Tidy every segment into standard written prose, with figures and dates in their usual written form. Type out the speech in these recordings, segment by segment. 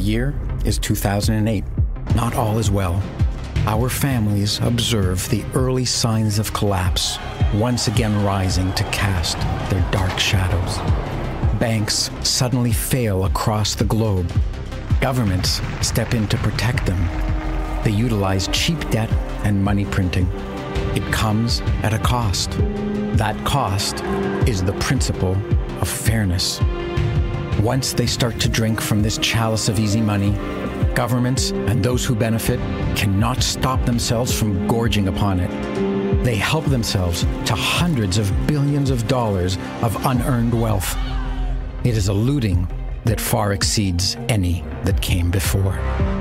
year is 2008. Not all is well. Our families observe the early signs of collapse, once again rising to cast their dark shadows. Banks suddenly fail across the globe. Governments step in to protect them. They utilize cheap debt and money printing. It comes at a cost. That cost is the principle of fairness. Once they start to drink from this chalice of easy money, governments and those who benefit cannot stop themselves from gorging upon it. They help themselves to hundreds of billions of dollars of unearned wealth. It is a looting that far exceeds any that came before.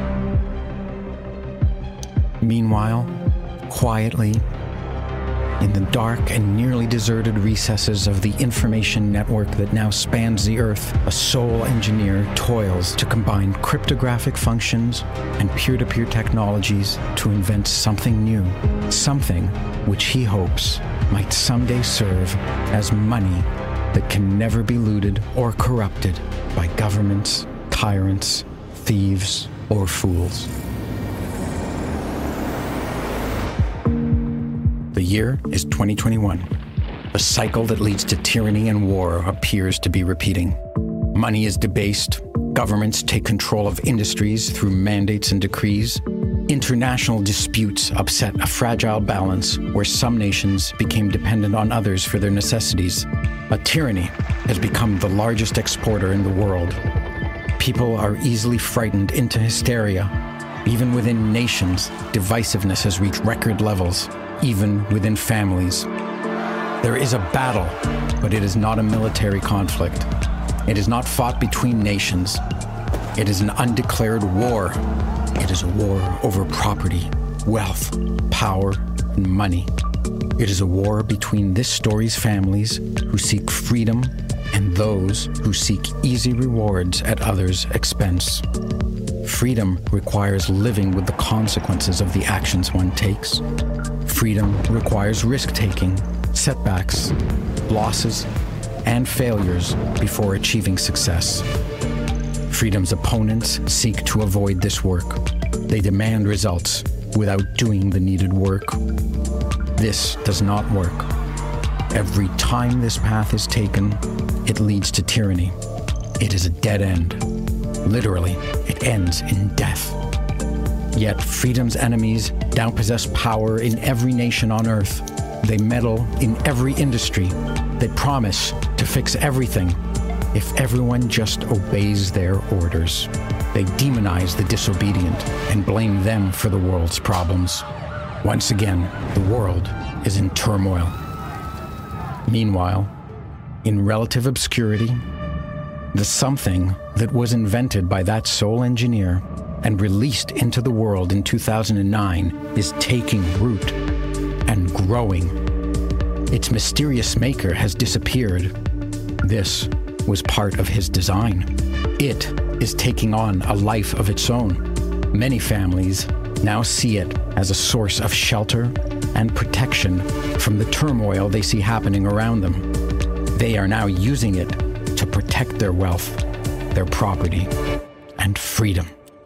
Meanwhile, quietly, in the dark and nearly deserted recesses of the information network that now spans the earth, a sole engineer toils to combine cryptographic functions and peer-to-peer technologies to invent something new, something which he hopes might someday serve as money that can never be looted or corrupted by governments, tyrants, thieves, or fools. The year is 2021. The cycle that leads to tyranny and war appears to be repeating. Money is debased. Governments take control of industries through mandates and decrees. International disputes upset a fragile balance where some nations became dependent on others for their necessities. A tyranny has become the largest exporter in the world. People are easily frightened into hysteria. Even within nations, divisiveness has reached record levels. Even within families. There is a battle, but it is not a military conflict. It is not fought between nations. It is an undeclared war. It is a war over property, wealth, power, and money. It is a war between this story's families who seek freedom and those who seek easy rewards at others' expense. Freedom requires living with the consequences of the actions one takes. Freedom requires risk-taking, setbacks, losses, and failures before achieving success. Freedom's opponents seek to avoid this work. They demand results without doing the needed work. This does not work. Every time this path is taken, it leads to tyranny. It is a dead end. Literally, it ends in death. Yet freedom's enemies now possess power in every nation on earth. They meddle in every industry. They promise to fix everything if everyone just obeys their orders. They demonize the disobedient and blame them for the world's problems. Once again, the world is in turmoil. Meanwhile, in relative obscurity, the something that was invented by that sole engineer and released into the world in 2009 is taking root and growing. Its mysterious maker has disappeared. This was part of his design. It is taking on a life of its own. Many families now see it as a source of shelter and protection from the turmoil they see happening around them. They are now using it to protect their wealth, their property, and freedom.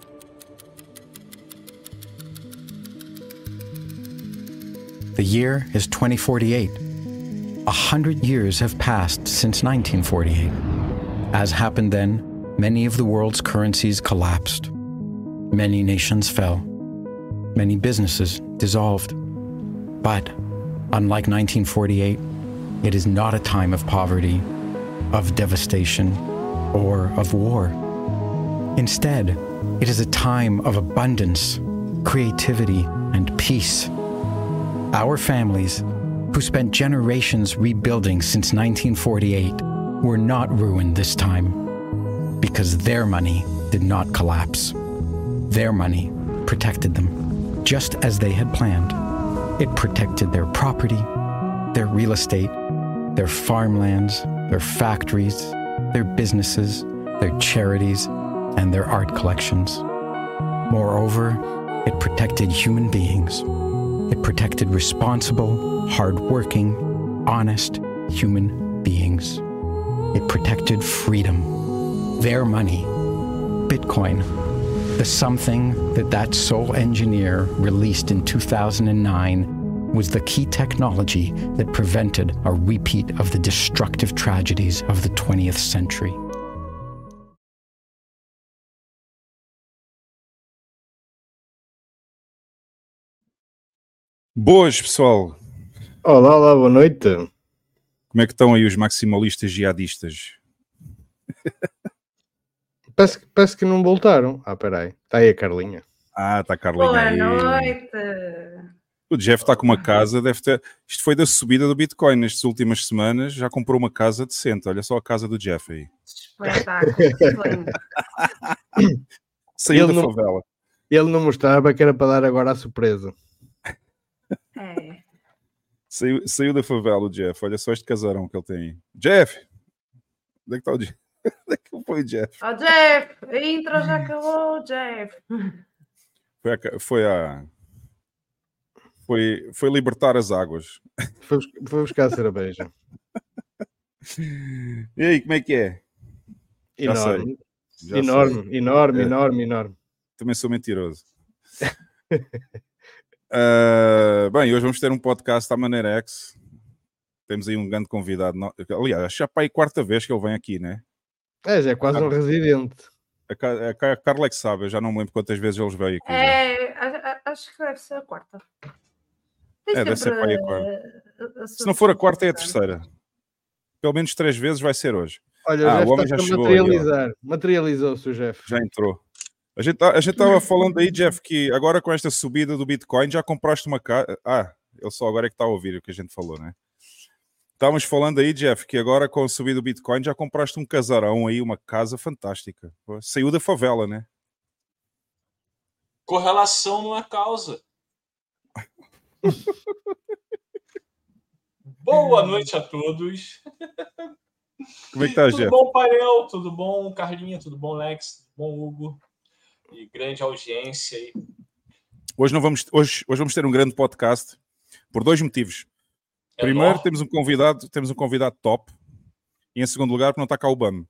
The year is 2048. 100 years have passed since 1948. As happened then, many of the world's currencies collapsed. Many nations fell. Many businesses dissolved. But, unlike 1948, it is not a time of poverty, of devastation, or of war. Instead, it is a time of abundance, creativity, and peace. Our families, who spent generations rebuilding since 1948, were not ruined this time because their money did not collapse. Their money protected them, just as they had planned. It protected their property, their real estate, their farmlands, their factories, their businesses, their charities, and their art collections. Moreover, it protected human beings. It protected responsible, hard-working, honest human beings. It protected freedom. Their money, Bitcoin, The something that sole engineer released in 2009 was the key technology that prevented a repeat of the destructive tragedies of the 20th century. Boas, pessoal. Olá, boa noite. Como é que estão aí os maximalistas jihadistas? Parece que não voltaram. Peraí. Está aí a Carlinha. Está a Carlinha Boa aí. noite. O Jeff está com uma casa, deve ter... Isto foi da subida do Bitcoin nestas últimas semanas, já comprou uma casa decente. Olha só a casa do Jeff aí. Espetáculo. Saiu da favela. Ele não mostrava que era para dar agora a surpresa. É. Saiu da favela o Jeff. Olha só este casarão que ele tem aí. Jeff! Onde é que está o Jeff? Onde é que foi o Jeff? Oh, Jeff! A intro já acabou, Jeff. Foi libertar as águas. Foi buscar a cerveja. E aí, como é que é? Enorme. Já Enorme. Também sou mentiroso. Bem, hoje vamos ter um podcast à maneira X. Temos aí um grande convidado. Aliás, acho que já para a quarta vez que ele vem aqui, né? Já é quase um residente. A Carla é que sabe, eu já não me lembro quantas vezes eles veio aqui. Acho que deve ser a quarta. Deve ser para aí a quarta. Se não for a quarta, é a terceira. Pelo menos 3 vezes vai ser hoje. Olha, o homem já chegou. Materializou-se o Jeff. Já entrou. A gente estava falando aí, Jeff, que agora com esta subida do Bitcoin já compraste uma casa. Ele só agora é que está a ouvir o que a gente falou, né? Estávamos falando aí, Jeff, que agora com a subida do Bitcoin já compraste um casarão aí, uma casa fantástica. Saiu da favela, né? Correlação não é causa. Boa noite a todos. Como é que está, Jeff? Tudo bom, Painel? Tudo bom, Carlinha? Tudo bom, Lex? Tudo bom, Hugo? E grande audiência aí. Hoje vamos ter um grande podcast por 2 motivos. Primeiro, temos um convidado top. E em segundo lugar, porque não está cá o BAM.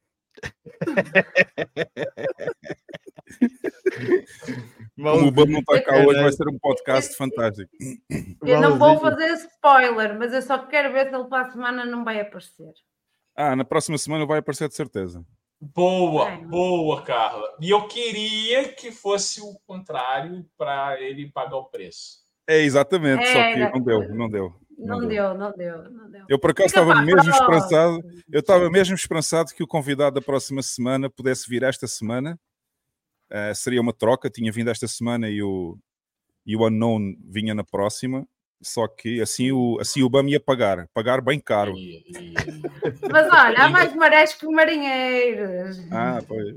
Como o BAM não está cá hoje, vai ser um podcast fantástico. Eu não vou fazer spoiler, mas eu só quero ver se ele para a semana não vai aparecer. Na próxima semana vai aparecer de certeza. Boa, Carla. E eu queria que fosse o contrário para ele pagar o preço. Exatamente, só que não deu. Eu por acaso estava mesmo esperançado. Eu estava mesmo esperançado que o convidado da próxima semana pudesse vir esta semana. Seria uma troca, tinha vindo esta semana e o Unknown vinha na próxima. Só que assim o BAM ia pagar bem caro. Mas olha, há mais marés que marinheiros. Pois.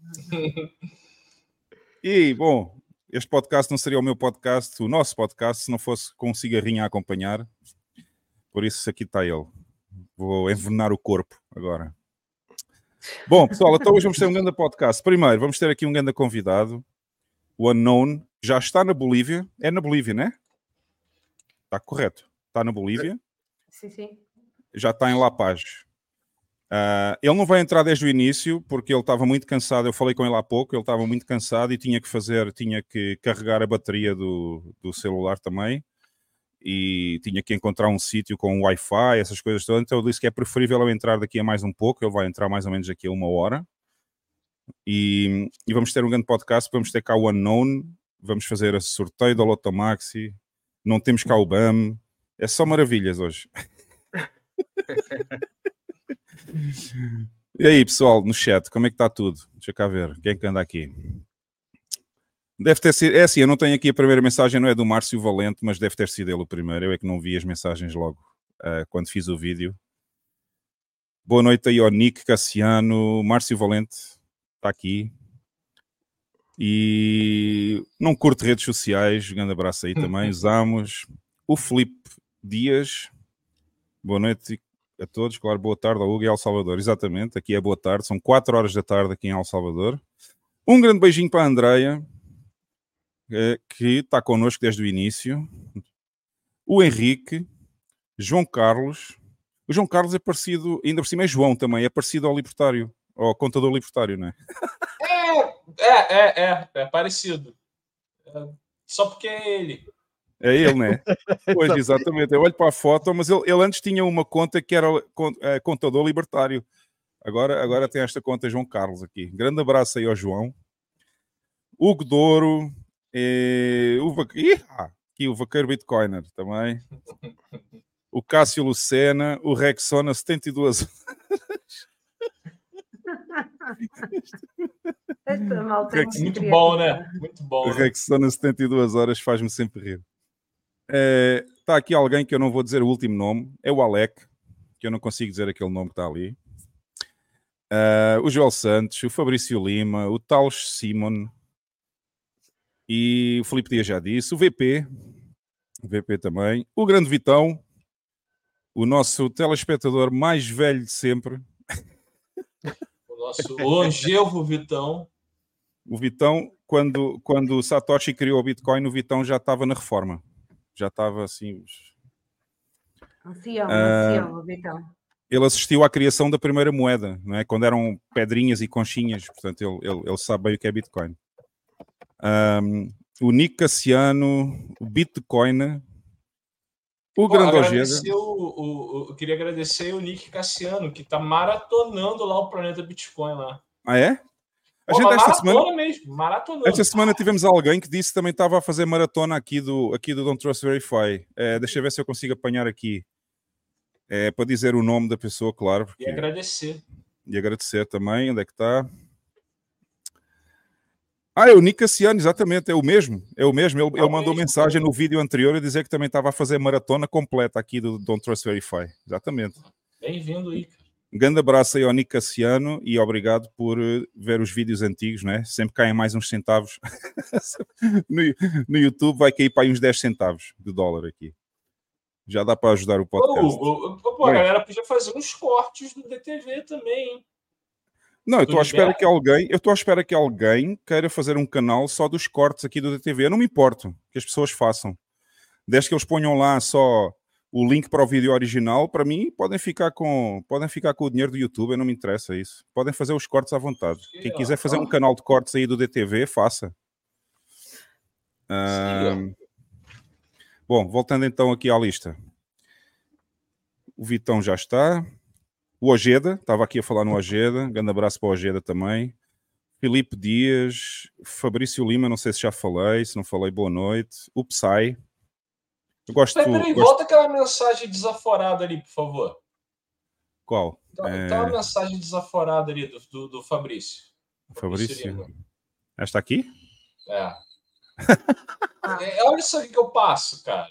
E, bom, este podcast não seria o meu podcast, o nosso podcast, se não fosse com um cigarrinho a acompanhar. Por isso aqui está ele. Vou envenenar o corpo agora. Bom, pessoal, então hoje vamos ter um grande podcast. Primeiro, vamos ter aqui um grande convidado. O Unknown já está na Bolívia. É na Bolívia, né? Está correto. Está na Bolívia. Sim. Já está em La Paz. Ele não vai entrar desde o início porque ele estava muito cansado. Eu falei com ele há pouco. Ele estava muito cansado e tinha que carregar a bateria do celular também. E tinha que encontrar um sítio com Wi-Fi, essas coisas todas. Então eu disse que é preferível eu entrar daqui a mais um pouco. Ele vai entrar mais ou menos daqui a 1 hora. E vamos ter um grande podcast. Vamos ter cá o Unknown. Vamos fazer a sorteio da Loto Maxi. Não temos cá o BAM. É só maravilhas hoje. E aí, pessoal, no chat, como é que está tudo? Deixa cá ver. Quem é que anda aqui? Deve ter sido... É assim, eu não tenho aqui a primeira mensagem, não é do Márcio Valente, mas deve ter sido ele o primeiro. Eu é que não vi as mensagens logo quando fiz o vídeo. Boa noite aí ao Nick Cassiano. Márcio Valente está aqui. E não curto redes sociais. Um grande abraço aí também. Usamos o Filipe Dias. Boa noite a todos. Claro, boa tarde ao Hugo e ao Salvador. Exatamente, aqui é boa tarde. São 4 horas da tarde aqui em El Salvador. Um grande beijinho para a Andreia, que está connosco desde o início. O Henrique, João Carlos. O João Carlos é parecido, ainda por cima é João também, é parecido ao libertário, ao contador libertário, não é? É parecido. Só porque é ele. É ele, né? Pois, exatamente. Eu olho para a foto, mas ele antes tinha uma conta que era contador libertário. Agora tem esta conta João Carlos aqui. Grande abraço aí ao João. Hugo Douro. Aqui o Vaqueiro Bitcoiner também. O Cássio Lucena. O Rexona 72 horas. Esta malta é muito bom, né? Muito bom. O Rexona 72 horas faz-me sempre rir. Está aqui alguém que eu não vou dizer o último nome. É o Alec, que eu não consigo dizer aquele nome que está ali. O Joel Santos, o Fabrício Lima, o Talos Simon e o Filipe Dias já disse, o VP também, o grande Vitão, o nosso telespectador mais velho de sempre. O nosso longevo Vitão. O Vitão, quando o Satoshi criou o Bitcoin, o Vitão já estava na reforma. Já estava assim... Ancião, o Vitão. Ele assistiu à criação da primeira moeda, não é? Quando eram pedrinhas e conchinhas. Portanto, ele sabe bem o que é Bitcoin. O Nick Cassiano, o Bitcoin, o grande Ojeda. Eu queria agradecer o Nick Cassiano, que está maratonando lá o Planeta Bitcoin lá. Ah, é? A gente maratona. Esta semana tivemos alguém que disse que também estava a fazer maratona aqui do Don't Trust Verify. Deixa eu ver se eu consigo apanhar aqui. Para dizer o nome da pessoa, claro. Porque... E agradecer. E agradecer também. Onde é que está? É o Nick Cassiano, exatamente. É o mesmo. Ele mandou mensagem no vídeo anterior a dizer que também estava a fazer maratona completa aqui do Don't Trust Verify. Exatamente. Bem-vindo aí. Um grande abraço aí ao Nick Cassiano e obrigado por ver os vídeos antigos, né? Sempre caem mais uns centavos. no YouTube vai cair para aí uns 10 centavos de dólar aqui. Já dá para ajudar o podcast. A galera podia fazer uns cortes do DTV também, hein? Não, eu estou à espera que alguém queira fazer um canal só dos cortes aqui do DTV. Eu não me importo que as pessoas façam. Desde que eles ponham lá só o link para o vídeo original, para mim, podem ficar com o dinheiro do YouTube, não me interessa isso. Podem fazer os cortes à vontade. Quem quiser fazer um canal de cortes aí do DTV, faça. Bom, voltando então aqui à lista. O Vitão já está. O Ojeda, estava aqui a falar no Ojeda. Um grande abraço para o Ojeda também. Filipe Dias, Fabrício Lima, não sei se já falei, se não falei, boa noite. O Psy. Eu gosto... Peraí, volta aquela mensagem desaforada ali, por favor. Qual? Tá uma mensagem desaforada ali do Fabrício. Fabrício? Esta aqui? Olha isso aqui que eu passo, cara.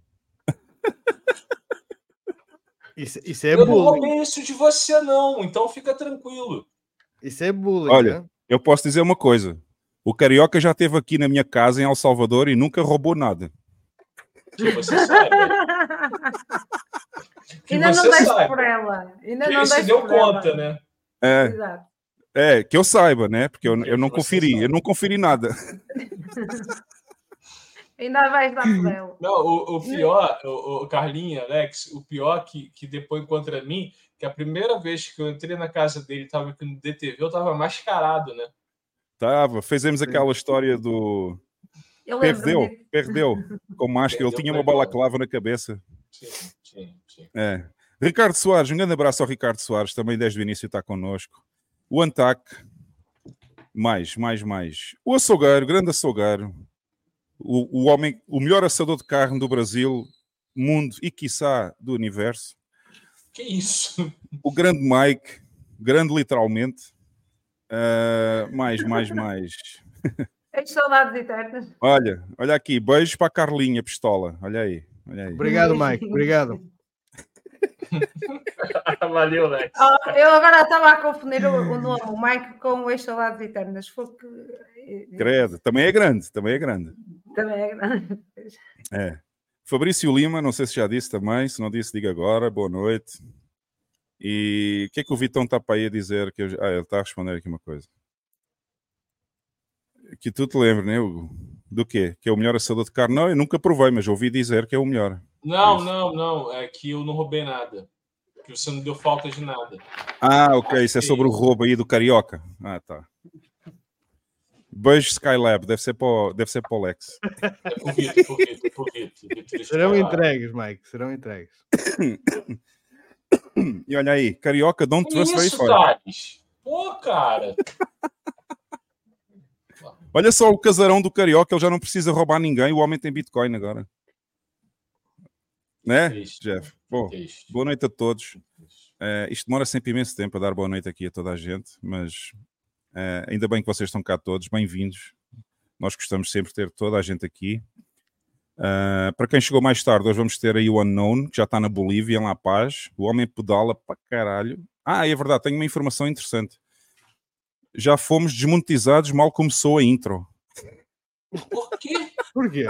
Isso é eu bullying. não roubei isso de você, não. Então fica tranquilo. Isso é bullying. Olha, né? Eu posso dizer uma coisa. O Carioca já esteve aqui na minha casa em El Salvador e nunca roubou nada. Que você saiba. Ainda não deixo por ela. Ainda não se deu conta, né? Exato. Que eu saiba, né? Porque eu não conferi. Eu não conferi nada. Ainda vais dar por ela. Não, o pior, o Carlinhos, Alex, o pior que depois contra mim, que a primeira vez que eu entrei na casa dele, estava aqui no DTV, eu estava mascarado, né? Tava. Fizemos aquela história do... Perdeu com máscara. Ele tinha uma balaclava na cabeça. Sim. Ricardo Soares, um grande abraço ao Ricardo Soares, também desde o início está connosco. O Antac, mais. O açougueiro, grande açougueiro. O homem, o melhor assador de carne do Brasil, mundo e, quiçá, do universo. Que isso? O grande Mike, grande literalmente. Mais. As saudades eternas. Olha aqui, beijos para a Carlinha Pistola. Olha aí. Obrigado, Mike. Obrigado. Valeu, Lex. Eu agora estava a confundir o nome, o Mike, com as saudades eternas. Credo, também é grande. Também é grande. Fabrício Lima, não sei se já disse também, se não disse, diga agora, boa noite. E o que é que o Vitão está para aí a dizer? Ele está a responder aqui uma coisa. Que tu te lembres, né, Hugo? Do quê? Que é o melhor assador de carne? Não, eu nunca provei, mas ouvi dizer que é o melhor. Não. É que eu não roubei nada. Que você não deu falta de nada. Ok. Isso é sobre o roubo aí do Carioca. Tá. Beijo Skylab, deve ser para o Lex. É por Vitor. Serão entregues, Mike, serão entregues. E olha aí, Carioca, don't Que trust isso, verify. Thales? Pô, cara. Olha só o casarão do Carioca, ele já não precisa roubar ninguém, o homem tem Bitcoin agora. Né, Triste. Jeff? Bom, Triste. boa noite a todos. Isto demora sempre imenso tempo a dar boa noite aqui a toda a gente, mas ainda bem que vocês estão cá todos, bem-vindos. Nós gostamos sempre de ter toda a gente aqui. Para quem chegou mais tarde, hoje vamos ter aí o Unknown, que já está na Bolívia, em La Paz. O homem pedala para caralho. É verdade, tenho uma informação interessante. Já fomos desmonetizados, mal começou a intro. Por quê? Por quê?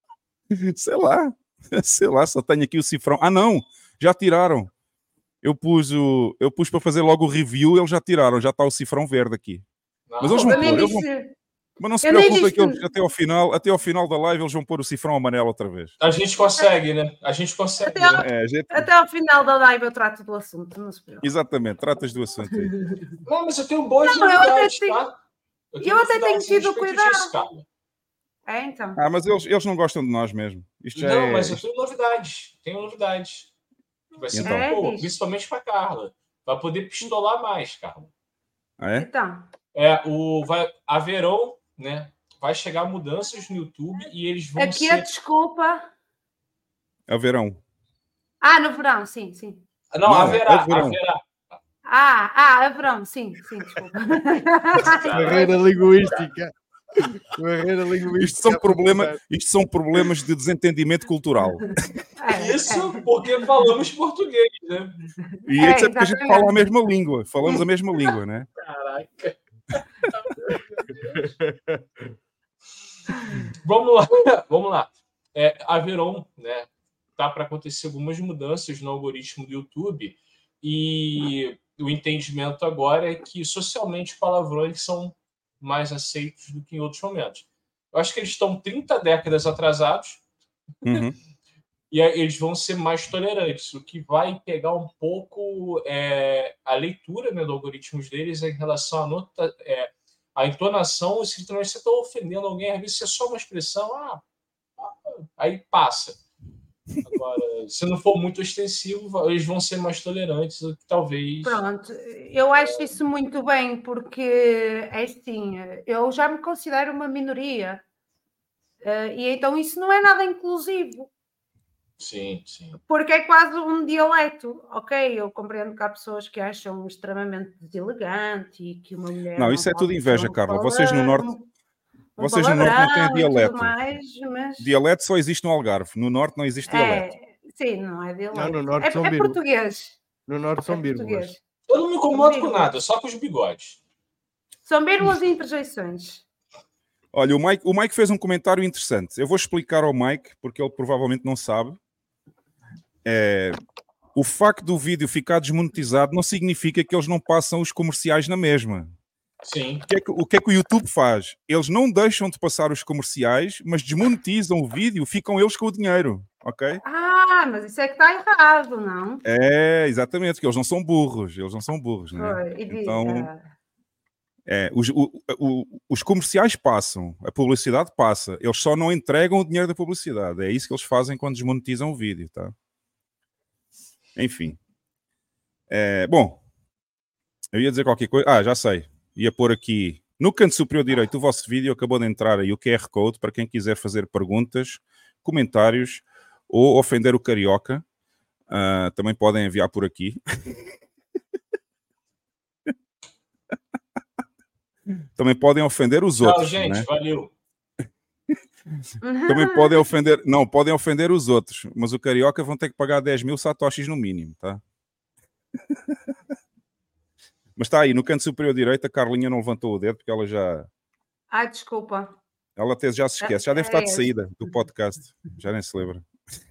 Sei lá, só tenho aqui o cifrão. Não, já tiraram. Eu pus para fazer logo o review, eles já tiraram, já está o cifrão verde aqui. Mas eles vão pôr, mas não se preocupe que eles, até ao final da live eles vão pôr o cifrão amarelo outra vez. A gente consegue, né? Até ao final da live eu trato do assunto, não se preocupe. Exatamente, tratas do assunto aí. Não, mas eu tenho boas novidades, tá? Eu até tenho tido cuidado. Então. Mas eles não gostam de nós mesmo. Isto já não, mas eu tenho novidades. Vai ser então. boa, principalmente para Carla. Vai poder pistolar mais, Carla. Então. A Verão, né? Vai chegar mudanças no YouTube e eles vão Aqui a desculpa. É o verão. No verão, sim. Não, haverá. A verão, sim, desculpa. Barreira linguística. Isto são problemas de desentendimento cultural. Isso porque falamos português, né? E isso é porque a gente fala a mesma língua. Falamos a mesma língua, né? Caraca. Vamos lá. A Verão, né? Tá para acontecer algumas mudanças no algoritmo do YouTube e o entendimento agora é que socialmente palavrões são mais aceitos do que em outros momentos. Eu acho que eles estão 30 décadas atrasados e aí eles vão ser mais tolerantes, o que vai pegar um pouco a leitura, né, do algoritmos deles em relação à entonação, se também você está ofendendo alguém, às vezes é só uma expressão, aí passa. Agora, se não for muito extensivo, eles vão ser mais tolerantes, talvez. Pronto, eu acho isso muito bem, porque assim, eu já me considero uma minoria, e então isso não é nada inclusivo. Sim. Porque é quase um dialeto. Ok, eu compreendo que há pessoas que acham extremamente deselegante e que uma mulher. Não, isso é tudo inveja, Carla. Vocês no Norte não têm dialeto. Dialeto só existe no Algarve. No Norte não existe dialeto. Sim, não é dialeto. Não, no Norte são português. No Norte são vírgulas. Eu não me incomodo com nada, só com os bigodes. São vírgulas e interjeições. Olha, o Mike fez um comentário interessante. Eu vou explicar ao Mike, porque ele provavelmente não sabe. O facto do vídeo ficar desmonetizado não significa que eles não passam os comerciais na mesma. Sim. O que é que o YouTube faz? Eles não deixam de passar os comerciais, mas desmonetizam o vídeo, ficam eles com o dinheiro, ok? Mas isso é que está errado, não? Exatamente, porque eles não são burros, né? Então, os comerciais passam, a publicidade passa, eles só não entregam o dinheiro da publicidade. É isso que eles fazem quando desmonetizam o vídeo, tá? Enfim. Bom, eu ia dizer qualquer coisa. Já sei. Ia pôr aqui no canto superior direito do vosso vídeo, acabou de entrar aí o QR Code para quem quiser fazer perguntas, comentários ou ofender o Carioca. Também podem enviar por aqui. Também podem ofender os outros. Tchau, gente. Né? Valeu. Também podem ofender... Não, podem ofender os outros. Mas o Carioca vão ter que pagar 10 mil satoshis no mínimo, tá? Mas está aí, no canto superior direito, a Carlinha não levantou o dedo porque ela já... Desculpa. Ela até já se esquece. Já deve estar de saída do podcast. Já nem se lembra.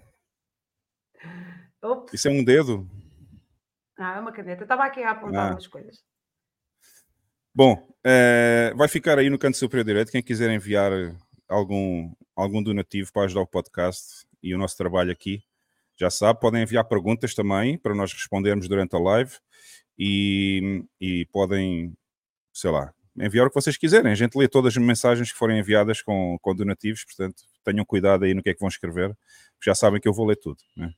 Ops. Isso é um dedo? É uma caneta. Estava aqui a apontar umas coisas. Bom, vai ficar aí no canto superior direito. Quem quiser enviar algum donativo para ajudar o podcast e o nosso trabalho aqui, já sabe, podem enviar perguntas também para nós respondermos durante a live e podem, sei lá, enviar o que vocês quiserem. A gente lê todas as mensagens que forem enviadas com donativos, portanto, tenham cuidado aí no que é que vão escrever. Já sabem que eu vou ler tudo, né?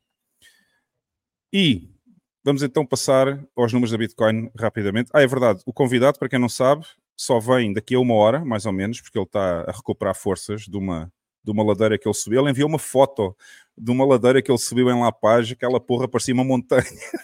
E vamos então passar aos números da Bitcoin rapidamente. É verdade, o convidado, para quem não sabe, só vem daqui a 1 hora, mais ou menos, porque ele está a recuperar forças de uma ladeira que ele subiu. Ele enviou uma foto de uma ladeira que ele subiu em La Paz, aquela porra parecia uma montanha.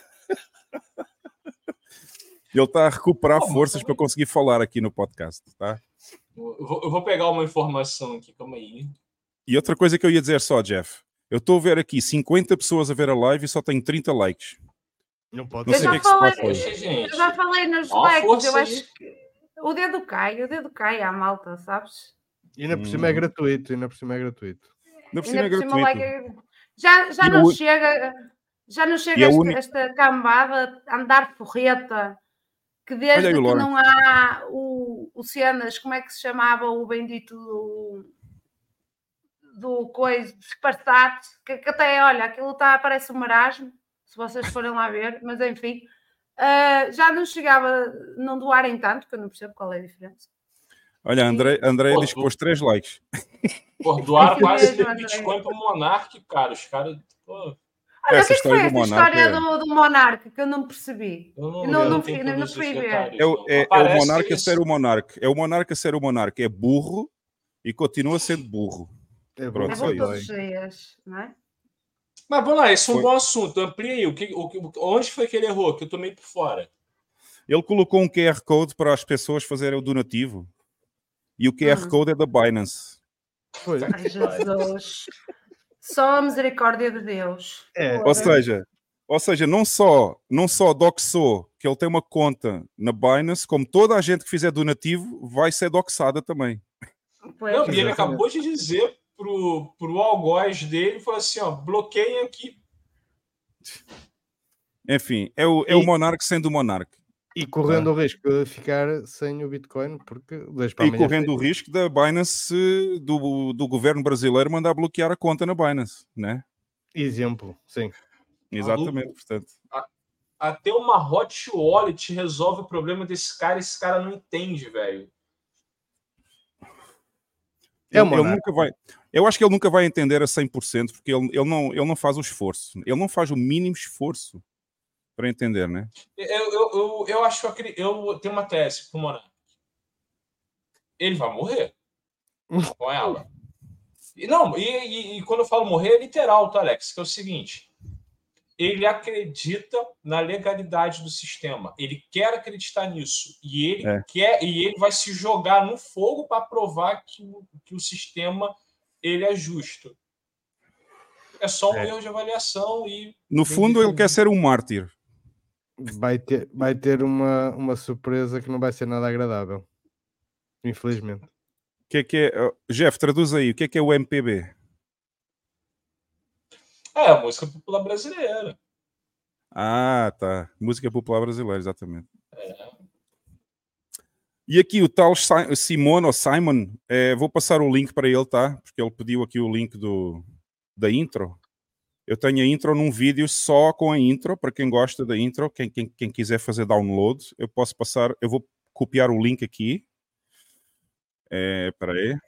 Ele está a recuperar forças para conseguir falar aqui no podcast, tá? Eu vou pegar uma informação aqui, calma aí. E outra coisa que eu ia dizer só, Jeff, eu estou a ver aqui 50 pessoas a ver a live e só tenho 30 likes. Não pode Não Eu sei o que já é que se passa falei, aí. Poxa, gente. eu já falei nos Dá uma likes, força eu aí. acho que o dedo cai à malta, sabes? E ainda por cima é gratuito, ainda por cima é gratuito. Ainda por cima é Ainda por cima o gratuito. like já E não o- chega, já não E chega a uni- esta cambada a andar porreta, que Olha aí desde o que Lawrence. não há o Cenas, como é que se chamava o bendito do coisa, disparate, que até, olha, aquilo parece um marasmo, se vocês forem lá ver, mas enfim, já não chegava, não doarem tanto, que eu não percebo qual é a diferença. Olha, André Pô, diz que pôs 3 likes. Por doar É quase mesmo, André. Bitcoin pro Monark, cara. Os caras. Pô, Olha, Essa o que é que foi história do esta Monarca história é- do Monarca que eu não percebi? eu não, Eu não, eu não não tenho fui, não todos os fui ver. detalhes. É não. o Aparece monarca eles- ser o monarca. É o monarca ser o monarca. É burro e continua sendo burro. É Pronto, É só bom isso. todos os dias, não é? Mas vamos lá, esse é um Foi. bom assunto. Amplia aí. Onde foi que ele errou? Que eu tô meio por fora. Ele colocou um QR Code para as pessoas fazerem o donativo. E o QR Code é da Binance. Pois. Ai, Jesus. Só a misericórdia de Deus. É. Ou seja, não só doxou que ele tem uma conta na Binance, como toda a gente que fizer donativo vai ser doxada também. Pois, Não, e ele Exatamente. acabou de dizer pro algoz dele, falou assim, ó, bloqueiem aqui. Enfim, é o E- monarca sendo o monarca. E correndo o risco de ficar sem o Bitcoin, porque dois para E amanhã. correndo o risco da Binance, do governo brasileiro, mandar bloquear a conta na Binance, né? Exemplo, sim. Exatamente, portanto. Até uma hot wallet resolve o problema desse cara. Esse cara não entende, velho. É o Ele monarca. nunca vai. Eu acho que ele nunca vai entender a 100%, porque ele não faz o esforço. Ele não faz o mínimo esforço para entender, né? Eu acho que eu tenho uma tese pro Monark. Ele vai morrer com ela. E não, e quando eu falo morrer, é literal, tá, Alex? Que é o seguinte: ele acredita na legalidade do sistema. Ele quer acreditar nisso. E ele vai se jogar no fogo para provar que o sistema ele é justo. É só um erro de avaliação e. No fundo, ele quer ser um mártir. Vai ter uma surpresa que não vai ser nada agradável. Infelizmente. O que é? Jeff, traduz aí. O que é o MPB? É a música popular brasileira. Ah, tá. Música popular brasileira, exatamente. E aqui o tal Simon, vou passar o link para ele, tá? Porque ele pediu aqui o link da intro. Eu tenho a intro num vídeo só com a intro, para quem gosta da intro, quem quiser fazer download, eu posso passar, eu vou copiar o link aqui. Espera aí.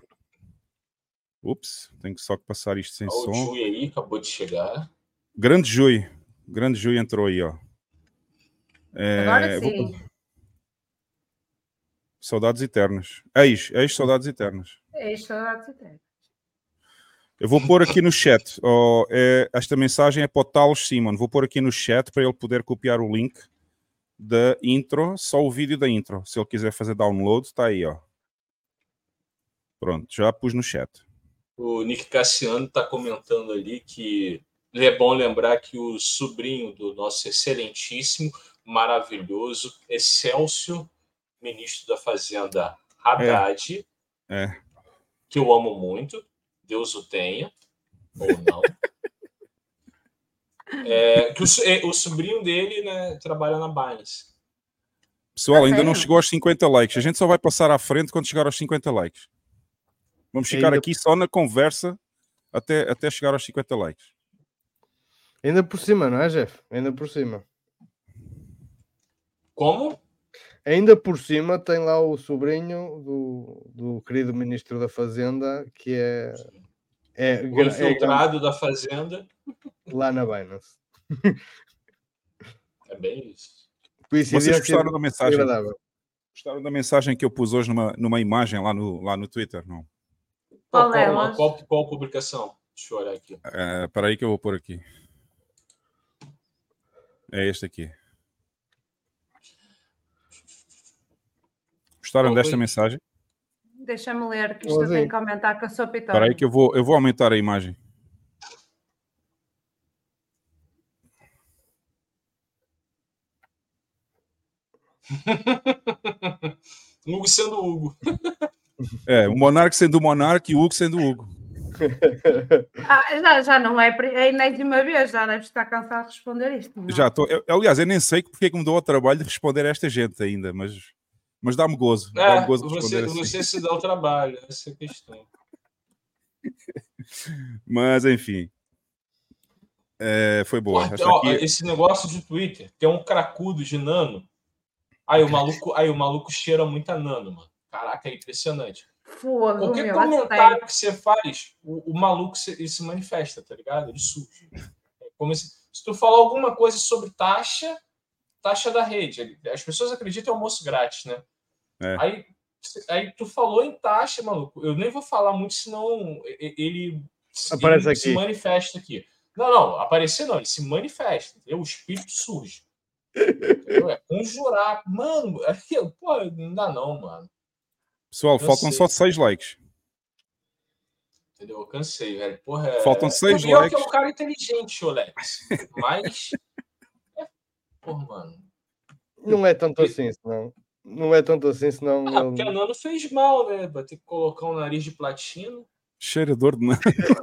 Ups, tenho que só passar isto sem som. O Jui aí acabou de chegar. Grande Jui entrou aí, ó. Agora sim. Saudades eternas. Ex-saudades eternas. É isto, até. Eu vou pôr aqui no chat. Esta mensagem é para o Talos Simon. Vou pôr aqui no chat para ele poder copiar o link da intro, só o vídeo da intro. Se ele quiser fazer download, está aí, ó. Pronto, já pus no chat. O Nick Cassiano está comentando ali que é bom lembrar que o sobrinho do nosso excelentíssimo, maravilhoso, Excelsior, ministro da Fazenda Haddad, que eu amo muito, Deus o tenha, ou não. Que o sobrinho dele, né, trabalha na Binance. Pessoal, ainda não chegou aos 50 likes. A gente só vai passar à frente quando chegar aos 50 likes. Vamos ficar aqui só na conversa até chegar aos 50 likes. Ainda por cima, não é, Jeff? Ainda por cima. Como? Ainda por cima tem lá o sobrinho do querido Ministro da Fazenda, que O infiltrado da Fazenda. lá na Binance. É bem isso. Vocês gostaram da mensagem? Agradável. Gostaram da mensagem que eu pus hoje numa imagem lá no Twitter? Não? Qual publicação? Deixa eu olhar aqui. Espera aí que eu vou pôr aqui. É este aqui. Gostaram desta mensagem? Deixa-me ler, que isto eu tenho que aumentar, que eu sou pitória. Espera aí que eu vou aumentar a imagem. Hugo sendo Hugo. O Monarca sendo o Monarca e o Hugo sendo o Hugo. Já não é a enésima vez, já deve estar cansado de responder isto. Não? Já estou. Aliás, eu nem sei porque é que me dou ao trabalho de responder a esta gente ainda, mas dá-me gozo. Dá-me gozo de responder você se dá o trabalho, essa é a questão. Mas, enfim. Foi boa. Esse negócio de Twitter, tem um cracudo de nano. Aí o maluco cheira muito a nano, mano. Caraca, é impressionante. Qualquer comentário que você faz, o maluco se manifesta, tá ligado? Ele surge. Como se tu falar alguma coisa sobre taxa da rede, as pessoas acreditam em almoço grátis, né? Aí tu falou em taxa, maluco. Eu nem vou falar muito, senão ele se manifesta aqui. Não, aparecer não, ele se manifesta, entendeu? O espírito surge. Entendeu? É conjurar. Mano, pô, não dá não, mano. Pessoal, faltam só 6 likes. Entendeu? Eu cansei, velho. Porra, faltam 6 likes. Eu que é um cara inteligente, Olex. Mas... Porra, mano. Não é tanto assim, senão... Não é tanto assim, senão... Porque a Nano fez mal, né? Vai ter que colocar um nariz de platina. Cheirador de nano.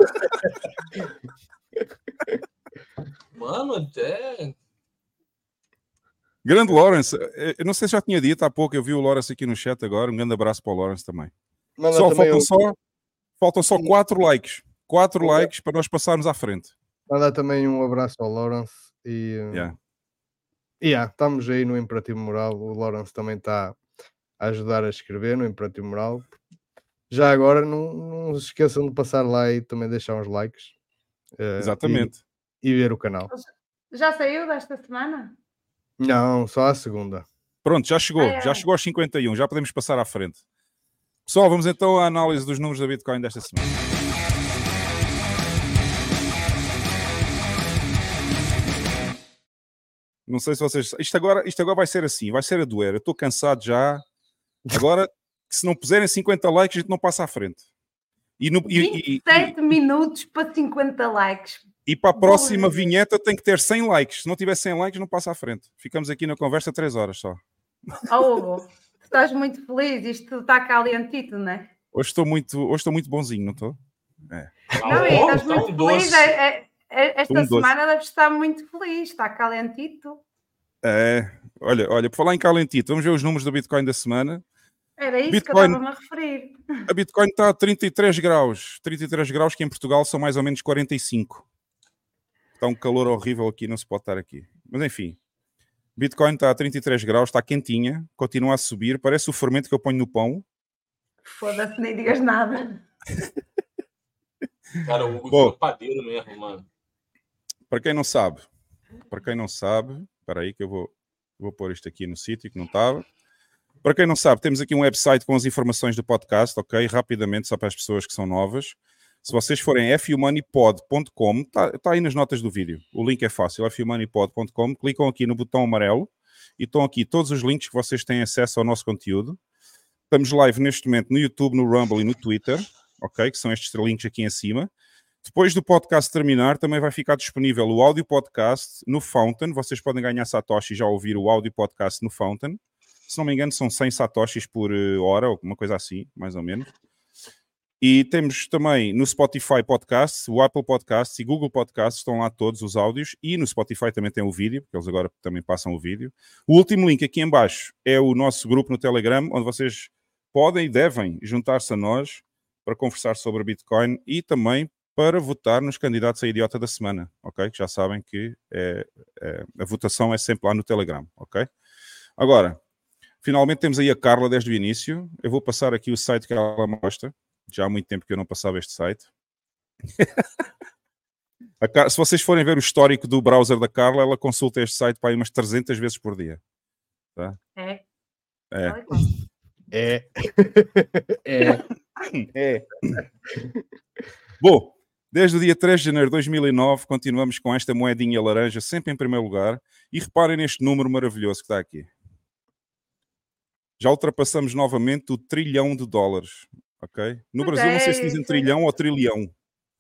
Mano, até... Grande Lawrence. Eu não sei se já tinha dito há pouco, eu vi o Lawrence aqui no chat agora. Um grande abraço para o Lawrence também. Faltam só 4 likes. 4 likes para nós passarmos à frente. Mandar também um abraço ao Lawrence. Estamos aí no Imperativo Moral. O Lawrence também está a ajudar a escrever no Imperativo Moral. Já agora, não se esqueçam de passar lá e também deixar uns likes. Exatamente. E ver o canal. Já saiu desta semana? Não, só a segunda. Pronto, já chegou. Já chegou aos 51. Já podemos passar à frente. Pessoal, vamos então à análise dos números da Bitcoin desta semana. Não sei se vocês... Isto agora vai ser assim. Vai ser a doer. Eu estou cansado já. Agora, se não puserem 50 likes, a gente não passa à frente. 27 minutos para 50 likes. E para a próxima vinheta tem que ter 100 likes. Se não tiver 100 likes, não passa à frente. Ficamos aqui na conversa 3 horas só. Hugo, estás muito feliz. Isto está calientito, não é? Hoje estou muito bonzinho, não estou? Não, estás muito feliz. Esta semana deves estar muito feliz. Está calentito. Olha, por falar em calentito, vamos ver os números do Bitcoin da semana. Era isso que eu estava-me a referir. A Bitcoin está a 33 graus. 33 graus que em Portugal são mais ou menos 45. Está um calor horrível aqui, não se pode estar aqui. Mas enfim, Bitcoin está a 33 graus, está quentinha, continua a subir, parece o fermento que eu ponho no pão. Foda-se, nem digas nada. Cara, o Hugo é padeiro mesmo, mano. Para quem não sabe, espera aí que eu vou pôr isto aqui no sítio que não estava. Para quem não sabe, temos aqui um website com as informações do podcast, ok? Rapidamente, só para as pessoas que são novas. Se vocês forem fumoneypod.com, está aí nas notas do vídeo. O link é fácil, fumoneypod.com. Clicam aqui no botão amarelo e estão aqui todos os links que vocês têm acesso ao nosso conteúdo. Estamos live neste momento no YouTube, no Rumble e no Twitter, ok? Que são estes links aqui em cima. Depois do podcast terminar, também vai ficar disponível o áudio podcast no Fountain. Vocês podem ganhar Satoshi já ouvir o áudio podcast no Fountain. Se não me engano, são 100 Satoshis por hora, ou uma coisa assim, mais ou menos. E temos também no Spotify Podcasts, o Apple Podcasts e Google Podcasts, estão lá todos os áudios, e no Spotify também tem o vídeo, porque eles agora também passam o vídeo. O último link aqui em baixo é o nosso grupo no Telegram, onde vocês podem e devem juntar-se a nós para conversar sobre Bitcoin e também para votar nos candidatos a idiota da semana, ok? Que já sabem que a votação é sempre lá no Telegram, ok? Agora, Finalmente temos aí a Carla desde o início. Eu vou passar aqui o site que ela mostra. Já há muito tempo que eu não passava este site. Se vocês forem ver o histórico do browser da Carla, ela consulta este site para aí umas 300 vezes por dia. Tá? É. É. Bom, desde o dia 3 de janeiro de 2009 continuamos com esta moedinha laranja sempre em primeiro lugar e reparem neste número maravilhoso que está aqui. Já ultrapassamos novamente o $1 trilhão, ok? No Brasil não sei se dizem trilhão ou trilhão.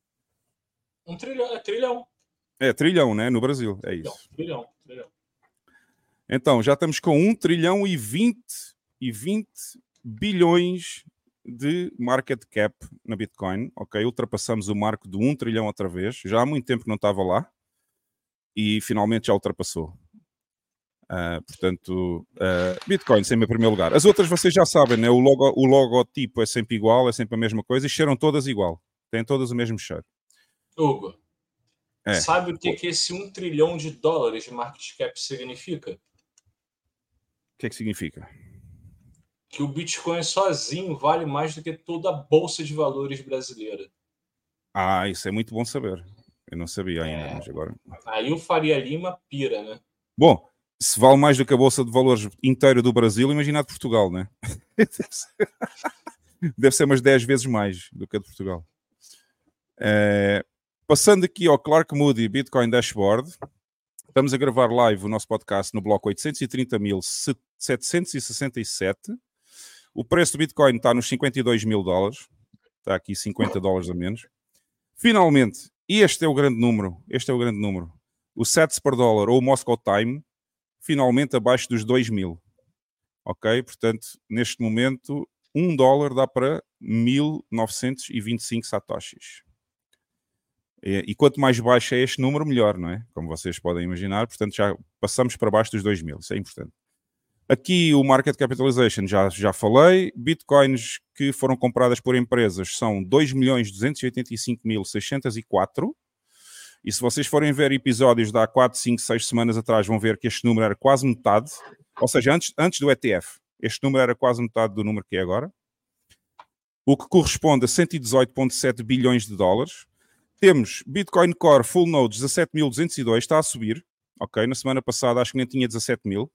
Trilhão. É trilhão, né? No Brasil, é isso. Trilhão. Então, já estamos com 1 trilhão e 20 bilhões de market cap na Bitcoin, ok? Ultrapassamos o marco do 1 trilhão outra vez. Já há muito tempo que não estava lá e finalmente já ultrapassou. Portanto, Bitcoin sempre em primeiro lugar. As outras vocês já sabem, né? O logotipo é sempre igual, é sempre a mesma coisa e cheiram todas igual. Têm todas o mesmo cheiro. Hugo, sabe o que esse $1 trilhão de market cap significa? O que é que significa? Que o Bitcoin sozinho vale mais do que toda a Bolsa de Valores brasileira. Isso é muito bom saber. Eu não sabia ainda, mas agora... Aí o Faria Lima pira, né? Bom, se vale mais do que a Bolsa de Valores inteira do Brasil, imagina a de Portugal, né? Deve ser umas 10 vezes mais do que a de Portugal. Passando aqui ao Clark Moody Bitcoin Dashboard, estamos a gravar live o nosso podcast no bloco 830.767. O preço do Bitcoin está nos $52.000. Está aqui $50 a menos. Finalmente, este é o grande número. O sats per dólar ou o Moscow Time, finalmente abaixo dos 2.000. Ok? Portanto, neste momento, $1 dá para 1.925 satoshis. E quanto mais baixo é este número, melhor, não é? Como vocês podem imaginar. Portanto, já passamos para baixo dos 2.000. Isso é importante. Aqui o Market Capitalization já falei. Bitcoins que foram compradas por empresas são 2.285.604. E se vocês forem ver episódios de há 4, 5, 6 semanas atrás, vão ver que este número era quase metade. Ou seja, antes do ETF, este número era quase metade do número que é agora. O que corresponde a 118,7 bilhões de dólares. Temos Bitcoin Core Full Node 17.202, está a subir. Ok, na semana passada acho que nem tinha 17.000.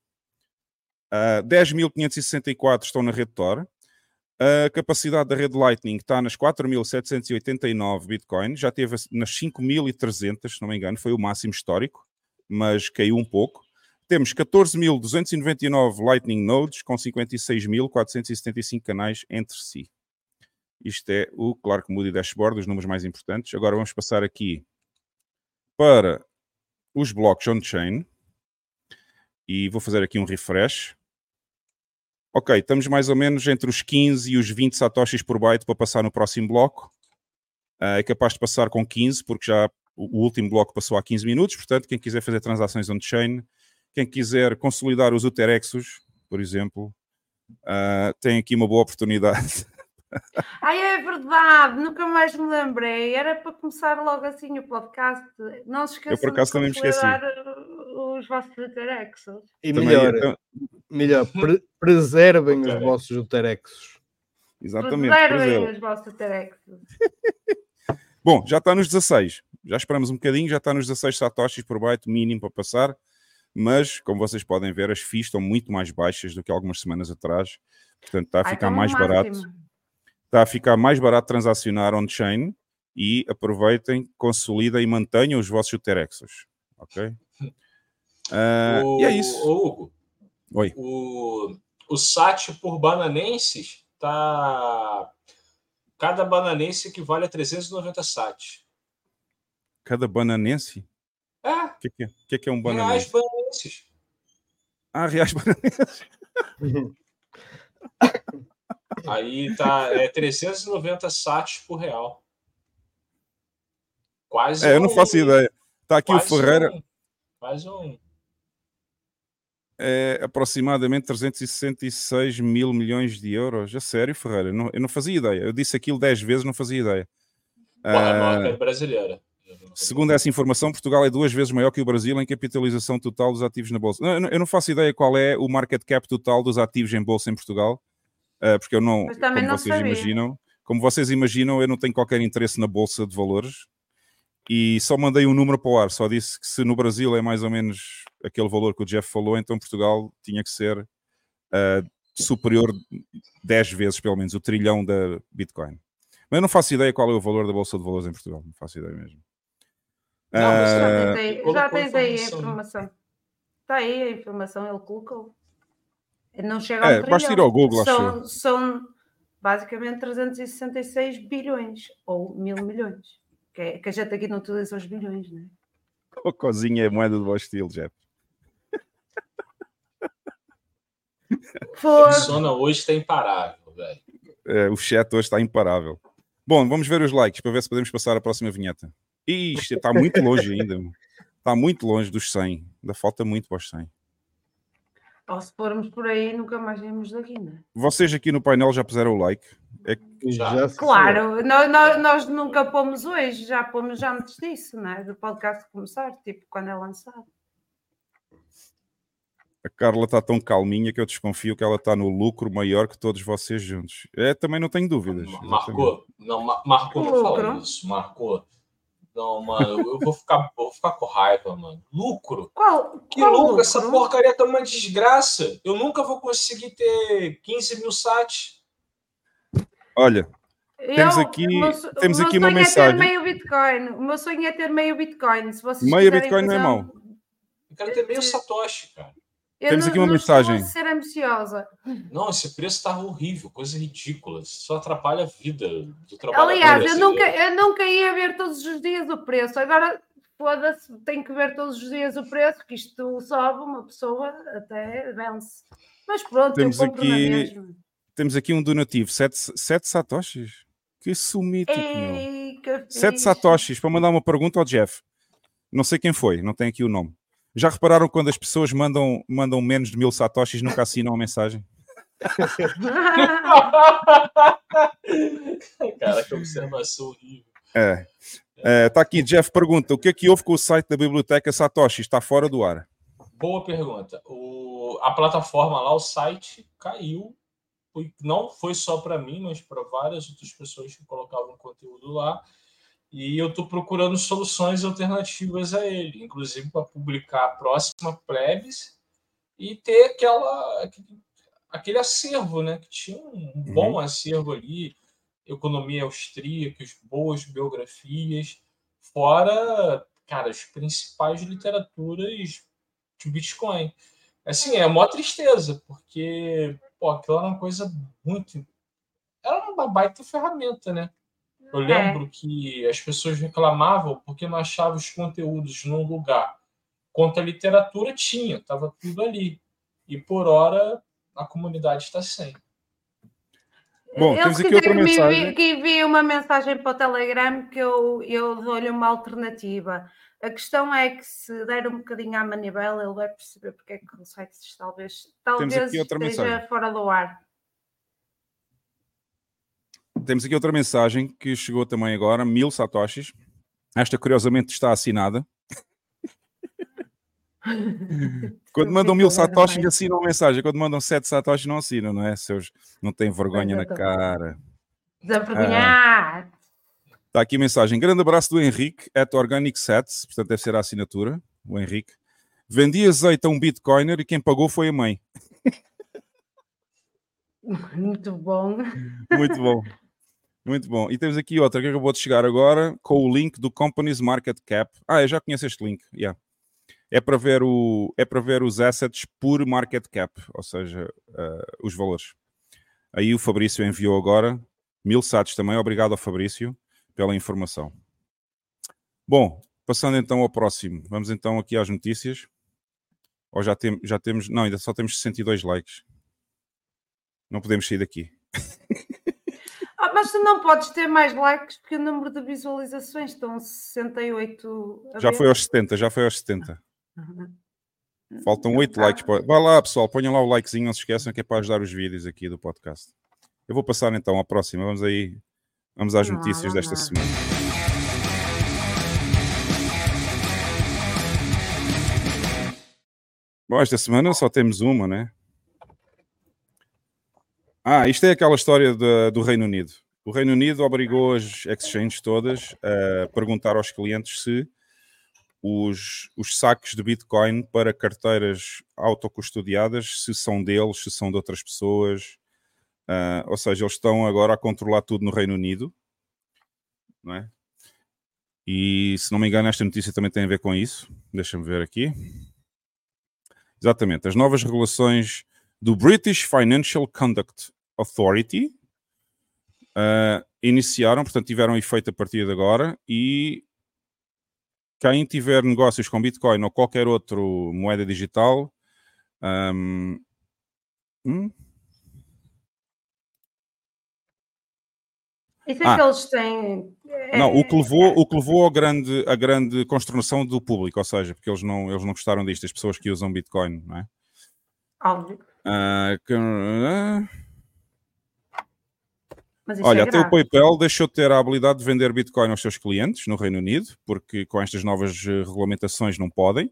10.564 estão na rede Tor. A capacidade da rede Lightning está nas 4.789 Bitcoin. Já teve nas 5.300, se não me engano. Foi o máximo histórico, mas caiu um pouco. Temos 14.299 Lightning Nodes com 56.475 canais entre si. Isto é o Clark Moody Dashboard, os números mais importantes. Agora vamos passar aqui para os blocos on-chain. E vou fazer aqui um refresh. Ok, estamos mais ou menos entre os 15 e os 20 satoshis por byte para passar no próximo bloco. É capaz de passar com 15, porque já o último bloco passou há 15 minutos. Portanto, quem quiser fazer transações on-chain, quem quiser consolidar os Uterexos, por exemplo, tem aqui uma boa oportunidade. É verdade, nunca mais me lembrei. Era para começar logo assim o podcast. Não se esqueçam de considerar os vossos Uterexos. E melhor, preservem os vossos Uterexos. Exatamente. Preservem os vossos Uterexos. Bom, já está nos 16. Já esperamos um bocadinho, já está nos 16 satoshis por byte mínimo para passar. Mas, como vocês podem ver, as fees estão muito mais baixas do que algumas semanas atrás. Portanto, está a ficar mais barato. Está a ficar mais barato transacionar on-chain e aproveitem, consolidem e mantenham os vossos Uterexos. Ok? E é isso. Hugo, oi. O SAT por bananenses está... Cada bananense equivale a 390 SAT. Cada bananense? É. O que é um bananense? Reais bananenses. Reais bananenses. Aí tá 390 SATs por real. Quase eu não faço ideia. Está aqui o Ferreira. Quase um. É aproximadamente 366 mil milhões de euros. A sério, Ferreira? Eu não fazia ideia. Eu disse aquilo 10 vezes, não fazia ideia. A marca brasileira. Segundo essa informação, Portugal é 2 vezes maior que o Brasil em capitalização total dos ativos na Bolsa. Eu não faço ideia qual é o market cap total dos ativos em Bolsa em Portugal, porque eu não, como vocês imaginam, eu não tenho qualquer interesse na Bolsa de Valores e só mandei um número para o ar, só disse que se no Brasil é mais ou menos aquele valor que o Jeff falou, então Portugal tinha que ser superior 10 vezes, pelo menos, o trilhão da Bitcoin. Mas eu não faço ideia qual é o valor da Bolsa de Valores em Portugal, não faço ideia mesmo. Já tens aí a informação. Está aí a informação, ele colocou. Não chega a um trilhão. Basta ir ao Google, são basicamente 366 bilhões, ou 1.000 milhões. Que a gente aqui não utiliza os bilhões, não é? O cozinha é moeda do vosso estilo, Jeff. A Sona hoje está imparável, velho. O chat hoje está imparável. Bom, vamos ver os likes para ver se podemos passar a próxima vinheta. Isto está muito longe ainda. Está muito longe dos 100. Ainda falta muito para os 100. Ou se formos por aí, nunca mais vemos daqui, não é? Vocês aqui no painel já puseram o like? Claro, nós nunca pomos hoje, já pomos já antes disso, não é? Do podcast começar, tipo, quando é lançado. A Carla está tão calminha que eu desconfio que ela está no lucro maior que todos vocês juntos. Também não tenho dúvidas. Marcou não fala isso. Marcou. Não, mano, eu vou ficar com raiva, mano. Lucro? Qual lucro? Lucro? Essa porcaria tá uma desgraça. Eu nunca vou conseguir ter 15 mil sats. Olha, temos aqui uma mensagem. O meu sonho é ter meio Bitcoin. Se vocês meio Bitcoin não é mau. Eu quero ter meio Satoshi, cara. Temos aqui uma mensagem. Estou a ser ambiciosa. Não, esse preço está horrível, coisa ridícula. Só atrapalha a vida do trabalhador. Aliás, eu nunca ia ver todos os dias o preço. Agora, foda-se, tenho que ver todos os dias o preço, que isto sobe, uma pessoa até vence. Mas pronto, temos aqui um donativo, 7 satoshis. Que sumítico, meu. 7 satoshis, para mandar uma pergunta ao Jeff. Não sei quem foi, não tem aqui o nome. Já repararam quando as pessoas mandam menos de 1000 satoshis, nunca assinam a mensagem? Cara, que observação horrível. Está aqui, Jeff pergunta, o que é que houve com o site da biblioteca Satoshi? Está fora do ar. Boa pergunta. A plataforma lá, o site, caiu. Não foi só para mim, mas para várias outras pessoas que colocavam conteúdo lá. E eu estou procurando soluções alternativas a ele, inclusive para publicar a próxima Plebs e ter aquele acervo, né? Que tinha um bom acervo ali, economia austríaca, boas biografias, fora, cara, as principais literaturas de Bitcoin. Assim, é uma tristeza, porque aquilo era uma coisa muito... Era uma baita ferramenta, né? Eu lembro que as pessoas reclamavam porque não achavam os conteúdos num lugar. Quanto a literatura tinha, estava tudo ali. E por hora a comunidade está sem. Bom, temos aqui outra mensagem. Que envie uma mensagem para o Telegram que eu dou-lhe uma alternativa. A questão é que se der um bocadinho à manivela, ele vai perceber porque é que o site talvez esteja fora do ar. Temos aqui outra mensagem que chegou também agora, 1000 satoshis. Esta, curiosamente, está assinada. Quando mandam 1000 satoshis, assinam a mensagem. Quando mandam 7 satoshis, não assinam, não é? Seus não têm vergonha na cara. Desavergonhado. Está aqui a mensagem. Grande abraço do Henrique, @Organic7, portanto deve ser a assinatura, o Henrique. Vendi azeite a um Bitcoiner e quem pagou foi a mãe. Muito bom. Muito bom. Muito bom. E temos aqui outra que acabou de chegar agora com o link do Company's Market Cap. Eu já conheço este link. Yeah. É para ver os assets por market cap, ou seja, os valores. Aí o Fabrício enviou agora 1000 sats também. Obrigado ao Fabrício pela informação. Bom, passando então ao próximo. Vamos então aqui às notícias. Ou já temos... Não, ainda só temos 62 likes. Não podemos sair daqui. Mas tu não podes ter mais likes porque o número de visualizações estão 68. Já foi aos 70. Faltam 8 likes. Vai lá, pessoal, ponham lá o likezinho, não se esqueçam que é para ajudar os vídeos aqui do podcast. Eu vou passar então à próxima. Vamos às notícias desta semana. Bom, esta semana só temos uma, né? Isto é aquela história do Reino Unido. O Reino Unido obrigou as exchanges todas a perguntar aos clientes se os saques de Bitcoin para carteiras autocustodiadas, se são deles, se são de outras pessoas. Ou seja, eles estão agora a controlar tudo no Reino Unido. Não é? E, se não me engano, esta notícia também tem a ver com isso. Deixa-me ver aqui. Exatamente. As novas regulações do British Financial Conduct Authority iniciaram, portanto, tiveram efeito a partir de agora, e quem tiver negócios com Bitcoin ou qualquer outra moeda digital... Isso é que eles têm... Não, o que levou a grande consternação do público, ou seja, porque eles não gostaram disto, as pessoas que usam Bitcoin, não é? Óbvio. Mas isso olha, é até o PayPal deixou de ter a habilidade de vender Bitcoin aos seus clientes no Reino Unido, porque com estas novas regulamentações não podem.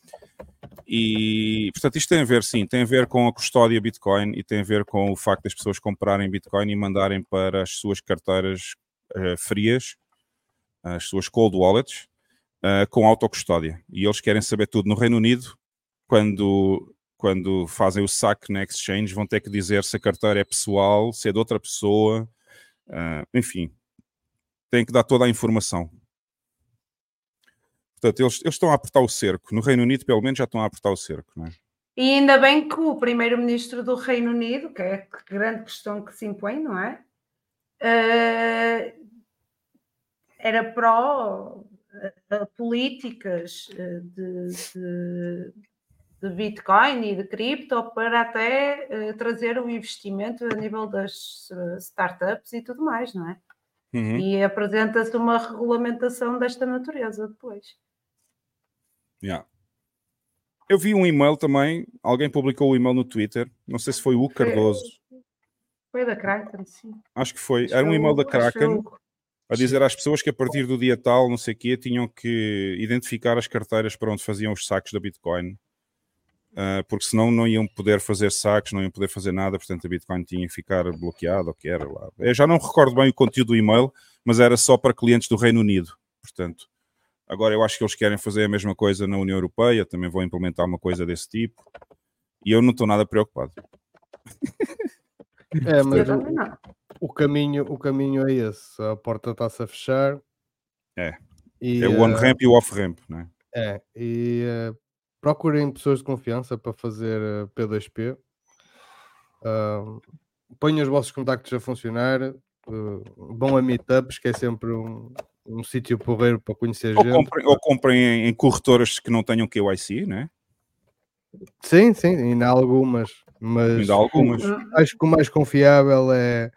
E, portanto, isto tem a ver, sim, tem a ver com a custódia Bitcoin e tem a ver com o facto das pessoas comprarem Bitcoin e mandarem para as suas carteiras frias, as suas cold wallets, com autocustódia. E eles querem saber tudo. No Reino Unido, quando fazem o saque na exchange, vão ter que dizer se a carteira é pessoal, se é de outra pessoa, enfim, têm que dar toda a informação. Portanto, eles estão a apertar o cerco. No Reino Unido, pelo menos, já estão a apertar o cerco, não é? E ainda bem que o primeiro-ministro do Reino Unido, que é a grande questão que se impõe, não é? Era pró políticas de Bitcoin e de cripto para até trazer o investimento a nível das startups e tudo mais, não é? Uhum. E apresenta-se uma regulamentação desta natureza depois. Yeah. Eu vi um e-mail também, alguém publicou o e-mail no Twitter, não sei se foi o Cardoso. Foi da Kraken, sim. Acho que foi. Era um e-mail da Kraken a dizer às pessoas que a partir do dia tal, não sei o quê, tinham que identificar as carteiras para onde faziam os saques da Bitcoin. Porque senão não iam poder fazer saques, não iam poder fazer nada, portanto a Bitcoin tinha que ficar bloqueada, ou que era lá. Eu já não recordo bem o conteúdo do e-mail, mas era só para clientes do Reino Unido. Portanto, agora eu acho que eles querem fazer a mesma coisa na União Europeia, também vão implementar uma coisa desse tipo, e eu não estou nada preocupado. Mas o caminho é esse, a porta está-se a fechar. É o on-ramp e o off-ramp, não é? Procurem pessoas de confiança para fazer P2P. Ponham os vossos contactos a funcionar. Vão a meetups, que é sempre um sítio porreiro para conhecer gente. Ou comprem em corretoras que não tenham KYC, não é? Sim, ainda há algumas. Mas acho que o mais confiável é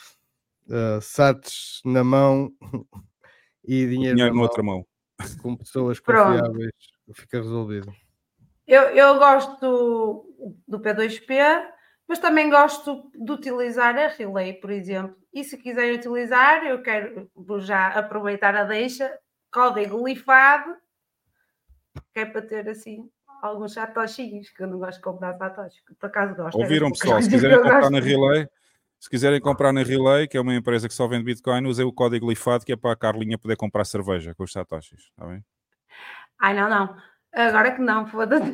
SATs na mão e dinheiro na outra mão. Com pessoas confiáveis, fica resolvido. Eu gosto do P2P, mas também gosto de utilizar a Relay, por exemplo. E se quiserem utilizar, vou já aproveitar a deixa, código LIFAD, que é para ter assim alguns satoshinhos, que eu não gosto de comprar satoshis, por acaso gosto. Ouviram, pessoal? Se quiserem comprar na Relay, se quiserem comprar na Relay, que é uma empresa que só vende Bitcoin, usem o código LIFAD, que é para a Carlinha poder comprar cerveja com os satoshis, está bem? Ai, não. Agora que não, foda-se.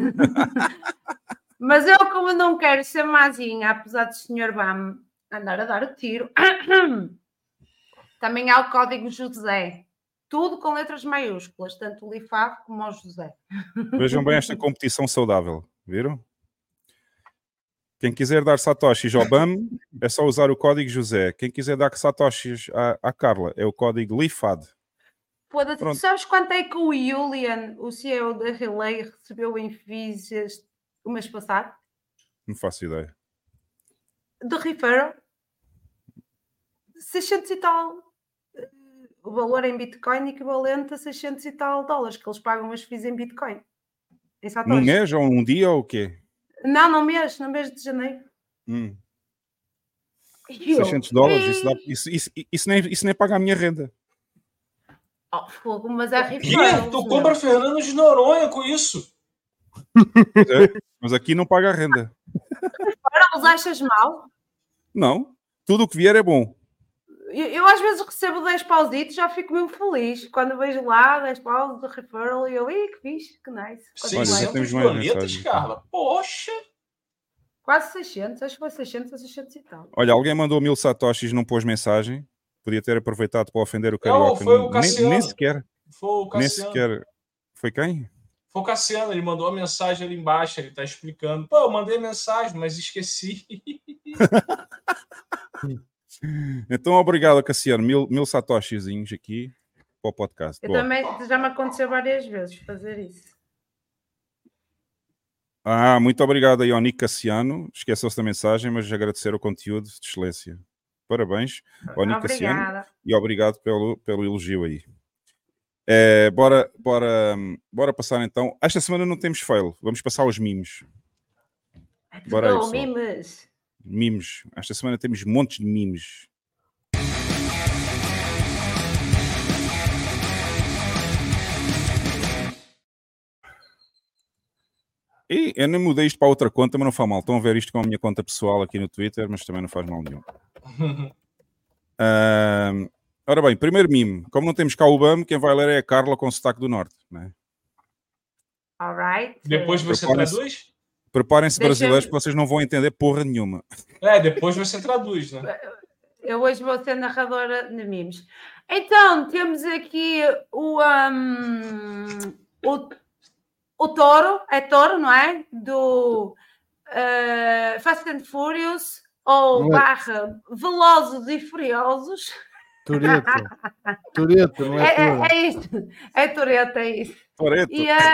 Mas eu, como não quero ser mazinha, apesar do Sr. Bam andar a dar o tiro, também há o código José. Tudo com letras maiúsculas, tanto o Lifado como o José. Vejam bem esta competição saudável, viram? Quem quiser dar satoshis ao BAM é só usar o código José. Quem quiser dar satoshis à Carla é o código LIFAD. Sabes quanto é que o Julian, o CEO da Relay, recebeu em fees o mês passado? Não faço ideia. Do referral? 600 e tal. O valor em Bitcoin equivalente a 600 e tal dólares que eles pagam as fees em Bitcoin. Em num mês ou um dia ou o quê? Não, no mês de janeiro. 600 dólares? Isso nem paga a minha renda. Fogo, mas é referral. Tu compra Fernando de Noronha com isso. Mas aqui não paga a renda. Os achas mal? Não. Tudo o que vier é bom. Eu às vezes recebo 10 pausitos, já fico mesmo feliz. Quando vejo lá 10 paus do referral, eu, que fixe, que nice. 600 boletas, Carla. Poxa! Quase 600, acho que foi 600 ou 600 e tal. Olha, alguém mandou 1000 satoshis, não pôs mensagem. Podia ter aproveitado para ofender o Carioca. Não, foi o Cassiano. Nem sequer. Foi o Cassiano. Nem sequer. Foi quem? Foi o Cassiano, ele mandou uma mensagem ali embaixo, ele tá explicando. Pô, eu mandei mensagem, mas esqueci. Então, obrigado, Cassiano. 1000 satoshizinhos aqui para o podcast. Eu também, já me aconteceu várias vezes fazer isso. Muito obrigado aí ao Nick Cassiano. Esqueceu-se da mensagem, mas agradecer o conteúdo de excelência. Parabéns ao Nick Cassiano e obrigado pelo elogio aí. Bora passar então. Esta semana não temos fail. Vamos passar aos memes. Bora aí, memes. Memes. Esta semana temos montes de memes. E eu nem mudei isto para outra conta, mas não faz mal. Estão a ver isto com a minha conta pessoal aqui no Twitter, mas também não faz mal nenhum. Ora bem, primeiro meme. Como não temos cá o BAM, quem vai ler é a Carla com sotaque do Norte. Não é? Alright. Depois você traduz? Preparem-se, brasileiros, porque vocês não vão entender porra nenhuma. Depois você traduz, né? Eu hoje vou ser narradora de memes. Então, temos aqui o Toro, é Toro, não é? Do Fast and Furious, ou barra Velozes e Furiosos. Toreto, não é? É isso. É Toreto, é isso. Toreto.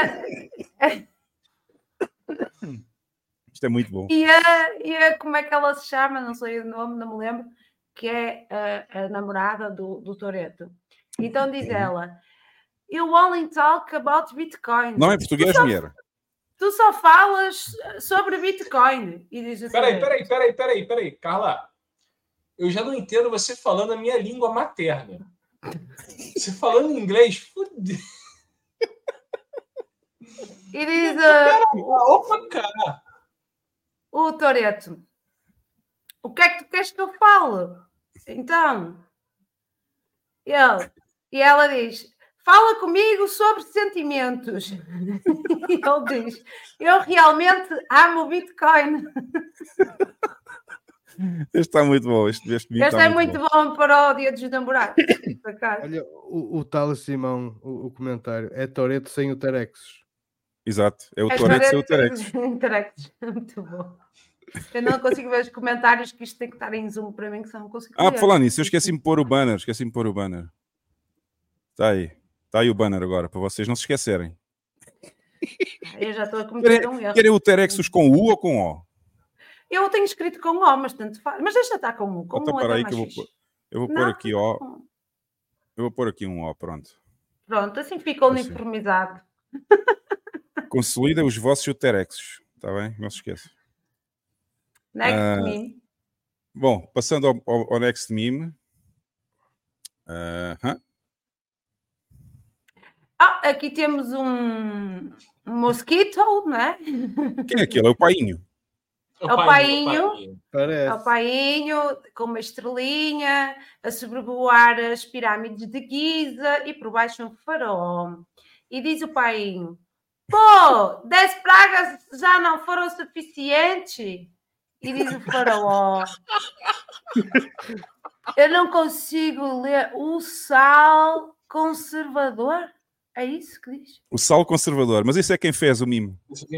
Isto é muito bom. Como é que ela se chama? Não sei o nome, não me lembro. Que é a namorada do Toreto. Então diz ela: You only talk about Bitcoin. Não é português, mulher. Tu só falas sobre Bitcoin. E diz assim, peraí. Carla, eu já não entendo você falando a minha língua materna. Você falando inglês, fudeu. E diz opa, cara. O Toreto: o que é que tu queres que eu fale? Então, e ela diz: fala comigo sobre sentimentos. E ele diz: eu realmente amo o Bitcoin. Este está muito bom. Este é muito bom para o Dia dos Namorados. Olha, o tal Simão, o comentário, é Toreto sem o Terexos. Exato, é o Toreto sem o Terexos. Muito bom. Eu não consigo ver os comentários, que isto tem que estar em zoom para mim, que só não consigo ver. Por falar nisso, eu esqueci-me de pôr o banner. Está aí o banner agora, para vocês não se esquecerem. Eu já estou a cometer um erro. Querem o Terexos com U ou com O? Eu tenho escrito com O, mas tanto faz. Mas deixa estar com U. Então, para aí que eu vou pôr aqui O. Eu vou pôr aqui um O, pronto. Pronto, assim fica uniformizado. Consolida os vossos Terexos. Está bem? Não se esqueça. Next meme. Bom, passando ao next meme. Aqui temos um mosquito, não é? Quem é aquele? É o painho. É o painho. Parece. É o painho com uma estrelinha a sobrevoar as pirâmides de Giza e por baixo um faraó. E diz o painho: pô, 10 pragas já não foram suficientes? E diz o faraó: eu não consigo ler o sal conservador. É isso que diz? O sal conservador. Mas isso é quem fez o mime.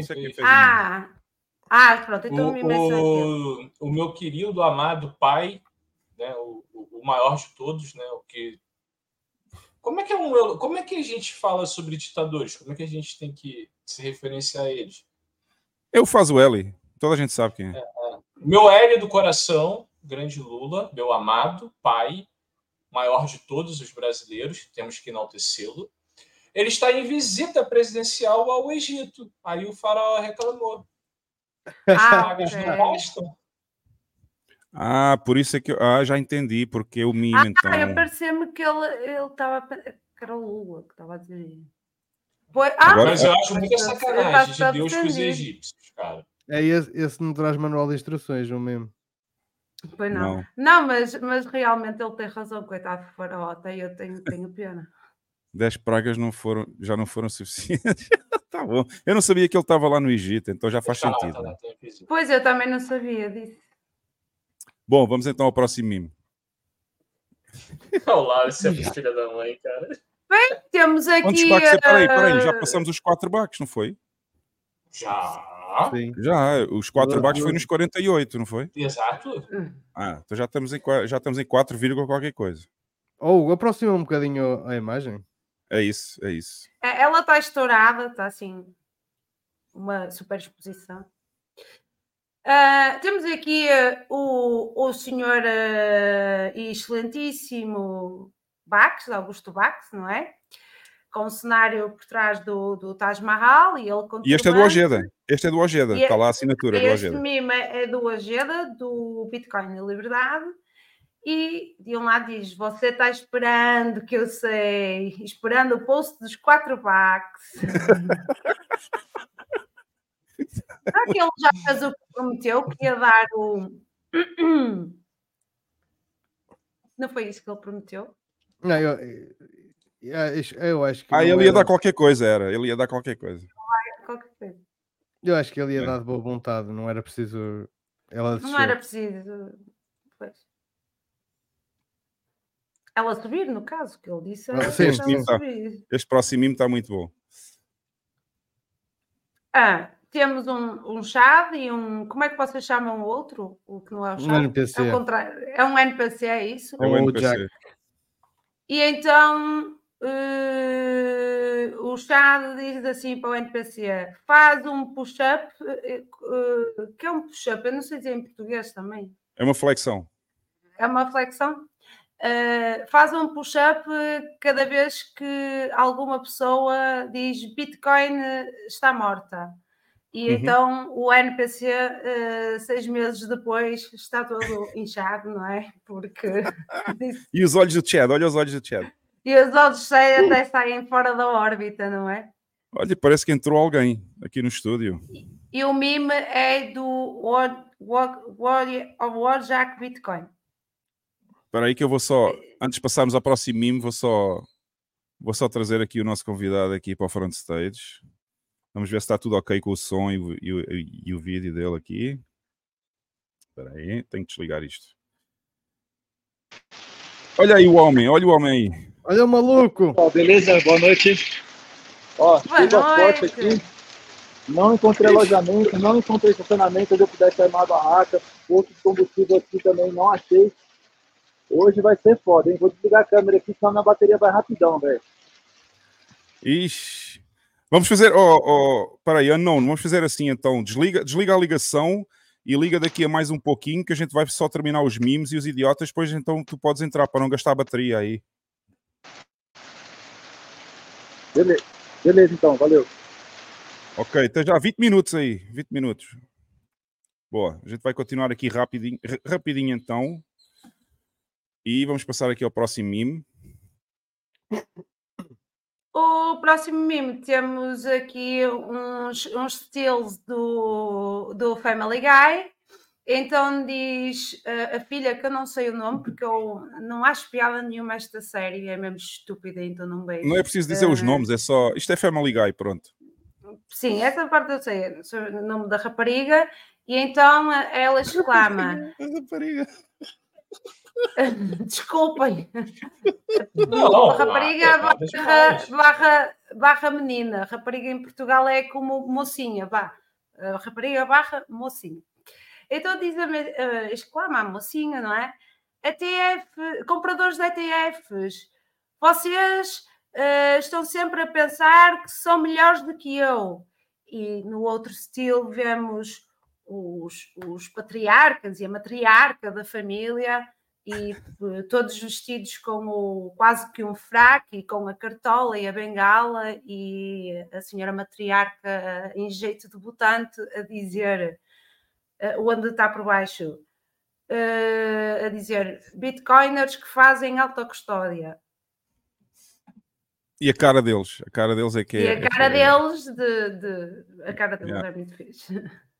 Pronto. Então o meu querido, amado pai, né, o maior de todos, né, como é que a gente fala sobre ditadores? Como é que a gente tem que se referenciar a eles? Eu faço o L. Toda a gente sabe quem é. Meu L do coração, grande Lula, meu amado pai, maior de todos os brasileiros, temos que enaltecê-lo. Ele está em visita presidencial ao Egito. Aí o faraó reclamou. Pagas não bastam. Por isso é que eu já entendi porque o mime, então. Eu pareceu-me que ele estava. Que era o Lula que estava a dizer. Mas eu acho muita sacanagem de Deus com os egípcios, cara. Esse não traz manual de instruções, o mesmo. Pois não. Não, mas realmente ele tem razão, coitado de Faraó, até eu tenho pena. 10 pragas já não foram suficientes. Tá bom. Eu não sabia que ele estava lá no Egito, então já faz sentido. Né? Pois, eu também não sabia disso. Bom, vamos então ao próximo mimo. Olá, você é filha da mãe, cara. Bem, temos aqui... Quantos baques? Peraí, já passamos os 4 baques, não foi? Já? Sim. Já, os 4 baques foi nos 48, não foi? Exato. Então já estamos em 4, qualquer coisa. Aproxima um bocadinho a imagem. É isso. Ela está estourada, está assim, uma super exposição. Temos aqui o senhor excelentíssimo Bax, Augusto Bax, não é? Com o cenário por trás do Taj Mahal e ele E este é do Ojeda. Este é do Ojeda. Está lá a assinatura do Ojeda. Este mimo é do Ojeda, do Bitcoin e Liberdade. E de um lado diz, você está esperando, que eu sei, esperando o post dos 4 Bax. Será que ele já fez o que prometeu, que ia dar o... Não foi isso que ele prometeu? Não, eu acho que... ele ia dar qualquer coisa, Ele ia dar qualquer coisa. Eu acho que ele ia dar de boa vontade, não era preciso... Não era preciso... Pois. Ela subir, no caso, que ele disse. Este próximo mimo está muito bom. Temos um chave e um... Como é que vocês chamam o outro? O que não é o chave? Um NPC. É o contrário. É um NPC, é isso? É um NPC. E então o chave diz assim para o NPC: faz um push-up. Que é um push-up? Eu não sei dizer em português também. É uma flexão. É uma flexão? Faz um push-up cada vez que alguma pessoa diz Bitcoin está morta. E então o NPC, 6 meses depois, está todo inchado, não é? Porque... E os olhos do Chad, olha os olhos do Chad. E os olhos até saem fora da órbita, não é? Olha, parece que entrou alguém aqui no estúdio. E o meme é do Wojak Bitcoin. Espera aí que eu vou só, antes de passarmos ao próximo meme, vou só trazer aqui o nosso convidado aqui para o front stage. Vamos ver se está tudo ok com o som e o vídeo dele aqui. Espera aí, tenho que desligar isto. Olha aí o homem aí. Olha o maluco. Beleza, boa noite. Chuva forte aqui. Não encontrei alojamento, não encontrei estacionamento onde eu pudesse armar a barraca. Posto de combustível aqui também não achei. Hoje vai ser foda, hein? Vou desligar a câmera aqui, senão minha bateria vai rapidão, velho. Ixi. Vamos fazer... Peraí, vamos fazer assim então. Desliga a ligação e liga daqui a mais um pouquinho que a gente vai só terminar os memes e os idiotas. Depois então tu podes entrar para não gastar a bateria aí. Beleza então, valeu. Ok, até já 20 minutos aí. 20 minutos. Boa, a gente vai continuar aqui rapidinho então. E vamos passar aqui ao próximo meme. O próximo meme temos aqui uns steals do Family Guy. Então diz a filha, que eu não sei o nome, porque eu não acho piada nenhuma esta série, é mesmo estúpida, então não vejo. Não é preciso dizer os nomes, é só... Isto é Family Guy, pronto. Sim, essa parte eu sei o nome da rapariga. E então ela exclama... Rapariga... Desculpem. Não, rapariga barra menina. Rapariga em Portugal é como mocinha, rapariga barra mocinha. Então diz exclama a mocinha, não é? Compradores de ETFs, vocês estão sempre a pensar que são melhores do que eu. E no outro estilo vemos os patriarcas e a matriarca da família, e todos vestidos com quase que um fraque, e com a cartola e a bengala, e a senhora matriarca em jeito de debutante a dizer, onde está por baixo, a dizer, bitcoiners que fazem autocustódia. E a cara deles é que é... E a cara deles, a cara deles é muito fixe.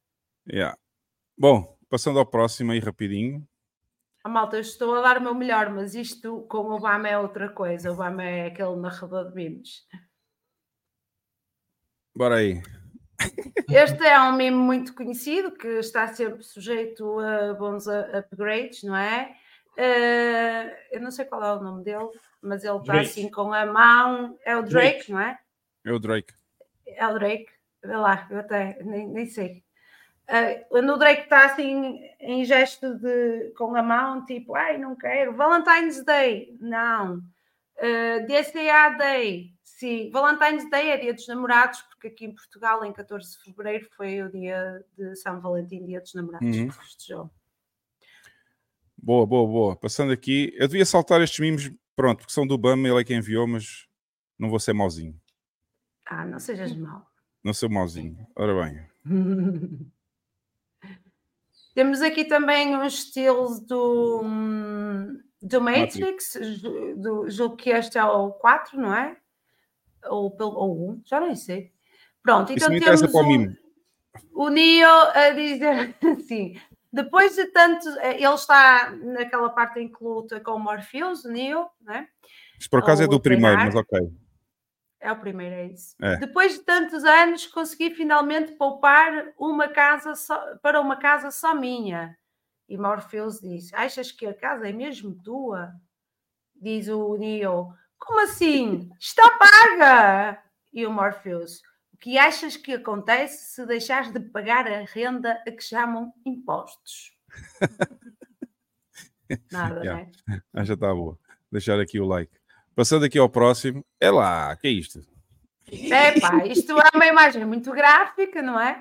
Bom, passando ao próximo aí rapidinho. Malta, eu estou a dar o meu melhor, mas isto com o Obama é outra coisa. O Obama é aquele narrador de memes. Bora aí. Este é um meme muito conhecido, que está sempre sujeito a bons upgrades, não é? Eu não sei qual é o nome dele, mas ele está assim com a mão. É o Drake, não é? É o Drake. É o Drake. Vê lá, eu até nem sei. No Drake está assim em gesto com a mão, tipo, ai, não quero. Valentine's Day, não. DCA Day, sim. Valentine's Day é dia dos namorados, porque aqui em Portugal, em 14 de fevereiro, foi o dia de São Valentim, dia dos namorados, que festejou. Boa. Passando aqui, eu devia saltar estes memes, pronto, porque são do Obama, ele é quem enviou, mas não vou ser mauzinho. Não sejas mau. Não sou mauzinho. Ora bem. Temos aqui também uns estilos do Matrix, julgo que este é o 4, não é? Ou 1, já nem sei. Pronto, então temos o Neo a dizer assim, depois de tanto... Ele está naquela parte em que luta com o Morpheus, o Neo, não é? Isto por acaso é do primeiro, mas ok. É o primeiro, é isso. Depois de tantos anos, consegui finalmente poupar para uma casa só minha. E Morpheus diz, achas que a casa é mesmo tua? Diz o Neo, como assim? Está paga! E o Morpheus, o que achas que acontece se deixares de pagar a renda a que chamam impostos? Nada, né? Já está boa. Deixar aqui o like. Passando aqui ao próximo. É lá, que é isto? Isto é uma imagem muito gráfica, não é?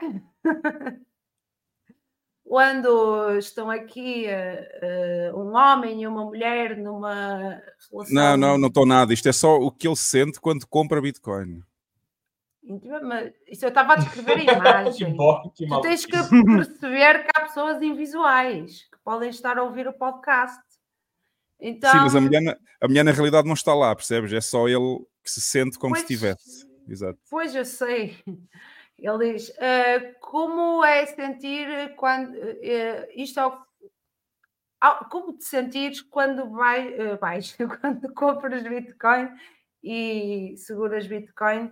Quando estão aqui um homem e uma mulher numa relação... Não estou nada. Isto é só o que ele sente quando compra Bitcoin. Isso eu estava a descrever a imagem. Tu tens que perceber que há pessoas invisuais que podem estar a ouvir o podcast. Então... Sim, mas a mulher na realidade não está lá, percebes? É só ele que se sente como se estivesse. Exato. Pois, eu sei. Ele diz, como é sentir quando... como te sentires quando quando compras Bitcoin e seguras Bitcoin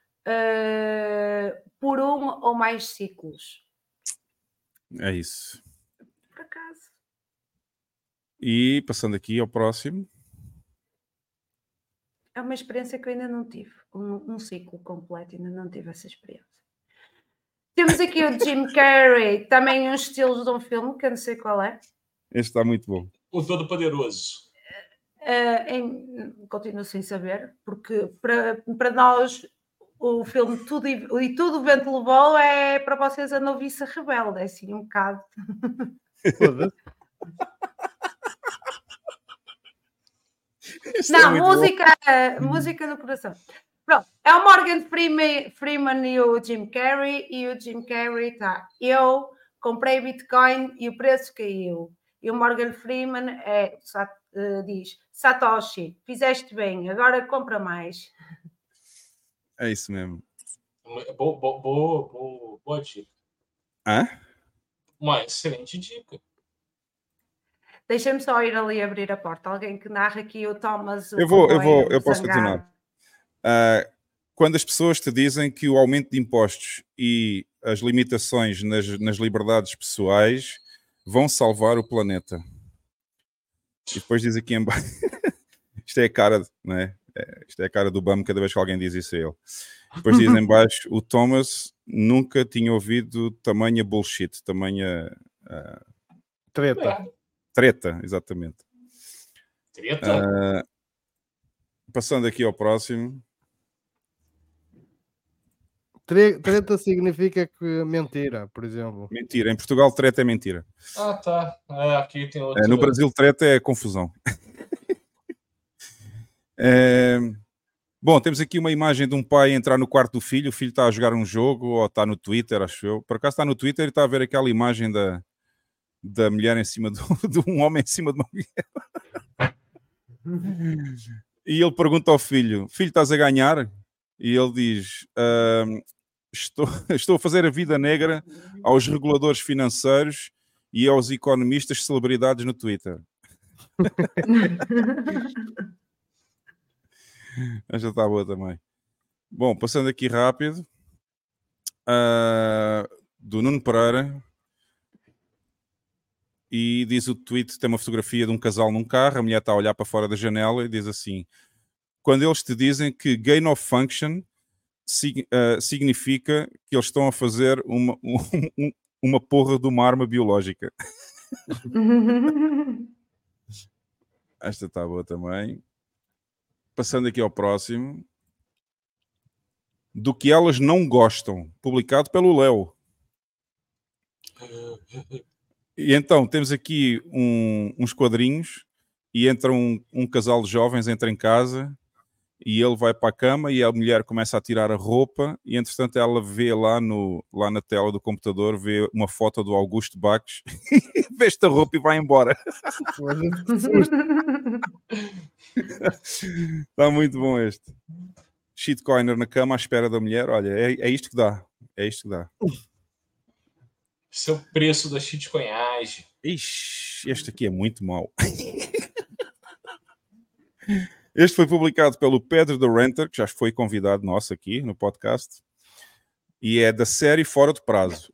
por um ou mais ciclos? É isso. Por acaso. E passando aqui ao próximo. É uma experiência que eu ainda não tive. Um ciclo completo, ainda não tive essa experiência. Temos aqui o Jim Carrey, também uns estilos de um filme, que eu não sei qual é. Este está muito bom. O Todo-Poderoso. Continuo sem saber, porque para nós o filme Tudo e Tudo o Vento Levou é para vocês a Noviça Rebelde, é assim um bocado. Não, música no coração. Pronto, é o Morgan Freeman e o Jim Carrey, e o Jim Carrey está, eu comprei Bitcoin e o preço caiu. E o Morgan Freeman diz, Satoshi, fizeste bem, agora compra mais. É isso mesmo. Boa dica. Uma excelente dica. Deixa-me só ir ali abrir a porta. Alguém que narra aqui o Thomas. Eu posso continuar. Quando as pessoas te dizem que o aumento de impostos e as limitações nas liberdades pessoais vão salvar o planeta. E depois diz aqui embaixo... Isto é a cara, não é? Isto é a cara do Obama cada vez que alguém diz isso a ele. Depois diz embaixo, o Thomas nunca tinha ouvido tamanha bullshit, tamanha... Treta, exatamente. Treta? Passando aqui ao próximo. Treta significa que mentira, por exemplo. Mentira. Em Portugal, treta é mentira. Tá. Aqui tem outro. No Brasil, treta é confusão. Bom, temos aqui uma imagem de um pai entrar no quarto do filho. O filho está a jogar um jogo ou está no Twitter, acho eu. Por acaso está no Twitter e está a ver aquela imagem da mulher em cima de um homem em cima de uma mulher. E ele pergunta ao filho, estás a ganhar? E ele diz, estou a fazer a vida negra aos reguladores financeiros e aos economistas celebridades no Twitter. Esta está boa também. Bom, passando aqui rápido, do Nuno Pereira, e diz o tweet, tem uma fotografia de um casal num carro, a mulher está a olhar para fora da janela e diz assim, quando eles te dizem que gain of function significa que eles estão a fazer uma porra de uma arma biológica. Esta está boa também. Passando aqui ao próximo. Do que elas não gostam, publicado pelo Léo. E então, temos aqui uns quadrinhos e entra um casal de jovens, entra em casa e ele vai para a cama e a mulher começa a tirar a roupa e, entretanto, ela vê lá na tela do computador, vê uma foto do Augusto Baques, veste a roupa e vai embora. Está muito bom este. Shitcoiner na cama à espera da mulher. Olha, é isto que dá. É isto que dá. Esse é o preço da shitcoinagem. Ixi, este aqui é muito mau. Este foi publicado pelo Pedro the Renter, que já foi convidado nosso aqui no podcast. E é da série Fora do Prazo.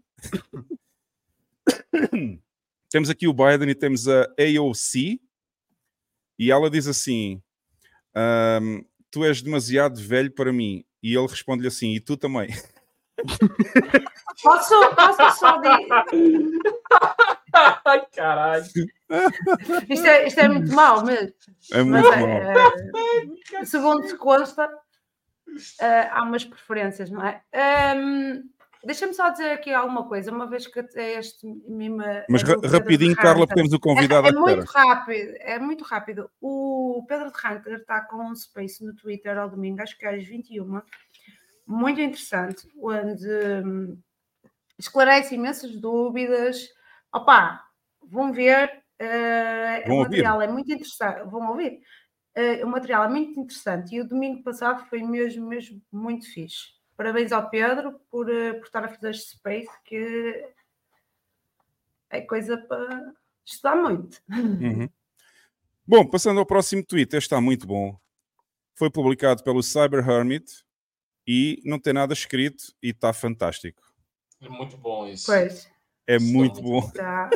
Temos aqui o Biden e temos a AOC. E ela diz assim... tu és demasiado velho para mim. E ele responde-lhe assim, e tu também. Posso só dizer... Ai, caralho. Isto é muito mau mesmo. É muito mau. Segundo se consta, há umas preferências, não é? Deixa-me só dizer aqui alguma coisa, uma vez que este mime... Mas rapidinho, Carla, porque temos o convidado é muito rápido, é muito rápido. O Pedro de Hunter está com um space no Twitter ao domingo, acho que é às 21, muito interessante, onde esclarece imensas dúvidas. Opa, vão ver, o material é muito interessante, vão ouvir. O material é muito interessante e o domingo passado foi mesmo muito fixe. Parabéns ao Pedro por estar a fazer este space, que é coisa para estudar muito. Uhum. Bom, passando ao próximo tweet, este está muito bom. Foi publicado pelo Cyber Hermit e não tem nada escrito e está fantástico. É muito bom isso. Pois. É muito bom. Tá.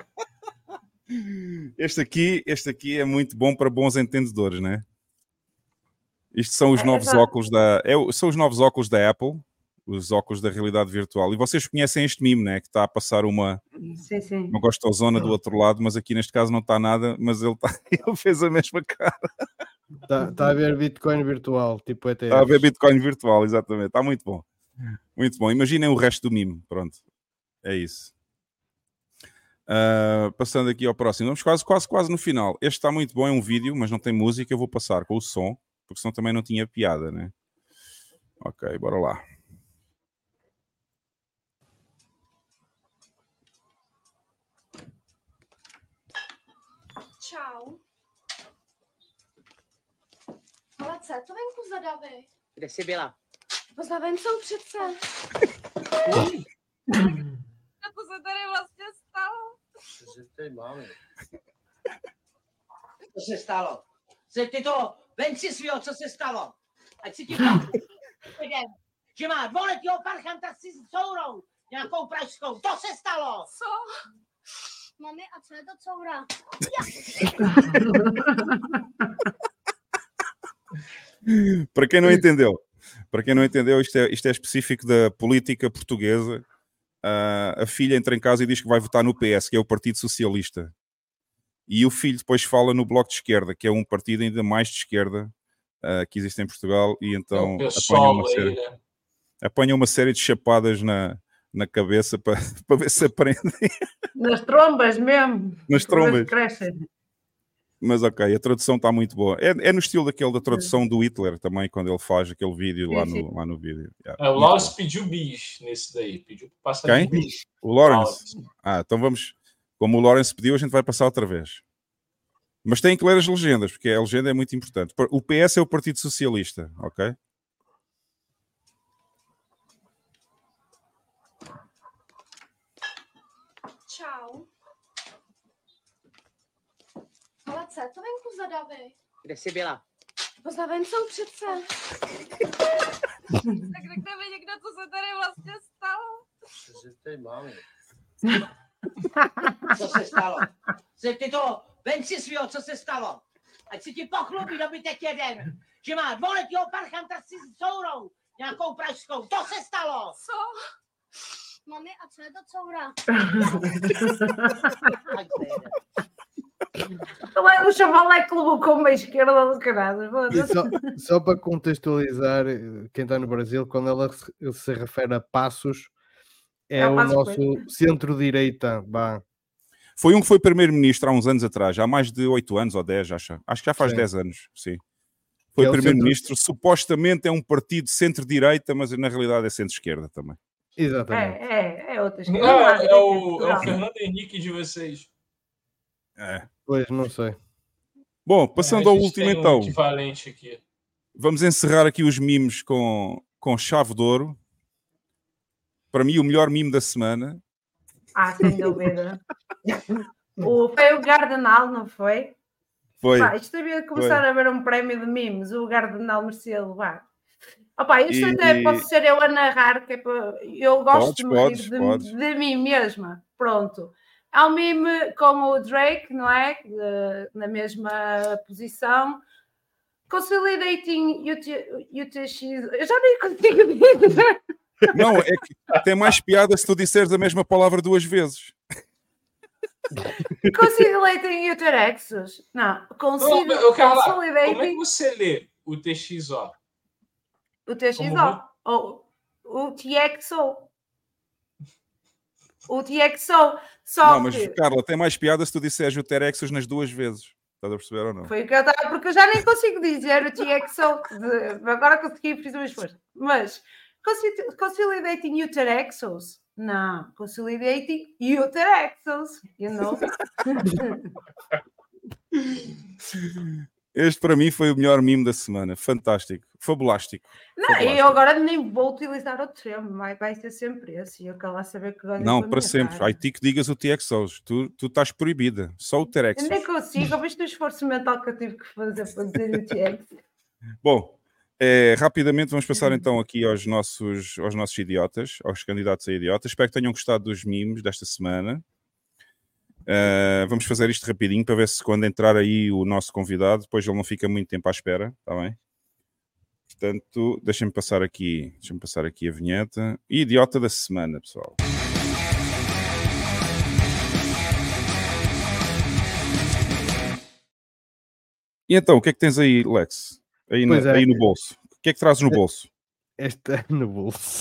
Este aqui é muito bom para bons entendedores, né? Isto são os novos óculos são os novos óculos da Apple, os óculos da realidade virtual. E vocês conhecem este mimo, né? Que está a passar uma gostosona do outro lado, mas aqui neste caso não está nada, mas ele fez a mesma cara. Está a ver Bitcoin virtual, tipo ETFs. Está a ver Bitcoin virtual, exatamente. Está muito bom. Muito bom. Imaginem o resto do mimo. Pronto. É isso. Passando aqui ao próximo. Vamos quase no final. Este está muito bom, é um vídeo, mas não tem música. Eu vou passar com o som, porque senão também não tinha piada, né? Ok, bora lá. Čau. Ale co je to venku za davy? Kde jsi byla? No za vencou přece. A to se tady vlastně stalo. Co se tady máme? Co se stalo? Ty to, ven si svýho, co se stalo? Ať si ti to že má dvouletýho parchanta si s courou, nějakou pražskou. To se stalo! Co? Mami, a co je to coura? Para quem não entendeu, isto é específico da política portuguesa. A filha entra em casa e diz que vai votar no PS, que é o Partido Socialista. E o filho depois fala no Bloco de Esquerda, que é um partido ainda mais de esquerda que existe em Portugal. E então apanha uma série de chapadas na cabeça para ver se aprendem. Nas trombas mesmo. Nas trombas. Mas ok, a tradução está muito boa. É no estilo daquele da tradução do Hitler também, quando ele faz aquele vídeo lá no vídeo. O Lawrence pediu bis nesse daí. Pediu para passar quem? Bis. O Lawrence. Então vamos... Como o Lawrence pediu, a gente vai passar outra vez. Mas têm que ler as legendas, porque a legenda é muito importante. O PS é o Partido Socialista, ok? Čau. Ale co, to venku zadavej. Kde jsi byla? Poza ven jsou přece. Tak řekne mi někdo, co se tady vlastně stalo. Co tady máme? Co se stalo? Ty to, ven si svýho, co se stalo? Ať si ti pochlubí dobytek jeden, že má dvouletýho parchanta s courou, nějakou pražskou. To se stalo! Co? Mami, a co je to coura? O chavaleco levou com uma esquerda do caralho. Só para contextualizar quem está no Brasil, quando ela se refere a Passos, é o nosso centro-direita. Foi um que foi primeiro-ministro há uns anos atrás, há mais de 8 anos ou 10, acho que já faz 10 anos, sim. Foi primeiro-ministro, supostamente é um partido centro-direita, mas na realidade é centro-esquerda também. Exatamente. É outra esquerda. É o Fernando Henrique de vocês. Pois, não sei. Bom, passando ao último então. Equivalente aqui. Vamos encerrar aqui os memes com chave de ouro. Para mim, o melhor meme da semana. Sem dúvida. Foi o Gardenal, não foi? Foi. Isto devia começar a haver um prémio de memes. O Gardenal merecia levar. Isto até posso ser eu a narrar, que é para... eu gosto de me rir de mim mesma. Pronto. Há um meme com o Drake, não é? Na mesma posição. Consolidating UTX. Eu já nem consigo dizer. Não, é que tem mais piada se tu disseres a mesma palavra 2 vezes. Consolidating Uterexus. Não, consolidating. Como é que você lê o TXO? O TXO? Ou o TXO? O TXO. Não, mas Carla, tem mais piada se tu disseres o Terexus nas 2 vezes. Estás a perceber ou não? Foi o que eu estava, porque eu já nem consigo dizer o TXO. Agora consegui, fiz uma esforço. Mas consolidating Uterexus? Não, consolidating Uterexus. You know? Este para mim foi o melhor meme da semana. Fantástico. Fabulástico. Não, e eu agora nem vou utilizar o termo. Vai ser sempre esse. E eu quero lá saber que agora. Não, para sempre. Aí ti que digas o TXOs. Tu estás proibida. Só o Terexus. Eu nem consigo. Viste o esforço mental que eu tive que fazer para dizer o TX. Bom, rapidamente vamos passar então aqui aos nossos idiotas, aos candidatos a idiotas. Espero que tenham gostado dos memes desta semana. Vamos fazer isto rapidinho para ver se quando entrar aí o nosso convidado, depois ele não fica muito tempo à espera, está bem? Portanto, deixem-me passar aqui a vinheta. Idiota da semana, pessoal. E então, o que é que tens aí, Lex? Aí no bolso. O que é que trazes no bolso? No bolso.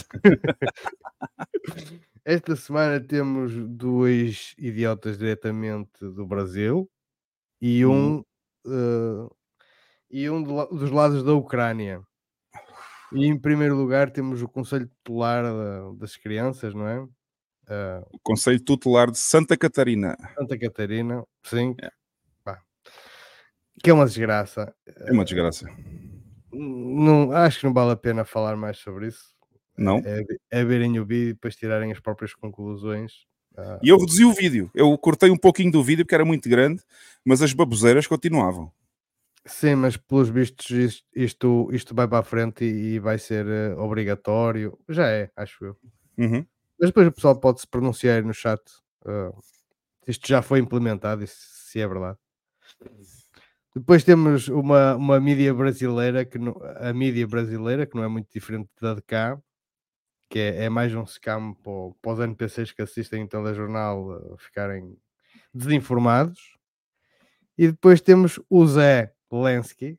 Esta semana temos 2 idiotas diretamente do Brasil e dos lados da Ucrânia. E em primeiro lugar temos o Conselho Tutelar das Crianças, não é? O Conselho Tutelar de Santa Catarina. Santa Catarina, sim. Que é uma desgraça. É uma desgraça. Não, acho que não vale a pena falar mais sobre isso. Não. É verem o vídeo e depois tirarem as próprias conclusões. E eu reduzi o vídeo. Eu cortei um pouquinho do vídeo porque era muito grande, mas as baboseiras continuavam. Sim, mas pelos vistos isto vai para a frente e vai ser obrigatório. Já é, acho eu. Uhum. Mas depois o pessoal pode se pronunciar no chat se isto já foi implementado e se é verdade. Depois temos uma mídia brasileira a mídia brasileira, que não é muito diferente da de cá, que é mais um scam para os NPCs que assistem o telejornal ficarem desinformados. E depois temos o Zé Lensky,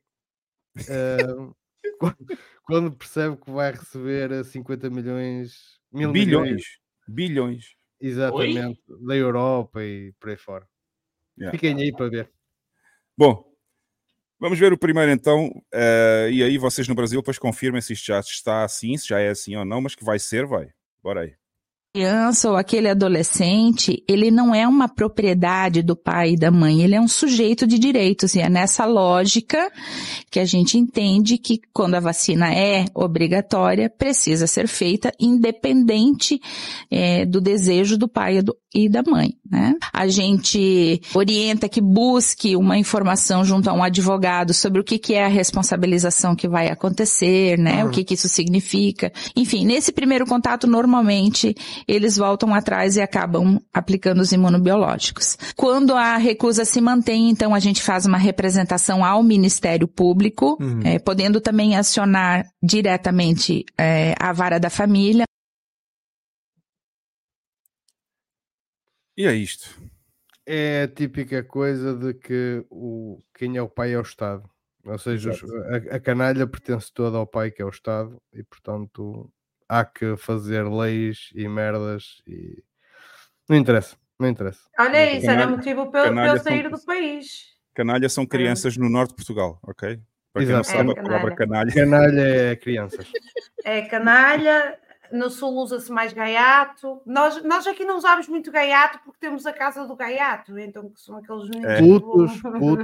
quando percebe que vai receber 50 milhões... Bilhões. Exatamente, da Europa e por aí fora. Yeah. Fiquem aí para ver. Bom, vamos ver o primeiro então, e aí vocês no Brasil depois confirmem se isto já está assim, se já é assim ou não, mas que vai ser, vai. Bora aí. criança ou aquele adolescente, ele não é uma propriedade do pai e da mãe, ele é um sujeito de direitos, e é nessa lógica que a gente entende que quando a vacina é obrigatória, precisa ser feita independente do desejo do pai e da mãe, né? A gente orienta que busque uma informação junto a um advogado sobre o que é a responsabilização que vai acontecer, né? O que isso significa. Enfim, nesse primeiro contato, normalmente, eles voltam atrás e acabam aplicando os imunobiológicos. Quando a recusa se mantém, então a gente faz uma representação ao Ministério Público, podendo também acionar diretamente a vara da família. E é isto. É a típica coisa de que quem é o pai é o Estado. Ou seja, a canalha pertence toda ao pai, que é o Estado, e portanto há que fazer leis e merdas e... Não interessa. Olha, isso era motivo para eu sair do país. Canalha são crianças no norte de Portugal, ok? Para quem não sabe, a palavra canalha. Canalha é crianças. É canalha. No sul usa-se mais gaiato. Nós aqui não usamos muito gaiato porque temos a casa do gaiato, então que são aqueles putos.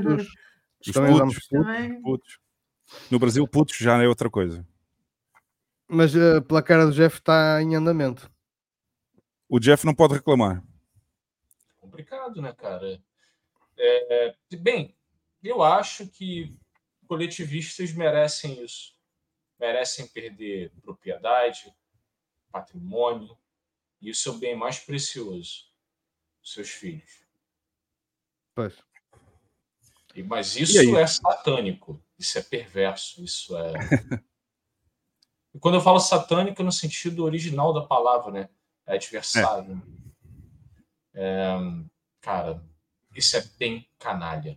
Putos. No Brasil, putos já é outra coisa. Mas pela cara do Jeff está em andamento. O Jeff não pode reclamar. Complicado, né, cara? Bem, eu acho que coletivistas merecem isso. Merecem perder propriedade, patrimônio, e isso é o bem mais precioso dos seus filhos. Pois. Mas isso é satânico, isso é perverso, isso é... E quando eu falo satânico, no sentido original da palavra, né? É adversário. Cara, isso é bem canalha.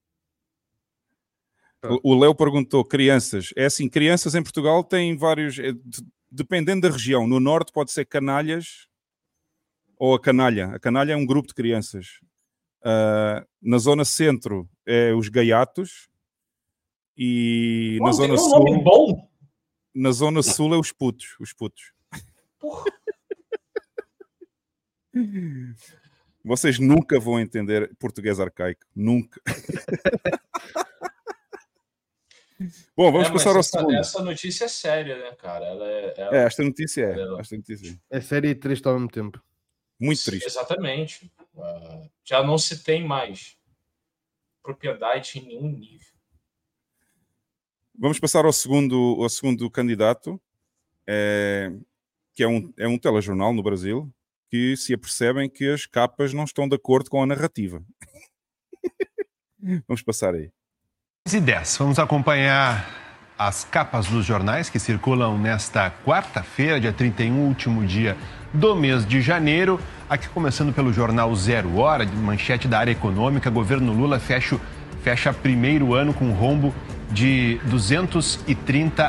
O Léo perguntou, crianças. É assim, crianças em Portugal têm vários... Dependendo da região. No norte pode ser canalhas ou a canalha. A canalha é um grupo de crianças. Na zona centro é os gaiatos. E na zona sul... nome bom? Na zona sul é os putos. Porra. Vocês nunca vão entender português arcaico. Nunca. Bom, vamos passar ao segundo. Essa notícia é séria, né, cara? Esta notícia é séria e triste ao mesmo tempo. Muito triste. Exatamente. Já não se tem mais propriedade em nenhum nível. Vamos passar ao segundo candidato, que é um telejornal no Brasil, que se apercebem que as capas não estão de acordo com a narrativa. Vamos passar aí. 10. Vamos acompanhar as capas dos jornais que circulam nesta quarta-feira, dia 31, último dia do mês de janeiro. Aqui começando pelo jornal 0 Hora, de manchete da área econômica, governo Lula fecha primeiro ano com um rombo de 230.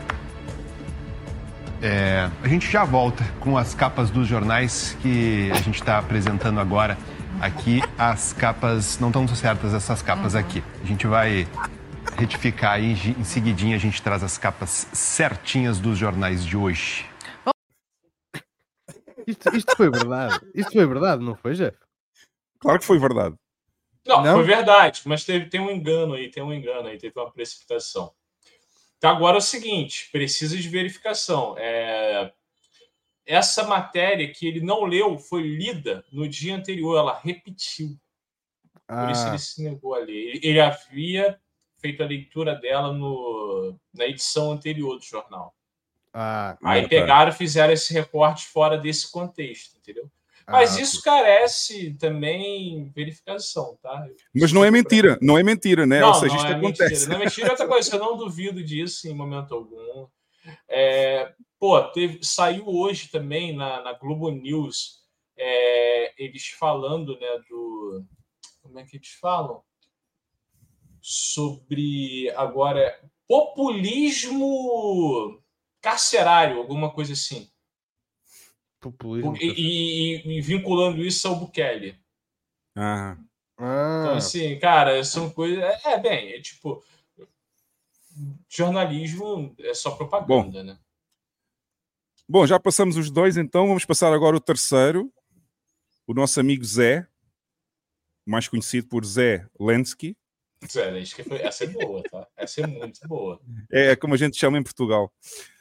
A gente já volta com as capas dos jornais que a gente está apresentando agora. Aqui as capas não estão certas, essas capas aqui. A gente vai retificar aí, em seguidinha a gente traz as capas certinhas dos jornais de hoje. Isto foi verdade? Isto foi verdade, não foi, Jeff? Claro que foi verdade. Não, foi verdade, mas tem um engano aí, teve uma precipitação. Então agora é o seguinte, precisa de verificação. Essa matéria que ele não leu foi lida no dia anterior, ela repetiu. Por isso ele se negou a ler. Ele havia feito a leitura dela na edição anterior do jornal. Aí pegaram e fizeram esse recorte fora desse contexto, entendeu? Mas isso carece também verificação, tá? Mas não é mentira, né? Ou seja, isto acontece. Não é mentira, outra coisa, eu não duvido disso em momento algum. Saiu hoje também na Globo News, eles falando, né, do... Como é que eles falam? Sobre, agora, populismo carcerário, alguma coisa assim. Populismo. E vinculando isso ao Bukele. Então, assim, cara, são coisas... tipo... Jornalismo é só propaganda, né? Bom, já passamos os 2, então vamos passar agora o terceiro. O nosso amigo Zé, mais conhecido por Zé Lenski. Zé Lenski, essa é boa, tá? Essa é muito boa. É como a gente chama em Portugal.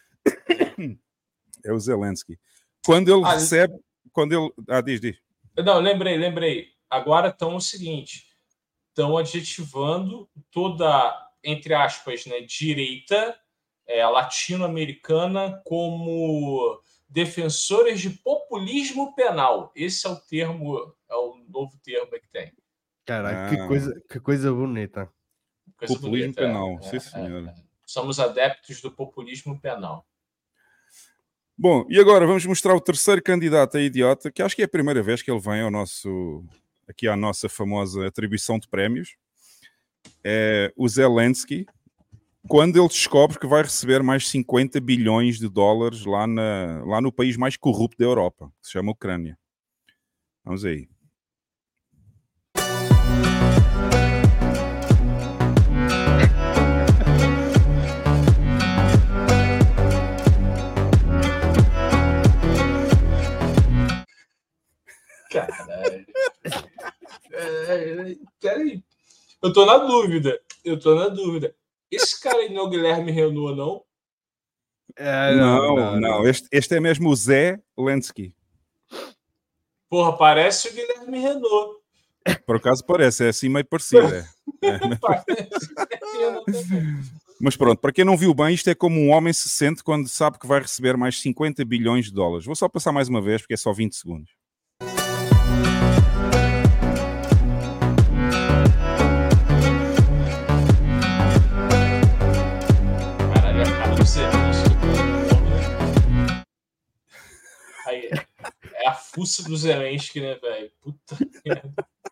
É o Zé Lenski. Quando ele recebe... diz. Não, lembrei. Agora estão o seguinte, estão adjetivando toda, entre aspas, né, direita latino-americana como defensores de populismo penal. Esse é o termo, é o novo termo que tem. Caraca, que coisa bonita. Populismo penal, sim senhor. Somos adeptos do populismo penal. Bom, e agora vamos mostrar o terceiro candidato a idiota, que acho que é a primeira vez que ele vem aqui à nossa famosa atribuição de prémios. É o Zé Lenski, quando ele descobre que vai receber mais 50 bilhões de dólares lá no país mais corrupto da Europa, que se chama Ucrânia. Vamos aí. Caralho. Peraí. Eu tô na dúvida. Esse cara aí não é o Guilherme Renault, não? Não. Este é mesmo o Zé Lenski. Porra, parece o Guilherme Renault. Por acaso parece, é assim meio parecido. Mas pronto, para quem não viu bem, isto é como um homem se sente quando sabe que vai receber mais 50 bilhões de dólares. Vou só passar mais uma vez, porque é só 20 segundos. Caralho, a cara do Zelensky. Aí, é a fuça do Zelensky, né, velho? Puta merda.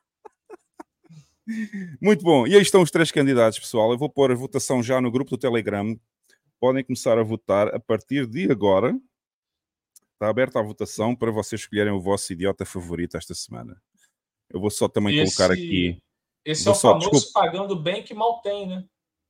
Muito bom. E aí estão os 3 candidatos, pessoal. Eu vou pôr a votação já no grupo do Telegram. Podem começar a votar a partir de agora. Está aberta a votação para vocês escolherem o vosso idiota favorito esta semana. Eu vou só também colocar aqui... Esse é o famoso pagando bem que mal tem, né?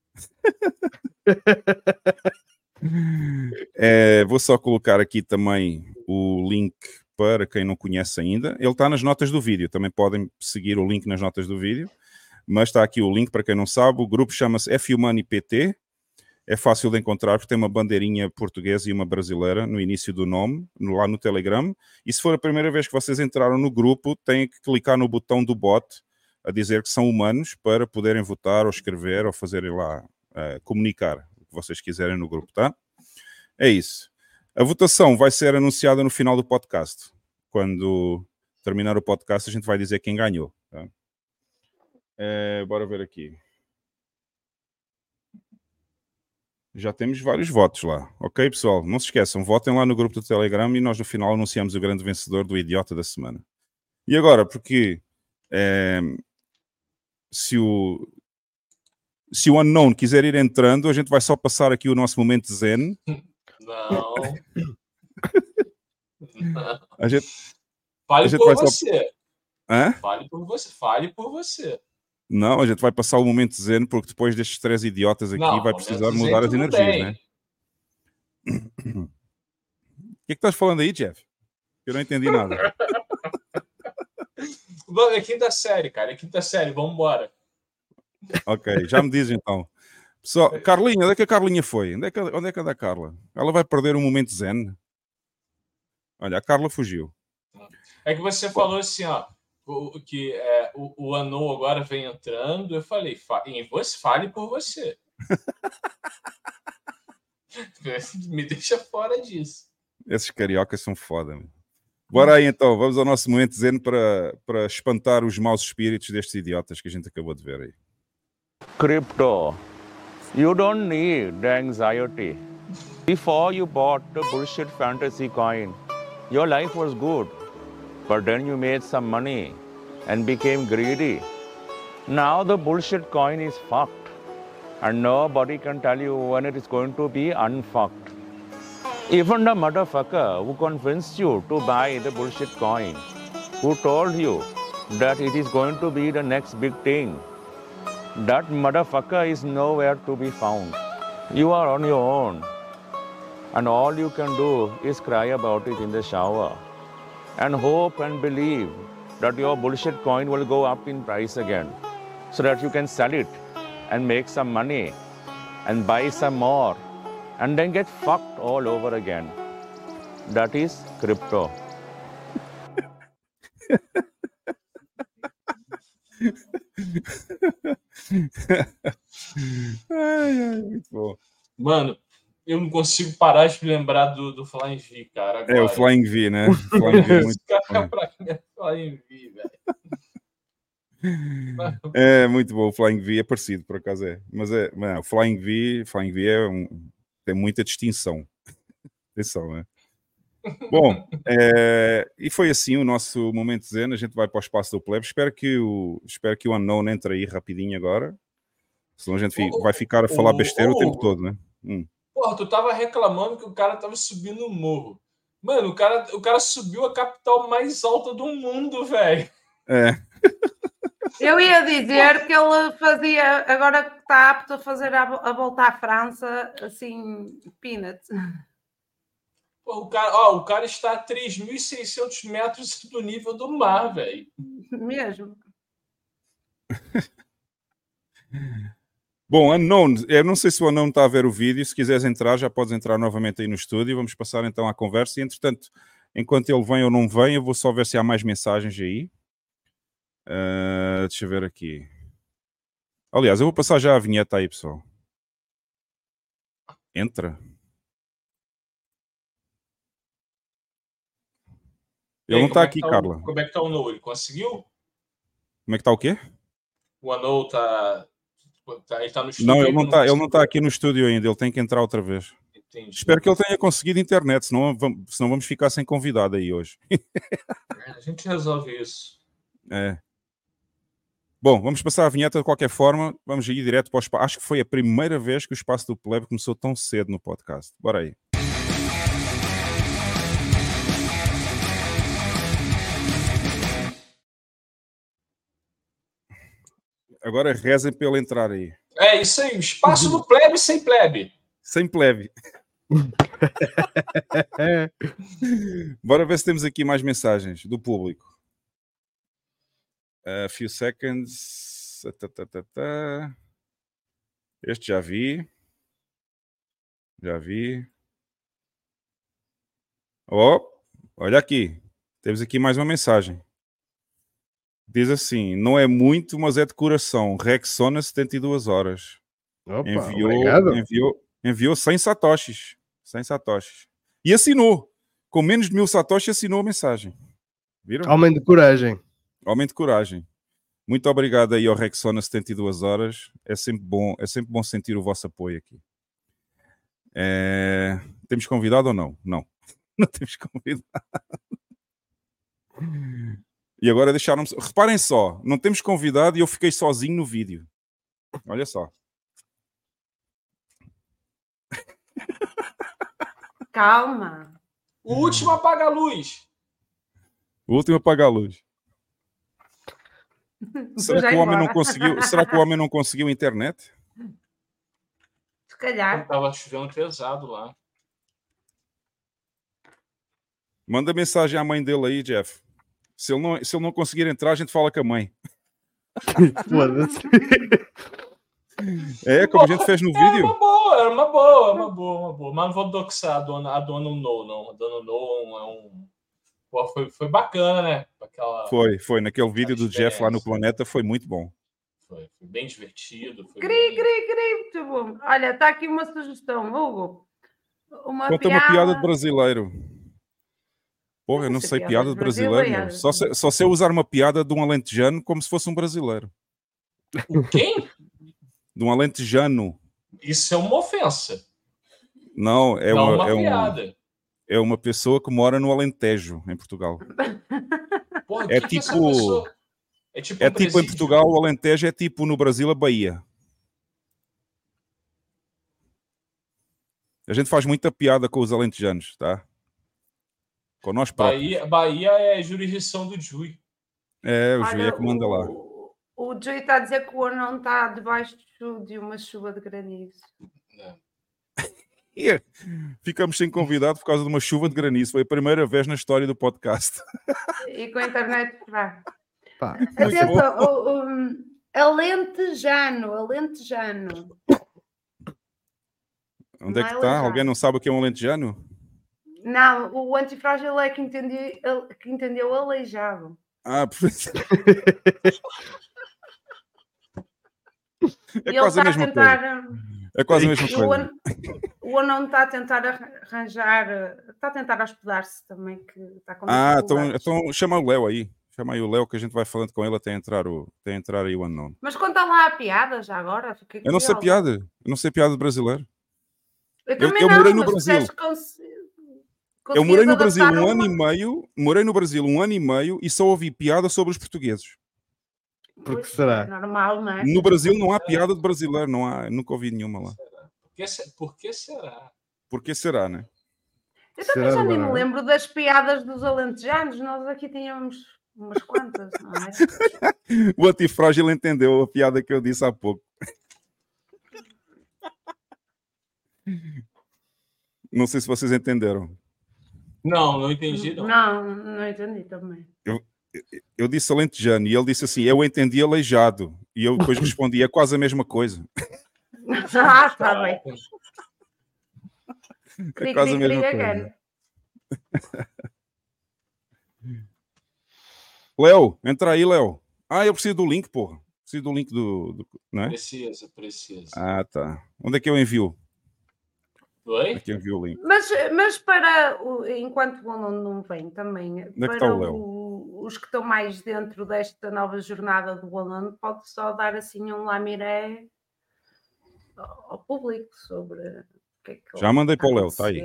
Vou só colocar aqui também o link para quem não conhece ainda. Ele está nas notas do vídeo. Também podem seguir o link nas notas do vídeo. Mas está aqui o link para quem não sabe. O grupo chama-se FUMoneyPT. É fácil de encontrar porque tem uma bandeirinha portuguesa e uma brasileira no início do nome, lá no Telegram. E se for a primeira vez que vocês entraram no grupo, têm que clicar no botão do bot a dizer que são humanos para poderem votar ou escrever ou fazerem lá, comunicar o que vocês quiserem no grupo, tá? É isso. A votação vai ser anunciada no final do podcast. Quando terminar o podcast, a gente vai dizer quem ganhou. Tá? Bora ver aqui. Já temos vários votos lá. Ok, pessoal? Não se esqueçam, votem lá no grupo do Telegram e nós no final anunciamos o grande vencedor do Idiota da Semana. E agora, porque se o Unknown quiser ir entrando, a gente vai só passar aqui o nosso momento zen. Não. Fale por você. Hã? Fale por você. Não, a gente vai passar o momento zen, porque depois destes 3 idiotas aqui vai precisar mudar as energias, né? O que estás falando aí, Jeff? Eu não entendi nada. É quinta série, cara. É quinta série. Vamos embora. Ok, já me diz então. Pessoal, Carlinha, onde é que a Carlinha foi? Onde é que anda a Carla? Ela vai perder um momento zen? Olha, a Carla fugiu. É que você falou assim, ó, que o Anou agora vem entrando. Eu falei, fale por você. Me deixa fora disso. Esses cariocas são foda, meu. Bora aí então, vamos ao nosso momento zen para espantar os maus espíritos destes idiotas que a gente acabou de ver aí. Crypto. You don't need the anxiety. Before you bought the bullshit fantasy coin, your life was good. But then you made some money and became greedy. Now the bullshit coin is fucked. And nobody can tell you when it is going to be unfucked. Even the motherfucker who convinced you to buy the bullshit coin, who told you that it is going to be the next big thing, that motherfucker is nowhere to be found. You are on your own. And all you can do is cry about it in the shower and hope and believe that your bullshit coin will go up in price again so that you can sell it and make some money and buy some more and then get fucked all over again. That is crypto. Ai, muito bom. Mano, eu não consigo parar de lembrar do Flying V, cara. Agora. É o Flying V, né? Flying V é muito bom. Pra mim é Flying V, velho. É muito bom, o Flying V é parecido, por acaso é. Mas o Flying V tem muita distinção. Atenção, né? Bom, e foi assim o nosso momento zen. A gente vai para o espaço do plebe. Espero que o Unknown entre aí rapidinho agora. Senão a gente vai ficar a falar besteira o tempo todo, né? Porra, tu tava reclamando que o cara tava subindo o morro. Mano, o cara subiu a capital mais alta do mundo, velho. Eu ia dizer que ele fazia, agora que está apto a fazer a volta à França, assim, peanuts. Pô, o cara está a 3.600 metros do nível do mar, velho. Mesmo. Bom, Unknown, eu não sei se o Unknown está a ver o vídeo. Se quiseres entrar, já podes entrar novamente aí no estúdio. Vamos passar então à conversa. E, entretanto, enquanto ele vem ou não vem, eu vou só ver se há mais mensagens aí. Deixa eu ver aqui. Aliás, eu vou passar já a vinheta aí, pessoal. Entra. Ele não está aqui, Carla. Como é que está o Unknown? Ele conseguiu? Como é que está o quê? O Unknown está... Ele está no estúdio? Não, ele não está aqui no estúdio ainda. Ele tem que entrar outra vez. Entendi. Espero que ele tenha conseguido internet, senão vamos ficar sem convidado aí hoje. A gente resolve isso. Bom, vamos passar a vinheta de qualquer forma. Vamos ir direto para o espaço. Acho que foi a primeira vez que o Espaço do Plebe começou tão cedo no podcast. Bora aí. Agora rezem para ele entrar aí. É isso aí, espaço do plebe sem plebe. Sem plebe. Bora ver se temos aqui mais mensagens do público. A few seconds. Este já vi. Olha aqui. Temos aqui mais uma mensagem. Diz assim, não é muito, mas é de coração. Rexona 72 horas. Opa, enviou 100 satoshis. 100 satoshis. E assinou. Com menos de 1000 satoshis assinou a mensagem. Viram? Aumento de coragem. Aumento de coragem. Muito obrigado aí ao Rexona 72 horas. É sempre bom sentir o vosso apoio aqui. Temos convidado ou não? Não. Não temos convidado. E agora deixaram-me... Reparem só, não temos convidado e eu fiquei sozinho no vídeo. Olha só. Calma. O último apaga a luz. O último apaga a luz. Será que o homem não conseguiu internet? Se calhar. Estava chovendo pesado lá. Manda mensagem à mãe dele aí, Jeff. Se ele não conseguir entrar, a gente fala com a mãe. Como a gente fez no vídeo. Era uma boa. Mas não vou doxar a dona No, não. A dona No é um... Pô, foi bacana, né? Foi. Naquele vídeo do Jeff lá no Planeta, foi muito bom. Foi bem divertido. Cri, muito bom. Olha, está aqui uma sugestão, Hugo. Conta uma piada de brasileiro. Porra, eu não sei piada de brasileiro. Só sei usar uma piada de um alentejano como se fosse um brasileiro. Quem? De um alentejano. Isso é uma ofensa. Não, uma piada. É uma pessoa que mora no Alentejo, em Portugal. Porra, é tipo em Portugal, o Alentejo é tipo no Brasil a Bahia. A gente faz muita piada com os alentejanos, tá? Com nós próprios. Bahia é jurisdição do Jui. O Jui é que manda lá. O Jui está a dizer que o não está debaixo de uma chuva de granizo. Ficamos sem convidado por causa de uma chuva de granizo. Foi a primeira vez na história do podcast. E com a internet, vá. Pá, Atenção, alentejano. Onde é que está? Alguém não sabe o que é um alentejano? Não, o antifrágil é que entendeu aleijado. É quase a mesma coisa. É quase a mesma coisa. O Anão está a tentar arranjar, está a tentar hospedar-se também, que está com então chama o Léo aí. Chama aí o Léo que a gente vai falando com ele até entrar aí o Unknown. Mas conta lá a piada já agora. Eu não sei piada. Eu não sei piada de brasileiro. Eu morei no Brasil. Eu morei no Brasil um ano e meio e só ouvi piada sobre os portugueses. Porque será? É normal, não é? No Brasil não há piada de brasileiro, não há, nunca ouvi nenhuma lá. Por que será? Por que será, né? Eu também já nem me lembro das piadas dos alentejanos, nós aqui tínhamos umas quantas, não é? O antifrágil entendeu a piada que eu disse há pouco. Não sei se vocês entenderam. Não entendi, não. Não entendi também. Eu disse alentejano e ele disse assim, eu entendi aleijado. E eu depois respondi, é quase a mesma coisa. Está bem. É quase a mesma coisa. Léo, entra aí, Léo. Eu preciso do link, porra. Preciso do link do não é? Precisa. Tá. Onde é que eu envio? Oi? Aqui eu envio o link. Mas para enquanto o aluno não vem também, onde é que está o Léo? Os que estão mais dentro desta nova jornada do aluno, pode só dar assim um lamiré ao público sobre o que é que já mandei para o Léo, está aí.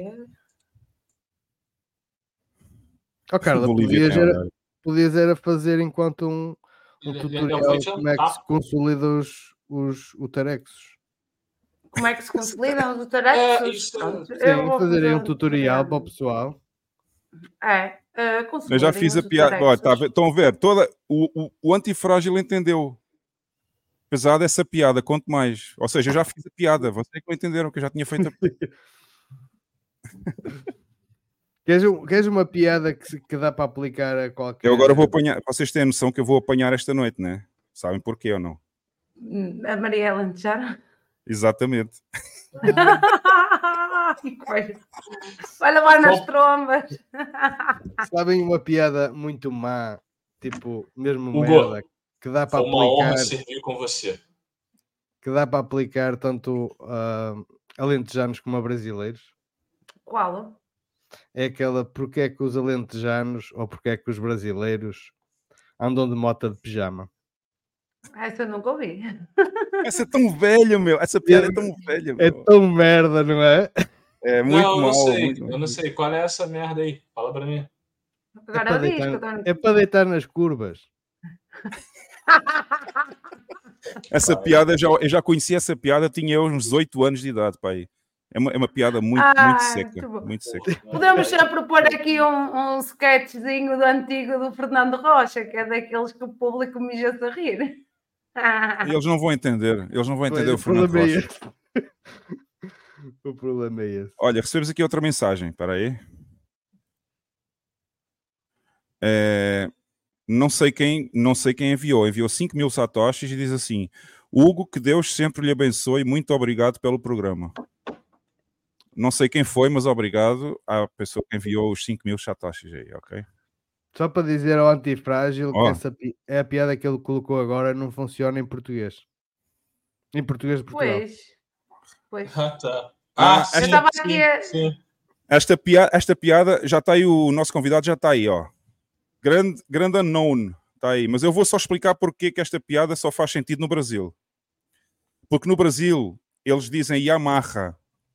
Carla, podias era fazer enquanto um tutorial como é que se consolida os utarexos. Como é que se consolidam os utarexos? Sim, fazer aí um tutorial para o pessoal. Eu já fiz a piada. Estão a ver? O antifrágil entendeu. Apesar dessa piada, quanto mais. Ou seja, eu já fiz a piada. Vocês que entenderam que eu já tinha feito a piada. Queres uma piada que dá para aplicar a qualquer... Eu agora vou apanhar. Vocês têm a noção que eu vou apanhar esta noite, né? Sabem porquê ou não? A Maria Alentejano? Exatamente. Olha lá nas trombas. Sabem uma piada muito má, tipo, mesmo Hugo, merda, que dá para aplicar... uma honra servir com você. Que dá para aplicar tanto alentejanos como a brasileiros? Qual? É aquela, porque é que os alentejanos ou porque é que os brasileiros andam de moto de pijama? Essa eu nunca ouvi. Essa é tão velha, meu. Essa piada é tão velha, meu. É tão merda, não é? É muito mal. Eu não sei. Qual é essa merda aí? Fala para mim. Agora é para deitar nas curvas. Essa piada, eu já conhecia essa piada, tinha eu uns 18 anos de idade, pai. É uma piada muito seca. Muito seca. Podemos já propor aqui um sketchzinho do antigo do Fernando Rocha, que é daqueles que o público mija-se a rir. Eles não vão entender. Eles não vão entender o Fernando Rocha. O problema é esse. Olha, recebemos aqui outra mensagem. Espera aí. Não sei quem enviou. Enviou 5.000 satoshis e diz assim: Hugo, que Deus sempre lhe abençoe. Muito obrigado pelo programa. Não sei quem foi, mas obrigado à pessoa que enviou os 5.000 satoshis aí, ok? Só para dizer ao antifrágil que essa é a piada que ele colocou agora, não funciona em português. Em português de Portugal. Pois. Tá. Eu estava aqui sim. Esta piada já está aí, o nosso convidado já está aí, ó. Grande unknown, está aí. Mas eu vou só explicar porque que esta piada só faz sentido no Brasil. Porque no Brasil eles dizem Yamaha.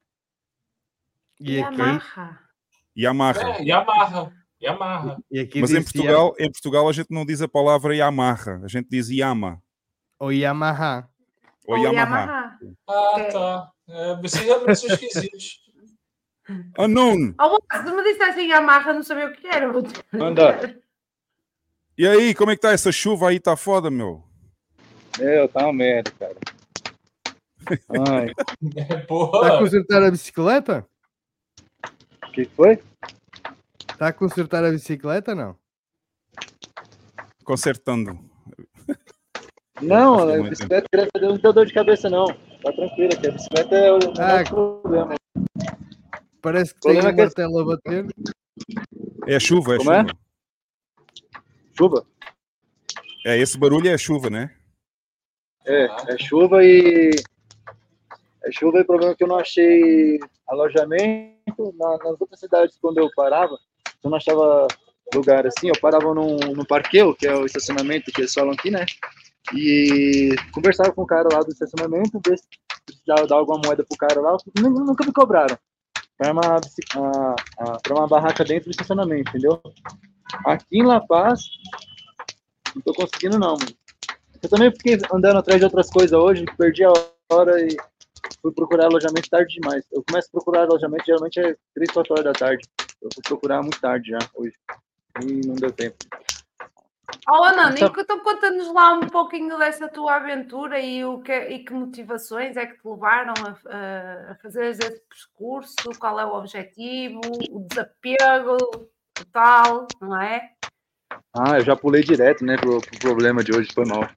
E aqui? Yamaha. Yamaha. E aqui mas em Portugal a gente não diz a palavra Yamaha, a gente diz Yama. Ou Yamaha. Ou Yamaha. Tá. Vocês realmente são esquisitos. Unknown. Se me dissessem Yamaha, não sabia o que era. Anda. E aí, como é que tá essa chuva aí? Tá foda, meu? Tá uma merda, cara. Ai. Está a consertar a bicicleta? O que foi? Está a consertar a bicicleta, não? Consertando. Não, a bicicleta, graças a Deus, não deu dor de cabeça, não. Tá tranquilo, que a bicicleta é o problema. Parece que tem um martelo a bater. É chuva, é Como chuva. Chuva? É, esse barulho é chuva, né? É chuva e... É chuva e o problema é que eu não achei alojamento nas outras cidades quando eu parava. Eu não achava lugar assim, eu parava no parqueio, que é o estacionamento que eles falam aqui, né? E conversava com o cara lá do estacionamento, ver se precisava dar alguma moeda pro cara lá, nunca me cobraram. Para uma barraca dentro do estacionamento, entendeu? Aqui em La Paz, não tô conseguindo não, mano. Eu também fiquei andando atrás de outras coisas hoje, perdi a hora e fui procurar alojamento tarde demais. Eu começo a procurar alojamento, geralmente é 3, 4 horas da tarde. Eu fui procurar muito tarde já, hoje. E não deu tempo. Ana, então conta-nos lá um pouquinho dessa tua aventura e que motivações é que te levaram a fazer esse percurso, qual é o objetivo, o desapego total, não é? Eu já pulei direto, né, pro problema de hoje, foi mal.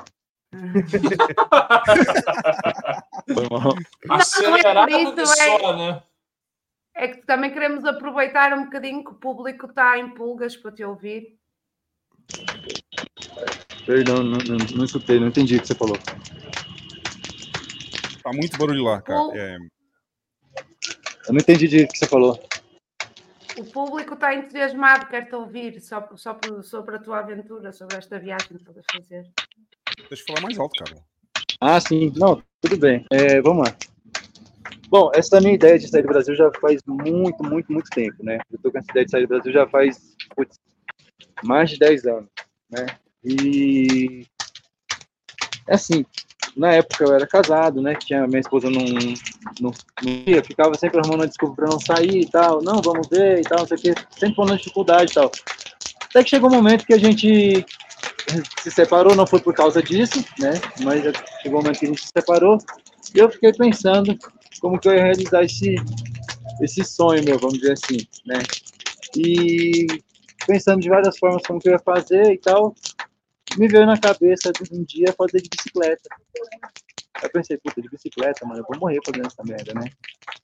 Foi mal. Acelerado só, né? É que também queremos aproveitar um bocadinho que o público está em pulgas para te ouvir. Perdão, não escutei, não entendi o que você falou. Tá muito barulho lá, cara. Eu não entendi o que você falou. O público está entusiasmado, quer-te ouvir sobre a tua aventura, sobre esta viagem que estás a fazer. Deixa eu falar mais alto, cara. Sim. Não, tudo bem. Vamos lá. Bom, essa minha ideia de sair do Brasil já faz muito tempo, né? Eu tô com essa ideia de sair do Brasil já faz mais de 10 anos, né? E assim, na época eu era casado, né? Minha esposa não ia, ficava sempre arrumando uma desculpa para não sair e tal. Não, vamos ver e tal, não sei o quê. Sempre falando dificuldade e tal. Até que chegou um momento que a gente se separou, não foi por causa disso, né? Mas chegou um momento que a gente se separou e eu fiquei pensando como que eu ia realizar esse sonho meu, vamos dizer assim, né? E pensando de várias formas como que eu ia fazer e tal, me veio na cabeça de um dia fazer de bicicleta. Aí eu pensei, puta, de bicicleta, mano, eu vou morrer fazendo essa merda, né?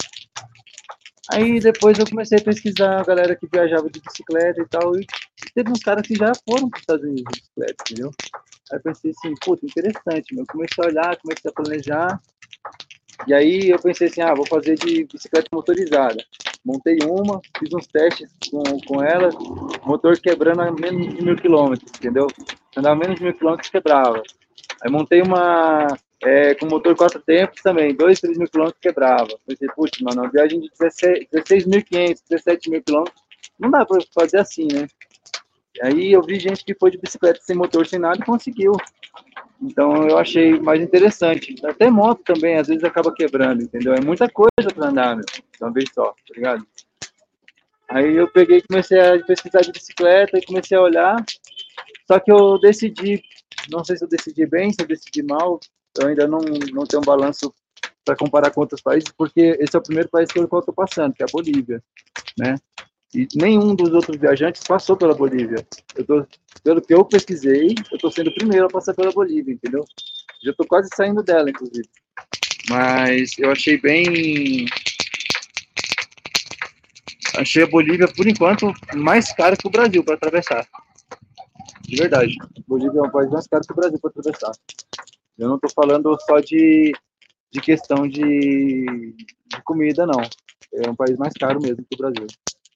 Aí depois eu comecei a pesquisar a galera que viajava de bicicleta e tal, e teve uns caras que já foram para os Estados Unidos de bicicleta, entendeu? Aí eu pensei assim, puta, interessante, meu. Comecei a olhar, comecei a planejar, e aí eu pensei assim, vou fazer de bicicleta motorizada. Montei uma, fiz uns testes com ela, motor quebrando a menos de 1.000 quilômetros, entendeu? Andava menos de 1.000 quilômetros, quebrava. Aí montei uma com motor 4 tempos também, 2, 3 mil quilômetros quebrava. Pensei, putz, mano, uma viagem de 16.500, 17.000 quilômetros, não dá pra fazer assim, né? Aí eu vi gente que foi de bicicleta sem motor, sem nada e conseguiu. Então eu achei mais interessante. Até moto também, às vezes acaba quebrando, entendeu? É muita coisa pra andar, meu, de uma vez só, tá ligado? Aí eu peguei e comecei a pesquisar de bicicleta e comecei a olhar. Só que eu decidi, não sei se eu decidi bem, se eu decidi mal, eu ainda não tenho um balanço para comparar com outros países, porque esse é o primeiro país pelo qual eu estou passando, que é a Bolívia, né? E nenhum dos outros viajantes passou pela Bolívia. Pelo que eu pesquisei, eu estou sendo o primeiro a passar pela Bolívia, entendeu? Já estou quase saindo dela, inclusive. Mas eu achei Achei a Bolívia, por enquanto, mais cara que o Brasil para atravessar. De verdade. A Bolívia é um país mais caro que o Brasil para atravessar. Eu não estou falando só de questão de comida, não. É um país mais caro mesmo que o Brasil.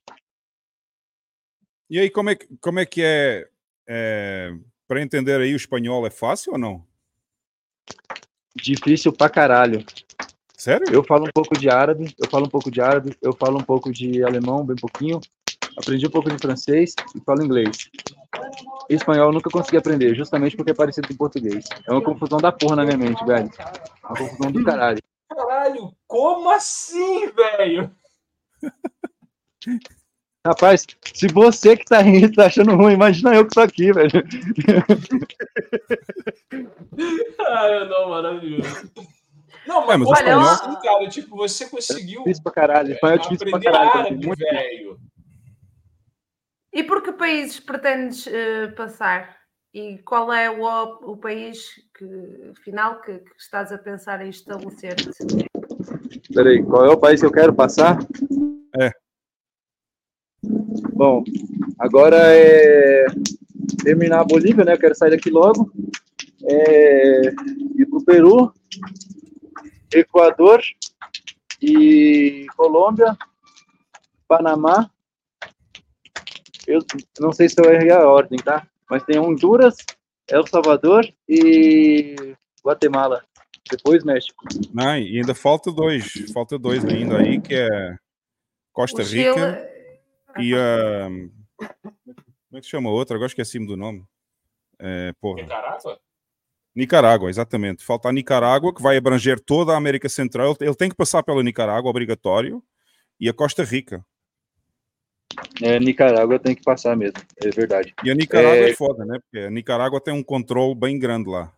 E aí, como é que é para entender aí o espanhol, é fácil ou não? Difícil pra caralho. Sério? Eu falo um pouco de árabe, eu falo um pouco de alemão, bem pouquinho. Aprendi um pouco de francês e falo inglês. Espanhol eu nunca consegui aprender, justamente porque é parecido com português. É uma confusão da porra na minha mente, velho. É uma confusão do caralho. Caralho, como assim, velho? Rapaz, se você que tá rindo tá achando ruim, imagina eu que tô aqui, velho. Não, maravilhoso. Não, mas olha, assim, cara, tipo, você conseguiu difícil pra caralho. Espanhol é difícil pra caralho. Árabe, velho. E por que países pretendes passar? E qual é o país final que estás a pensar em estabelecer-te? Peraí, qual é o país que eu quero passar? Bom, agora é terminar a Bolívia, né? Eu quero sair daqui logo. Ir pro Peru, Equador e Colômbia, Panamá. Eu não sei se eu errei a ordem, tá? Mas tem Honduras, El Salvador e Guatemala. Depois México. Não, e ainda falta dois ainda aí, que é Costa Rica e a... Como é que se chama a outra? Agora esqueci-me do nome. Nicarágua? Nicarágua, exatamente. Falta a Nicarágua, que vai abranger toda a América Central. Ele tem que passar pela Nicarágua, obrigatório, e a Costa Rica. Nicarágua tem que passar mesmo, é verdade. E a Nicarágua é foda, né? Porque a Nicarágua tem um controle bem grande lá.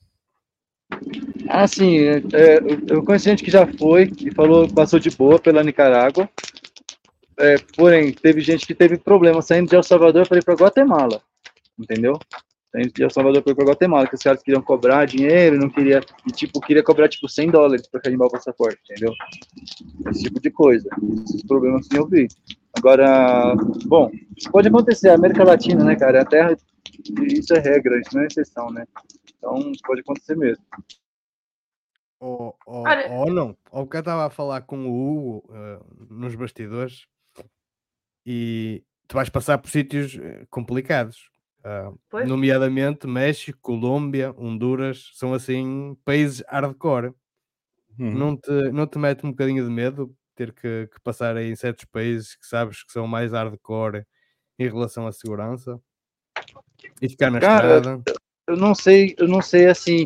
Ah, sim. Eu conheço gente que já foi e falou que passou de boa pela Nicarágua. Porém, teve gente que teve problema saindo de El Salvador para ir para Guatemala. Entendeu? Saindo de El Salvador para ir para Guatemala, que os caras queriam cobrar dinheiro, não queria... E, queria cobrar, $100 para carimbar o passaporte, entendeu? Esse tipo de coisa. Esses problemas sim eu vi. Agora, bom, isso pode acontecer. A América Latina, né, cara? A terra, isso é regra, isso não é exceção, né? Então, pode acontecer mesmo. Ou não. Ou que eu estava a falar com o Hugo nos bastidores e tu vais passar por sítios complicados. Nomeadamente México, Colômbia, Honduras, são assim países hardcore. Não te mete um bocadinho de medo ter que passar aí em certos países que sabes que são mais hardcore em relação à segurança e ficar na estrada? Eu não sei assim.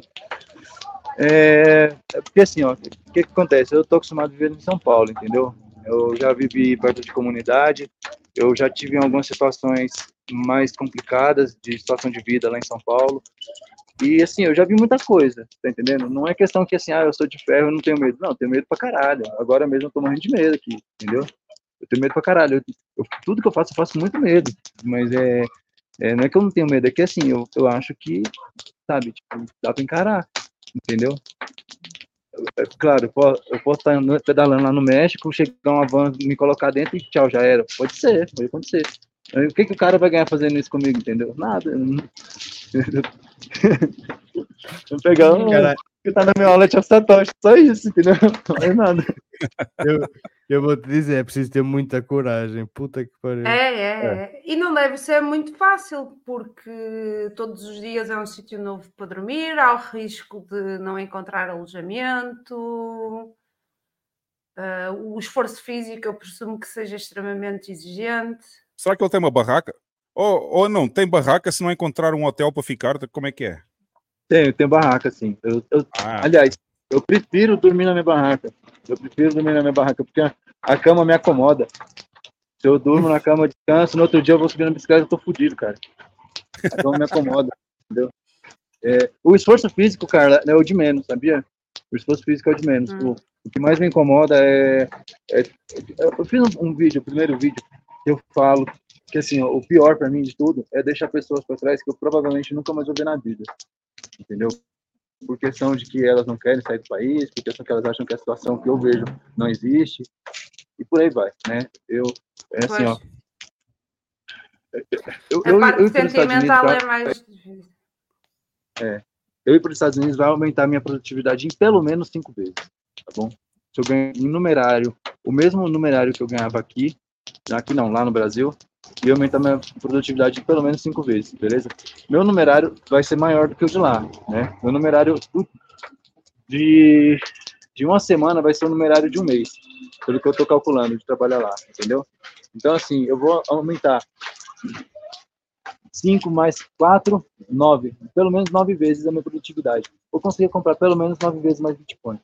Porque assim, ó, o que acontece? Eu tô acostumado a viver em São Paulo, entendeu? Eu já vivi perto de comunidade, eu já tive algumas situações mais complicadas de situação de vida lá em São Paulo. E assim, eu já vi muita coisa, tá entendendo? Não é questão que assim, eu sou de ferro, eu não tenho medo. Não, eu tenho medo pra caralho. Agora mesmo eu tô morrendo de medo aqui, entendeu? Eu tenho medo pra caralho. Tudo que eu faço muito medo. Mas não é que eu não tenho medo, é que assim, eu acho que, sabe, dá pra encarar, entendeu? Claro, eu posso estar pedalando lá no México, chegar uma van, me colocar dentro e tchau, já era. Pode ser, pode acontecer. O que o cara vai ganhar fazendo isso comigo, entendeu? Nada. Eu pegar que tá na minha aula de Satoshi, só isso, entendeu? Não é nada. Eu vou te dizer, é preciso ter muita coragem. Puta que pariu. E não deve ser muito fácil, porque todos os dias é um sítio novo para dormir, há o risco de não encontrar alojamento. O esforço físico eu presumo que seja extremamente exigente. Será que ele tem uma barraca? Ou não, tem barraca se não encontrar um hotel para ficar? Como é que é? Tem barraca, sim. Aliás, eu prefiro dormir na minha barraca. Porque a cama me acomoda. Se eu durmo na cama, descanso, no outro dia eu vou subir na bicicleta, eu tô fudido, cara. A cama me acomoda, entendeu? O esforço físico, cara, é o de menos, sabia? O esforço físico é o de menos. O que mais me incomoda eu fiz um vídeo, o primeiro vídeo, que eu falo que, assim, o pior pra mim de tudo é deixar pessoas pra trás que eu provavelmente nunca mais vou ver na vida. Entendeu? Por questão de que elas não querem sair do país, por questão que elas acham que a situação que eu vejo não existe, e por aí vai, né? Assim, ó. A parte sentimental é mais difícil. Eu ir para os Estados Unidos vai aumentar a minha produtividade em pelo menos 5 vezes, tá bom? Se eu ganhar em numerário, o mesmo numerário que eu ganhava aqui não, lá no Brasil, e aumentar minha produtividade em pelo menos 5 vezes, beleza? Meu numerário vai ser maior do que o de lá, né? Meu numerário de uma semana vai ser o numerário de um mês, pelo que eu tô calculando de trabalhar lá, entendeu? Então, assim, eu vou aumentar 5 mais 4, 9. Pelo menos 9 vezes a minha produtividade. Vou conseguir comprar pelo menos 9 vezes mais Bitcoin.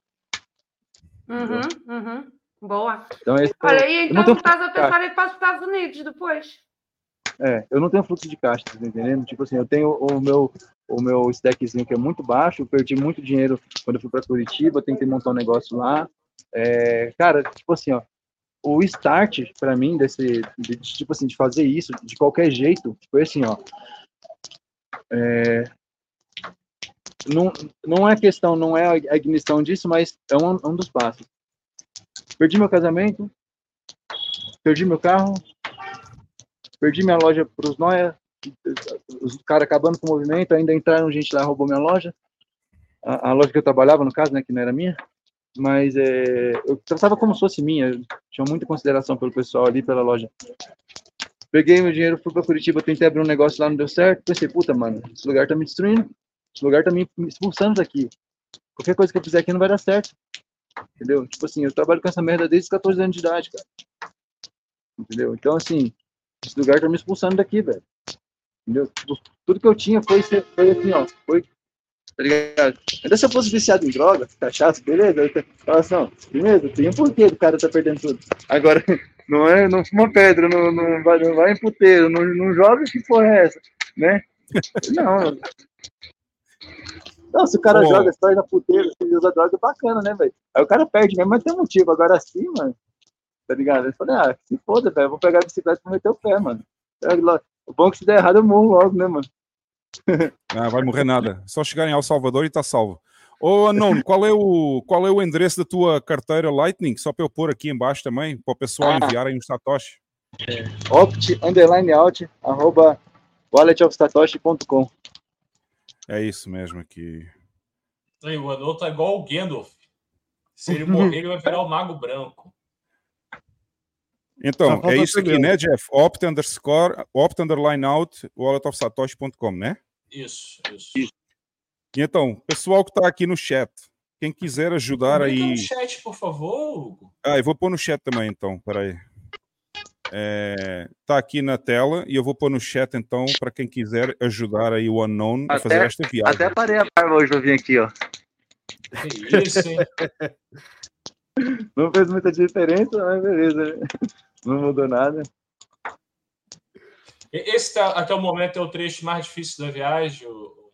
Boa. Então, olha, e então estás a pensar em ir para os Estados Unidos depois? Eu não tenho fluxo de caixa, tá entendendo? Tipo assim, eu tenho o meu stackzinho que é muito baixo, eu perdi muito dinheiro quando eu fui para Curitiba, tentei montar um negócio lá. Cara, tipo assim, ó, o start para mim tipo assim, de fazer isso de qualquer jeito foi assim, ó. Não é questão, não é a ignição disso, mas é um dos passos. Perdi meu casamento, perdi meu carro, perdi minha loja para os noia, os caras acabando com o movimento, ainda entraram gente lá, roubou minha loja, a loja que eu trabalhava, no caso, né, que não era minha, mas eu tratava como se fosse minha, eu tinha muita consideração pelo pessoal ali, pela loja. Peguei meu dinheiro, fui para Curitiba, tentei abrir um negócio lá, não deu certo, pensei, puta, mano, esse lugar tá me destruindo, esse lugar tá me expulsando daqui, qualquer coisa que eu fizer aqui não vai dar certo, entendeu? Tipo assim, eu trabalho com essa merda desde os 14 anos de idade, cara, entendeu? Então, assim, esse lugar tá me expulsando daqui, velho, entendeu? Tudo que eu tinha foi assim, ó, tá ligado? Ainda se eu fosse viciado em droga, cachaça, beleza, eu falo assim, beleza, tem um porquê do cara tá perdendo tudo. Agora, não fuma pedra, não vai em puteiro, não joga, que porra é essa, né? Não, se o cara joga, sai na puteira, se usa droga, é bacana, né, velho? Aí o cara perde mesmo, mas tem um motivo. Agora sim, mano, tá ligado? Eu falei, se foda, velho, eu vou pegar a bicicleta e meter o pé, mano. O bom é que se der errado, eu morro logo, né, mano? Vai morrer nada. Só chegar em El Salvador e tá salvo. Ô, Unknown, qual é o endereço da tua carteira Lightning? Só para eu pôr aqui embaixo também, para o pessoal enviarem um Satoshi. opt_out @walletofsatoshi.com. É isso mesmo aqui. Aí, o Unknown tá igual o Gandalf. Se ele morrer, ele vai virar o Mago Branco. Então, é isso aqui, né, Jeff? opt_out walletofsatoshi.com, né? Isso. E então, pessoal que tá aqui no chat, quem quiser ajudar aí... no chat, por favor, Hugo. Eu vou pôr no chat também, então, peraí. Tá aqui na tela e eu vou pôr no chat, então, para quem quiser ajudar aí o Unknown a fazer esta viagem. Até parei a barba hoje, eu vim aqui, ó. Que isso, hein? Não fez muita diferença, mas beleza. Não mudou nada. Esse, até o momento, é o trecho mais difícil da viagem?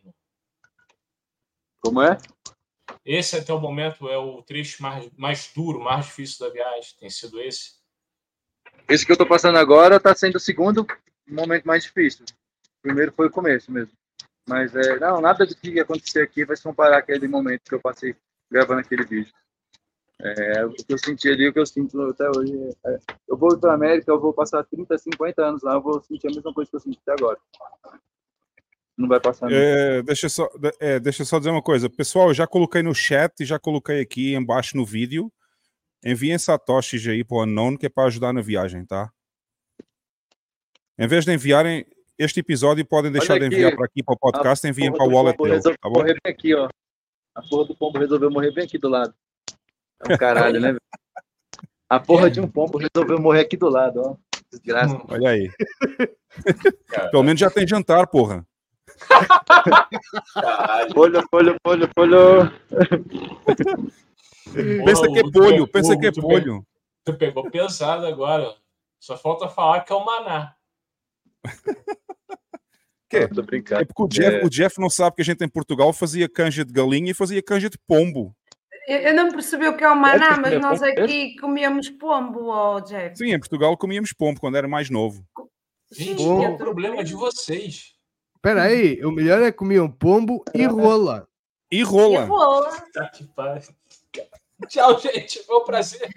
Como é? Esse, até o momento, é o trecho mais duro, mais difícil da viagem? Tem sido esse? Esse que eu tô passando agora tá sendo o segundo momento mais difícil. O primeiro foi o começo mesmo. Mas nada do que acontecer aqui vai se comparar àquele momento que eu passei gravando aquele vídeo. O que eu senti ali, o que eu sinto até hoje. Eu vou para a América, eu vou passar 30, 50 anos lá, eu vou sentir a mesma coisa que eu senti até agora. Não vai passar nada. Deixa eu só dizer uma coisa. Pessoal, eu já coloquei no chat e já coloquei aqui embaixo no vídeo. Enviem satoshis aí para o Unknown, que é para ajudar na viagem, tá? Em vez de enviarem este episódio, podem deixar de enviar para aqui, para o podcast, enviem para o wallet dele, tá bom? Morrer bem aqui, ó. A porra do pombo resolveu morrer bem aqui do lado. É um caralho, né? A porra de um pombo resolveu morrer aqui do lado, ó. Desgraça. Olha aí. Pelo menos já tem jantar, porra. Polho. Pensa que é polho, pensa que é polho. Tu pegou pesado agora. Só falta falar que é o maná. Tô brincando. É porque o Jeff não sabe que a gente em Portugal fazia canja de galinha e fazia canja de pombo. Eu não percebi o que é o maná, mas nós aqui comíamos pombo, Jeff. Sim, em Portugal comíamos pombo quando era mais novo. Gente, é o problema de vocês. Espera aí, o melhor é comer um pombo e rola. E rola. Tá que pariu. Tchau, gente. Foi um prazer.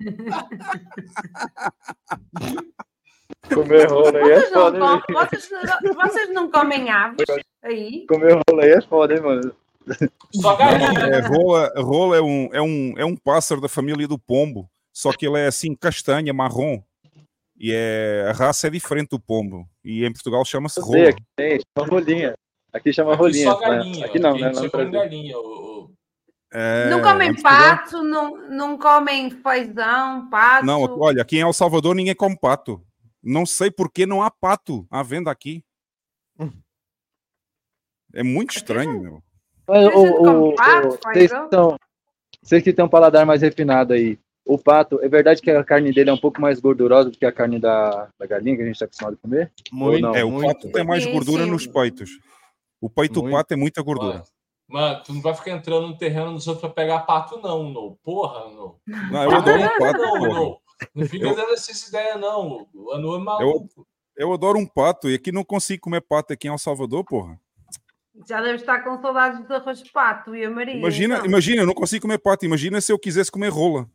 Comer rola aí é foda, hein? Vocês não comem aves aí? Comer rola aí é foda, hein, mano? Só galinha. Rola é um pássaro da família do pombo, só que ele é assim castanha, marrom. E a raça é diferente do pombo. E em Portugal chama-se rola. Aqui chama rolinha. Aqui chama rolinha. Só galinha. Aqui não, né? Não come galinha. Não comem pato, não comem feijão, pato. Não, olha, aqui em El Salvador ninguém come pato. Não sei por que não há pato à venda aqui. É muito estranho, meu. Vocês que têm um paladar mais refinado aí, O pato, é verdade que a carne dele é um pouco mais gordurosa do que a carne da galinha que a gente está acostumado a comer? Muito, não? O pato tem mais gordura nos peitos. O peito do pato tem muita gordura. Mano, tu não vai ficar entrando no terreno dos outros pra pegar pato, não. Porra, não. Não, eu adoro um pato, não. Não fica dando essas ideias, não. O Anu é maluco. Eu adoro um pato e aqui não consigo comer pato aqui em El Salvador, porra. Já deve estar com saudades de arroz de pato e a Maria. Imagina, eu não consigo comer pato. Imagina se eu quisesse comer rola.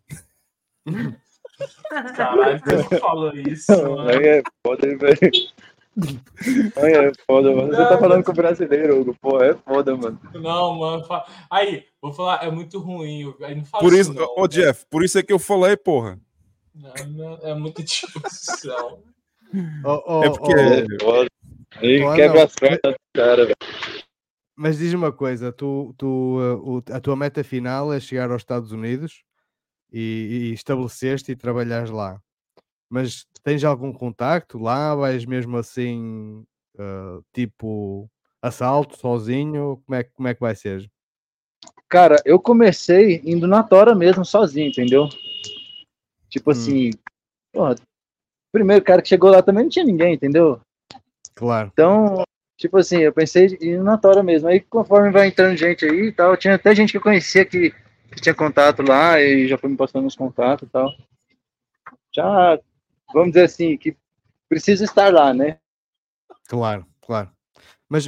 Caralho, você não falou isso, mano. Aí é foda, velho. Aí é foda, mano. Você tá falando com o brasileiro, Hugo. Pô, é foda, mano. Não, mano. Aí, vou falar, é muito ruim. Aí não fala por isso, não, ô Jeff, por isso é que eu falei, porra. Não, é muita discussão. É porque... Aí quebra as pernas do cara, velho. Mas diz uma coisa, a tua meta final é chegar aos Estados Unidos e estabeleceste e trabalhares lá. Mas tens algum contacto lá? Vais mesmo assim, tipo assalto, sozinho? Como é que vai ser? Cara, eu comecei indo na tora mesmo, sozinho, entendeu? Tipo assim, porra, primeiro cara que chegou lá também não tinha ninguém, entendeu? Claro. Então, tipo assim, eu pensei em ir na tora mesmo. Aí conforme vai entrando gente aí e tal, tinha até gente que eu conhecia que tinha contato lá e já foi me passando os contatos e tal. Já, vamos dizer assim, que precisa estar lá, né? Claro. Mas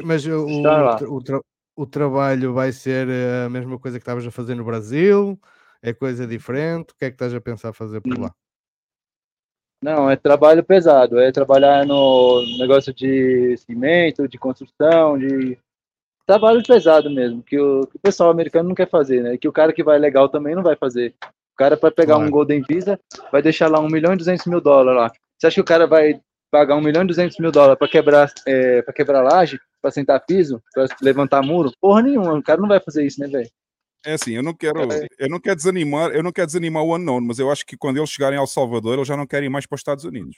o trabalho vai ser a mesma coisa que estavas a fazer no Brasil? É coisa diferente? O que é que estás a pensar fazer por lá? Não, é trabalho pesado. É trabalhar no negócio de cimento, de construção, de trabalho pesado mesmo, que o pessoal americano não quer fazer, né? Que o cara que vai legal também não vai fazer. O cara, para pegar um Golden Visa, vai deixar lá $1.200.000 lá. Você acha que o cara vai pagar $1.200.000 para quebrar laje, para sentar piso, para levantar muro? Porra nenhuma, o cara não vai fazer isso, né, velho? É assim, eu não quero desanimar o Unknown, mas eu acho que quando eles chegarem ao Salvador, eles já não querem ir mais para os Estados Unidos.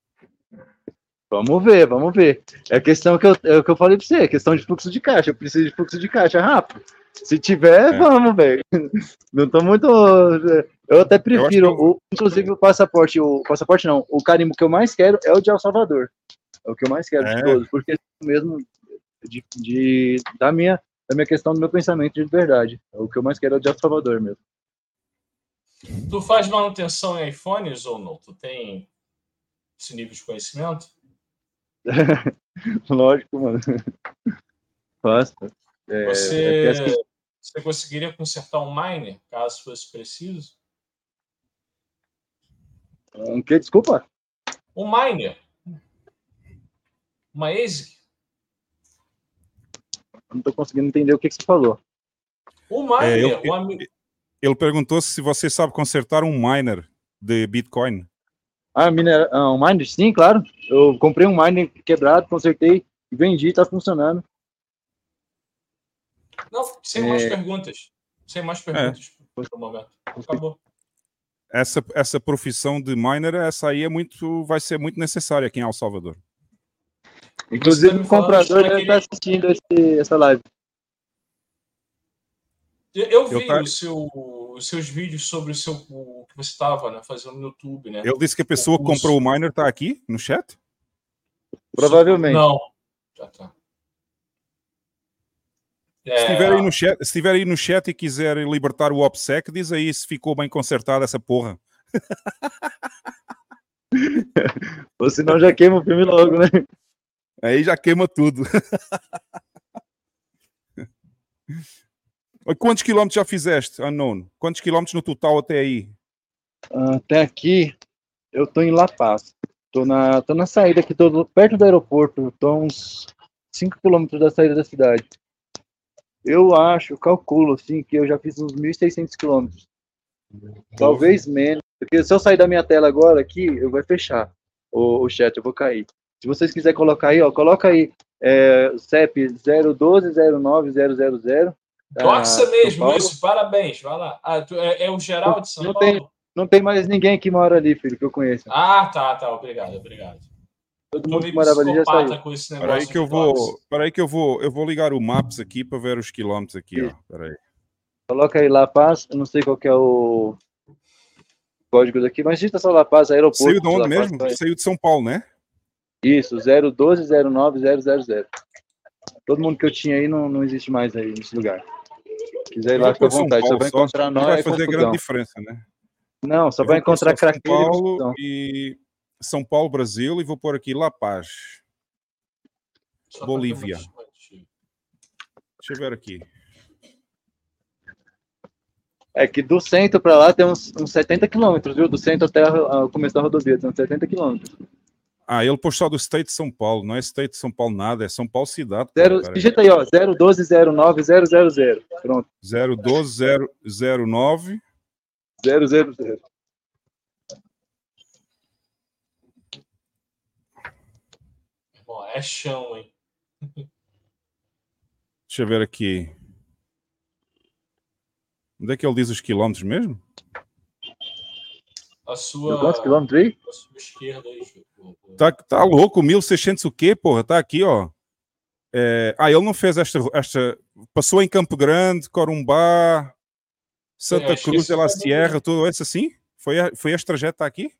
Vamos ver. É a questão que eu falei pra você, é questão de fluxo de caixa. Eu preciso de fluxo de caixa rápido. Se tiver, vamos, velho. Não tô muito... Eu até prefiro, inclusive o passaporte não, o carimbo que eu mais quero é o de El Salvador. É o que eu mais quero de todos, porque mesmo da minha questão do meu pensamento de verdade. O que eu mais quero é o de El Salvador mesmo. Tu faz manutenção em iPhones ou não? Tu tem esse nível de conhecimento? Lógico, mano. Faço. Você conseguiria consertar um miner, caso fosse preciso? Um que? Desculpa? Um miner. Uma ASIC. Não tô conseguindo entender o que você falou. Um miner. Ele perguntou se você sabe consertar um miner de Bitcoin. Um miner? Sim, claro. Eu comprei um miner quebrado, consertei, vendi, tá funcionando. Não, sem mais perguntas. Sem mais perguntas no momento. Acabou. Essa profissão de miner, essa aí vai ser muito necessária aqui em El Salvador. Inclusive o comprador deve estar assistindo essa live. Eu vi os seus vídeos sobre o que você estava fazendo no YouTube, né? Ele disse que a pessoa que comprou o miner está aqui no chat? Provavelmente. Não. Já tá. Se estiver aí no chat e quiser libertar o OPSEC, diz aí se ficou bem consertada essa porra. Ou senão já queima o filme logo, né? Aí já queima tudo. Quantos quilômetros já fizeste, Unknown? Quantos quilômetros no total até aí? Até aqui, eu tô em La Paz. Tô na saída aqui, tô perto do aeroporto. Tô a uns 5 quilômetros da saída da cidade. Eu calculo, assim, que eu já fiz uns 1.600 quilômetros. Talvez menos. Porque se eu sair da minha tela agora aqui, eu vou fechar o chat, eu vou cair. Se vocês quiserem colocar aí, coloca aí CEP 0120900. Doxa mesmo, isso, parabéns, vai lá. É o geral de São Paulo? Não tem mais ninguém que mora ali, filho, que eu conheço. Tá, obrigado. Todo mundo que morava ali já saiu. Com esse Espera aí que eu vou ligar o Maps aqui para ver os quilômetros aqui, ó. Espera aí. Coloca aí La Paz, eu não sei qual que é o códigos aqui, mas digita só La Paz, aeroporto. Saiu de onde La Paz, mesmo? Saiu de São Paulo, né? Isso, 0120900. Todo mundo que eu tinha aí não existe mais aí nesse lugar. Quiser ir lá, fica à vontade. Só vai encontrar nós. Não vai fazer grande diferença, né? Não, só vai encontrar craqueiro. São Paulo e São Paulo, Brasil, e vou pôr aqui La Paz, Bolívia. Deixa eu ver aqui. É que do centro para lá tem uns 70 quilômetros, viu? Do centro até o começo da rodovia, tem uns 70 quilômetros. Ah, ele pôs só do State de São Paulo, não é State de São Paulo nada, é São Paulo cidade. Digita aí, ó, 0120900. Pronto. 01209 000. Bom, é chão, hein? Deixa eu ver aqui. Onde é que ele diz os quilômetros mesmo? A sua... Quantos quilômetros aí? A sua esquerda aí, Ju. Tá louco, 1600 o quê, porra? Tá aqui, ó. Ele não fez esta... Passou em Campo Grande, Corumbá, Santa Cruz de la Sierra, tudo isso assim? Foi este trajeto que tá aqui?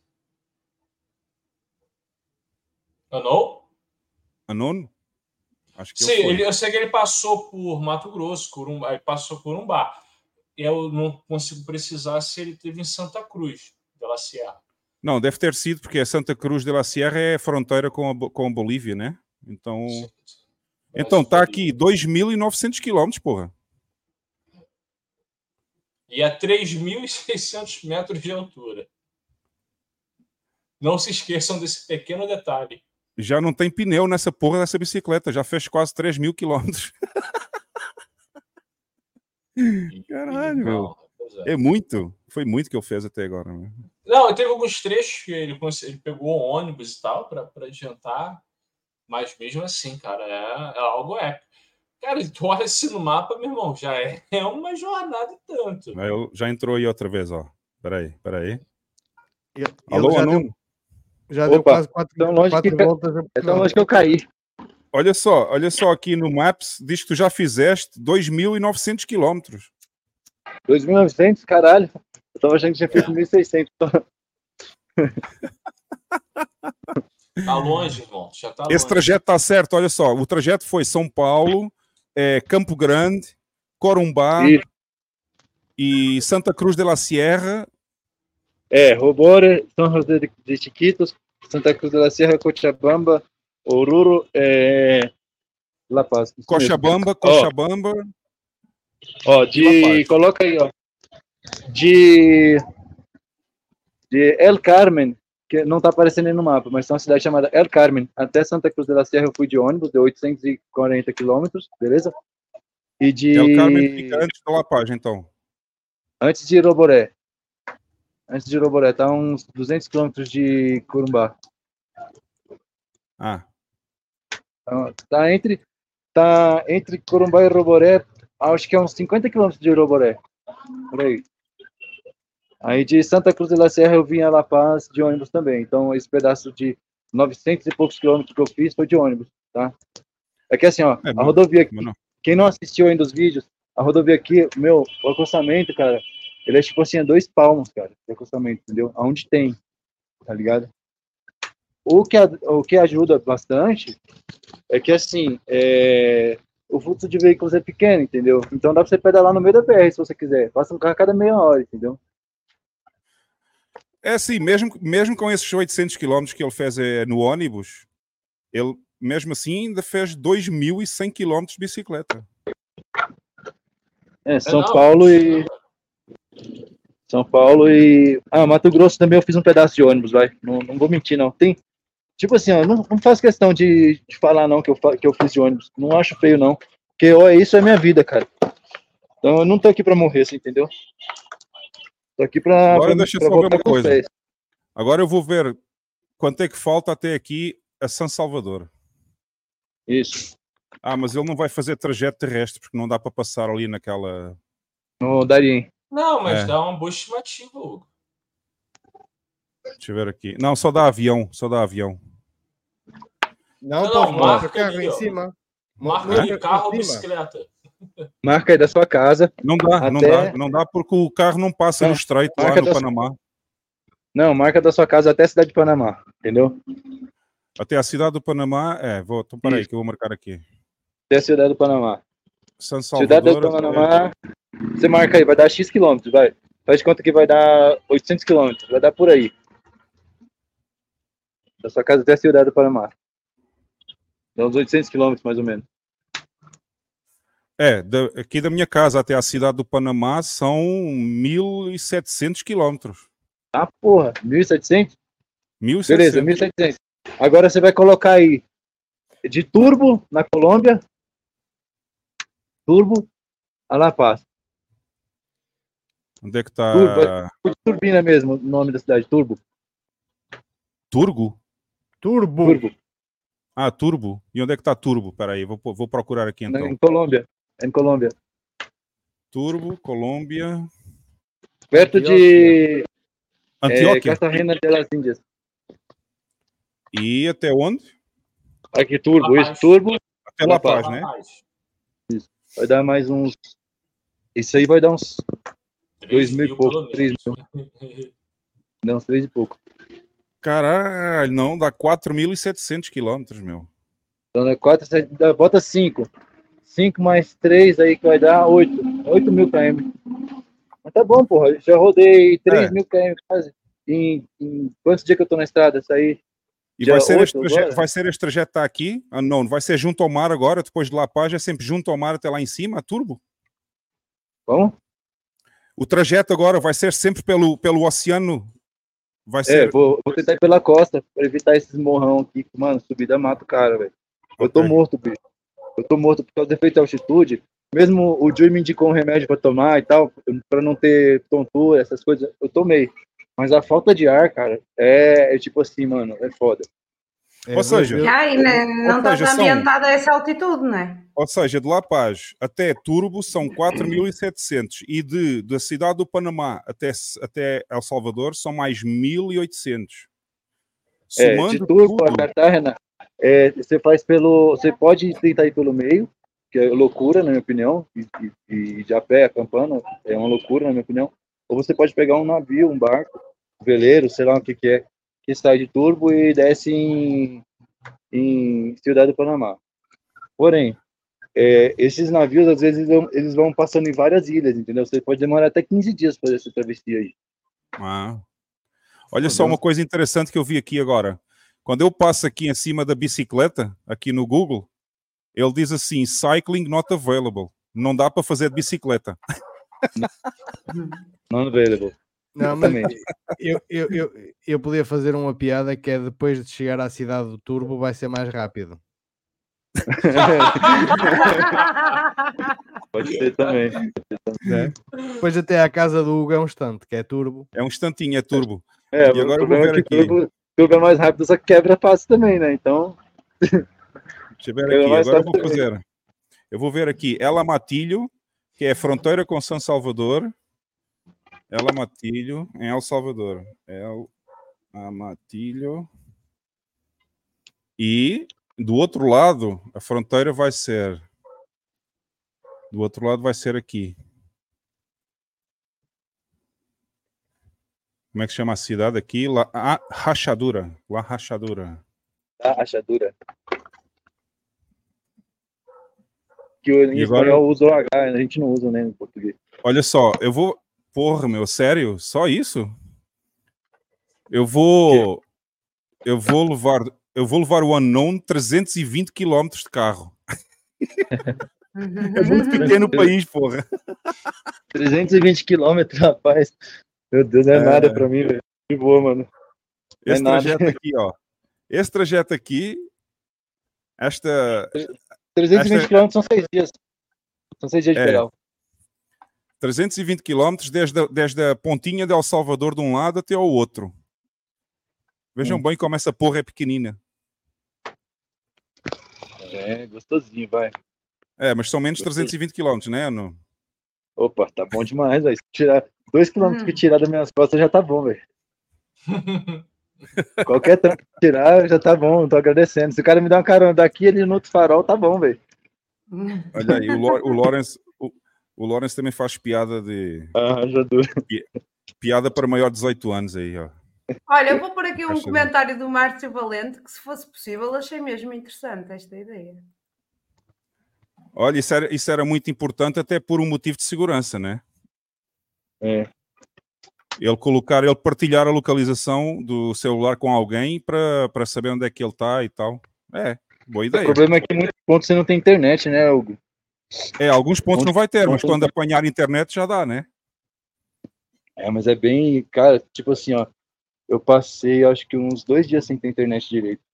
Não? Acho que sim, eu sei que ele passou por Mato Grosso, ele passou por Corumbá. Eu não consigo precisar se ele esteve em Santa Cruz de la Sierra. Não, deve ter sido, porque a Santa Cruz de la Sierra é fronteira com a Bolívia, né? Então, então tá aqui 2.900 quilômetros, porra. E a 3.600 metros de altura. Não se esqueçam desse pequeno detalhe. Já não tem pneu nessa porra dessa bicicleta, já fez quase 3.000 quilômetros. Caralho, meu. É muito. Foi muito que ele fez até agora. Meu. Não, teve alguns trechos que ele pegou ônibus e tal para adiantar, mas mesmo assim, cara, é algo épico. Cara, tu olha assim no mapa, meu irmão, já é uma jornada e tanto. Já entrou aí outra vez, ó. Peraí. Alô, Anuno? Já deu quase 4 voltas. Então, longe que eu caí. Olha só aqui no Maps, diz que tu já fizeste 2.900 quilômetros. 2.900? Caralho. Eu tava achando que tinha feito 1.600. Tá longe, irmão. Já tá Esse trajeto tá certo, olha só. O trajeto foi São Paulo, Campo Grande, Corumbá e Santa Cruz de la Sierra. Robore, São José de Chiquitos, Santa Cruz de la Sierra, Cochabamba, Oruro, La Paz. Cochabamba. Coloca aí, ó. De El Carmen, que não tá aparecendo aí no mapa, mas é uma cidade chamada El Carmen. Até Santa Cruz de la Sierra eu fui de ônibus, deu 840 quilômetros, beleza? E de... El Carmen fica antes da La Paz, então. Antes de Roboré. Tá uns 200 quilômetros de Corumbá. Tá entre Corumbá e Roboré, acho que é uns 50 quilômetros de Roboré. Por aí. Aí de Santa Cruz de la Sierra eu vim a La Paz de ônibus também. Então esse pedaço de 900 e poucos quilômetros que eu fiz foi de ônibus, tá? É que assim, ó, a rodovia aqui, quem não assistiu ainda os vídeos, a rodovia aqui, o acostamento, cara, ele é tipo assim, 2 palmos, cara, de acostamento, entendeu? Aonde tem, tá ligado? O que ajuda bastante é que, assim, o fluxo de veículos é pequeno, entendeu? Então dá pra você pedalar no meio da BR, se você quiser. Passa um carro a cada meia hora, entendeu? É assim, mesmo com esses 800 quilômetros que ele fez no ônibus, ele, mesmo assim, ainda fez 2.100 quilômetros de bicicleta. São Paulo e... Mato Grosso também eu fiz um pedaço de ônibus, vai. Não vou mentir, não. Tem... Tipo assim, ó, não faço questão de falar, não, que eu fiz de ônibus. Não acho feio, não. Porque isso é minha vida, cara. Então eu não tô aqui pra morrer, assim, entendeu? Tô aqui pra... Agora deixa eu só ver uma coisa. Agora eu vou ver quanto é que falta até aqui a São Salvador. Isso. Mas ele não vai fazer trajeto terrestre, porque não dá para passar ali naquela... No Darien. Não, mas dá uma boa estimativa, Hugo. Deixa eu ver aqui. Não, só dá avião. Não, marca carro ali, em cima. Marca ali, carro ou bicicleta. Marca aí da sua casa. Não dá porque o carro não passa no estreito lá no Panamá. Não, marca da sua casa até a cidade de Panamá, entendeu? Até a cidade do Panamá, então peraí que eu vou marcar aqui. Até a cidade do Panamá. São Salvador. Cidade do Panamá, você marca aí, vai dar X quilômetros, vai. Faz de conta que vai dar 800 quilômetros, vai dar por aí. Da sua casa até a cidade do Panamá. Dá uns 800 quilômetros, mais ou menos. Aqui da minha casa até a cidade do Panamá são 1.700 quilômetros. Ah, porra, 1.700? 1.700. Beleza, 1.700. Agora você vai colocar aí de Turbo, na Colômbia. Turbo, a La Paz. Onde é que tá? Turbo, Turbina mesmo, o nome da cidade, Turbo. Turbo? Turbo. Ah, Turbo. E onde é que tá Turbo? Peraí, vou procurar aqui então. Em Colômbia. Em Colômbia. Turbo, Colômbia. Perto de Antioquia. Cartagena de las Índias. E até onde? Aqui, Turbo, isso, Turbo. Até La Paz, né? Isso. Vai dar mais uns. Isso aí vai dar uns 2.000 e pouco, 3 mil. Não, uns 3 e pouco. Caralho, não, dá 4.700 quilômetros, meu. Então é 4, bota 5. 5 mais 3 aí que vai dar 8.000 km. Mas tá bom, porra. Já rodei 3.000 km quase. Em quantos dias que eu tô na estrada? Isso aí. E vai ser este trajeto tá aqui? Ah, não, vai ser junto ao mar agora, depois de La Paz, é sempre junto ao mar até lá em cima, a Turbo? Como? O trajeto agora vai ser sempre pelo oceano? Vai ser... vou tentar ir pela costa, para evitar esses morrão aqui. Mano, subida mata o cara, velho. Eu tô morto, bicho. Eu tô morto por causa do efeito de altitude. Mesmo o Joey me indicou um remédio para tomar e tal, para não ter tontura, essas coisas, eu tomei. Mas a falta de ar, cara, é tipo assim, mano, é foda. Ou seja... não estás ambientado a essa altitude, não é? Ou seja, de La Paz até Turbo são 4.700 e da cidade do Panamá até El Salvador são mais 1.800. De Turbo a Cartagena, você faz você pode tentar ir pelo meio, que é loucura, na minha opinião, e de a pé, acampando, é uma loucura, na minha opinião. Ou você pode pegar um navio, um barco, um veleiro, sei lá o que é, que sai de Turbo e desce em Cidade do Panamá. Porém, esses navios, às vezes, eles vão passando em várias ilhas, entendeu? Você pode demorar até 15 dias para fazer essa travessia aí. Olha só uma coisa interessante que eu vi aqui agora. Quando eu passo aqui em cima da bicicleta, aqui no Google, ele diz assim, cycling not available. Não dá para fazer de bicicleta. Not available. Não, mas eu podia fazer uma piada que é depois de chegar à cidade do Turbo vai ser mais rápido. Pode ser também. Depois até à casa do Hugo é um instante, que é Turbo. É um instantinho, é Turbo. E agora eu vou ver aqui. Turbo é mais rápido, só que quebra fácil também, né? Então... Deixa eu ver aqui, agora eu vou fazer. Eu vou ver aqui, El Amatillo, que é fronteira com São Salvador. El Amatillo, em El Salvador. El Amatillo. E do outro lado, a fronteira vai ser... Do outro lado vai ser aqui. Como é que chama a cidade aqui? La Rachadura. La Rachadura. La Rachadura. Que em espanhol usa o H, a gente não usa, né, em português. Olha só, eu vou... Porra, meu, sério? Só isso? Eu vou levar o Unknown 320 km de carro. É muito pequeno o país, porra. 320 km, rapaz. Meu Deus, não é nada pra mim, velho. De boa, mano. Esse trajeto aqui, ó. Esse trajeto aqui, 320 km são 6 dias. São 6 dias de pedal. 320 km desde a pontinha de El Salvador de um lado até ao outro. Vejam bem como essa porra é pequenina. Gostosinho, vai. Mas são menos 320 km, né? Opa, tá bom demais, velho. Se tirar 2 km que tirar das minhas costas já tá bom, velho. Qualquer tanto que tirar já tá bom, tô agradecendo. Se o cara me dá uma carona daqui ali no outro farol, tá bom, velho. Olha aí, o Lawrence também faz piada de... Rachadura. Piada para maior de 18 anos aí, ó. Olha, eu vou pôr aqui um comentário do Márcio Valente, que se fosse possível, achei mesmo interessante esta ideia. Olha, isso era muito importante até por um motivo de segurança, né? Ele partilhar a localização do celular com alguém para saber onde é que ele está e tal. Boa ideia. O problema é que em muitos pontos você não tem internet, né, Hugo? Alguns pontos não vai ter, mas quando apanhar a internet já dá, né? Mas é bem, cara, tipo assim, ó, eu passei acho que uns 2 dias sem ter internet direito.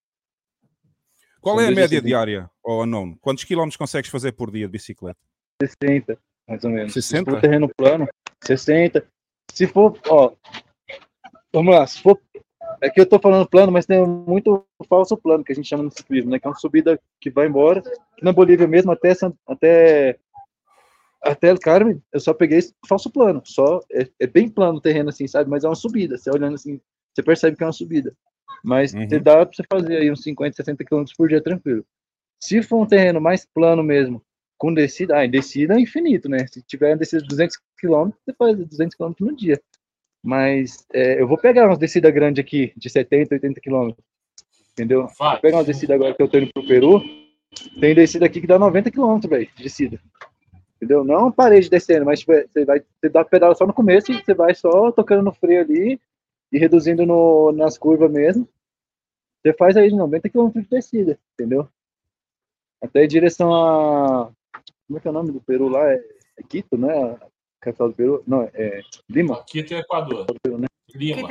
Qual é a média diária, ou não? Quantos quilômetros consegues fazer por dia de bicicleta? 60, mais ou menos. 60? Se for terreno plano, 60. Se for, ó, vamos lá, se for, é que eu tô falando plano, mas tem muito falso plano, que a gente chama no ciclismo, né, que é uma subida que vai embora, na Bolívia mesmo, até El Carmen, eu só peguei falso plano, é bem plano o terreno assim, sabe, mas é uma subida, você olhando assim, você percebe que é uma subida, mas dá pra você fazer aí uns 50, 60 km por dia tranquilo. Se for um terreno mais plano mesmo, com descida, descida é infinito, né, se tiver descida de 200 km, você faz 200 km no dia, mas eu vou pegar umas descidas grandes aqui, de 70, 80 km, entendeu? Vou pegar uma descida agora que eu tô indo pro Peru, tem descida aqui que dá 90 km, velho, de descida. Entendeu? Não parede descendo, mas tipo, você dá pedal só no começo e você vai só tocando no freio ali e reduzindo nas curvas mesmo. Você faz aí de 90 km de descida, entendeu? Até em direção a... Como é que é o nome do Peru lá? É Quito, né? A capital do Peru? Não, é Lima? Quito é Equador. Peru, né?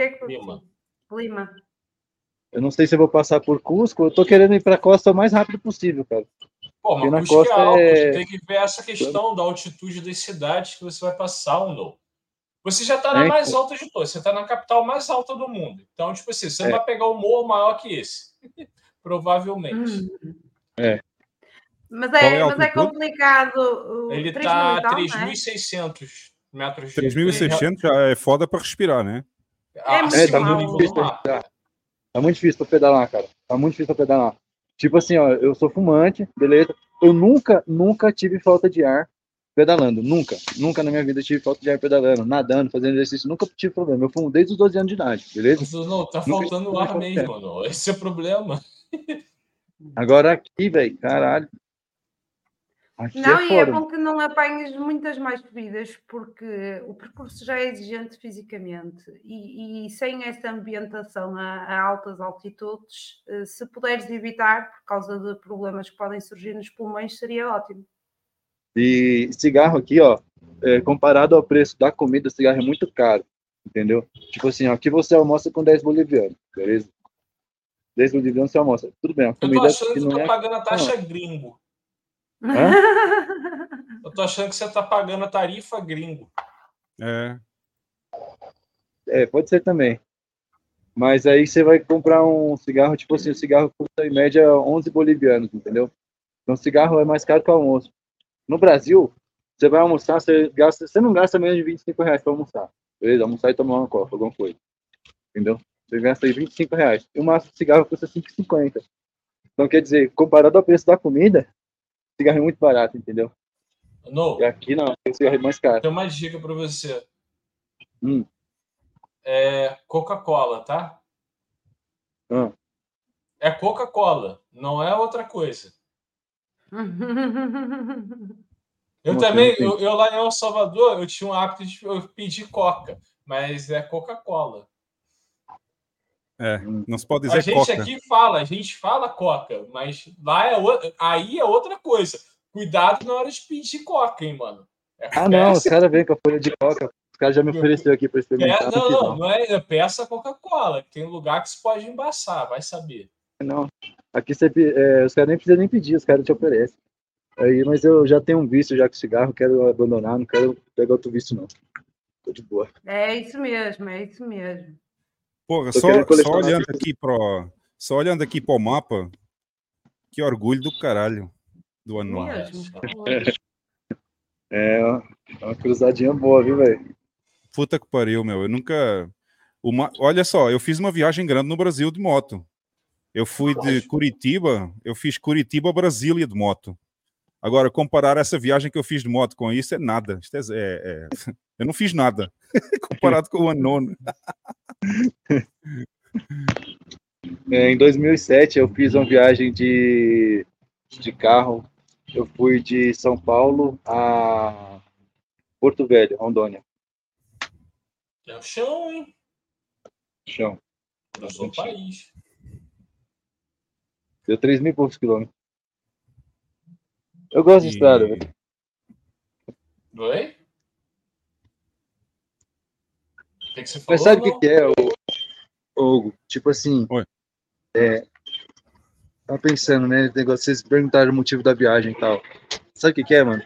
Lima. Eu não sei se eu vou passar por Cusco, eu tô querendo ir pra costa o mais rápido possível, cara. Pô, mas na Cusco costa é alto, você tem que ver essa questão da altitude das cidades que você vai passar ou não. Você já está na mais alta de todas, você está na capital mais alta do mundo. Então, tipo assim, você não vai pegar um morro maior que esse. Provavelmente. Mas é complicado. Ele está a 3.600 metros de 3.600 já é foda para respirar, né? Tá muito difícil. Tá muito difícil para pedalar, cara. Tá muito difícil para pedalar. Tipo assim, ó, eu sou fumante, beleza? Eu nunca tive falta de ar pedalando. Nunca na minha vida tive falta de ar pedalando, nadando, fazendo exercício. Nunca tive problema. Eu fumo desde os 12 anos de idade, beleza? Não, tá faltando ar mesmo, mano. Esse é o problema. Agora aqui, velho, caralho. Aqui não, é bom que não apanhes muitas mais subidas, porque o percurso já é exigente fisicamente e sem essa ambientação a altas altitudes, se puderes evitar por causa de problemas que podem surgir nos pulmões, seria ótimo. E cigarro aqui, ó, comparado ao preço da comida, cigarro é muito caro, entendeu? Tipo assim, ó, aqui você almoça com 10 bolivianos, beleza? 10 bolivianos você almoça, tudo bem. A comida eu tô achando que não tá pagando a taxa gringo. Hã? Eu tô achando que você tá pagando a tarifa gringo. Pode ser também. Mas aí você vai comprar um cigarro, tipo assim, o cigarro custa em média 11 bolivianos, entendeu? Então o cigarro é mais caro que o almoço. No Brasil, você vai almoçar, você não gasta menos de 25 reais para almoçar. Beleza? Almoçar e tomar uma copa, alguma coisa. Entendeu? Você gasta aí 25 reais. E um maço de cigarro custa 5,50. Então, quer dizer, comparado ao preço da comida, cigarro é muito barato, entendeu? Não. E aqui não, o cigarro é mais caro. Tem uma dica para você. Coca-Cola, tá? É Coca-Cola, não é outra coisa. Eu também, eu lá em El Salvador, eu tinha um hábito de pedir Coca, mas é Coca-Cola. Não se pode dizer Coca. A gente fala Coca, mas lá aí é outra coisa. Cuidado na hora de pedir Coca, hein, mano. Não, os caras vêm com a folha de Coca. Os caras já me ofereceram aqui para experimentar. Não é peça Coca-Cola. Tem lugar que você pode embaçar, vai saber. Não, aqui os caras nem precisam nem pedir, os caras te oferecem. Aí, mas eu já tenho um vício já com cigarro, quero abandonar, não quero pegar outro vício, não. Tô de boa. É isso mesmo. Porra, só olhando aqui para o mapa, que orgulho do caralho do ano. É uma cruzadinha boa, viu, velho? Puta que pariu, meu. Eu nunca... Olha só, eu fiz uma viagem grande no Brasil de moto. Eu fui de Curitiba, eu fiz Curitiba-Brasília de moto. Agora, comparar essa viagem que eu fiz de moto com isso é nada. Isto eu não fiz nada comparado com o Unknown. Em 2007 eu fiz uma viagem de carro. Eu fui de São Paulo a Porto Velho, Rondônia. É o chão, hein? Chão. Cruzou o país. Deu 3.000 e poucos quilômetros. Eu gosto de estrada, velho. Oi? O que você falou? Mas sabe o que é, Hugo? Tipo assim, tava pensando, né? Negócio, vocês perguntaram o motivo da viagem e tal. Sabe o que é, mano?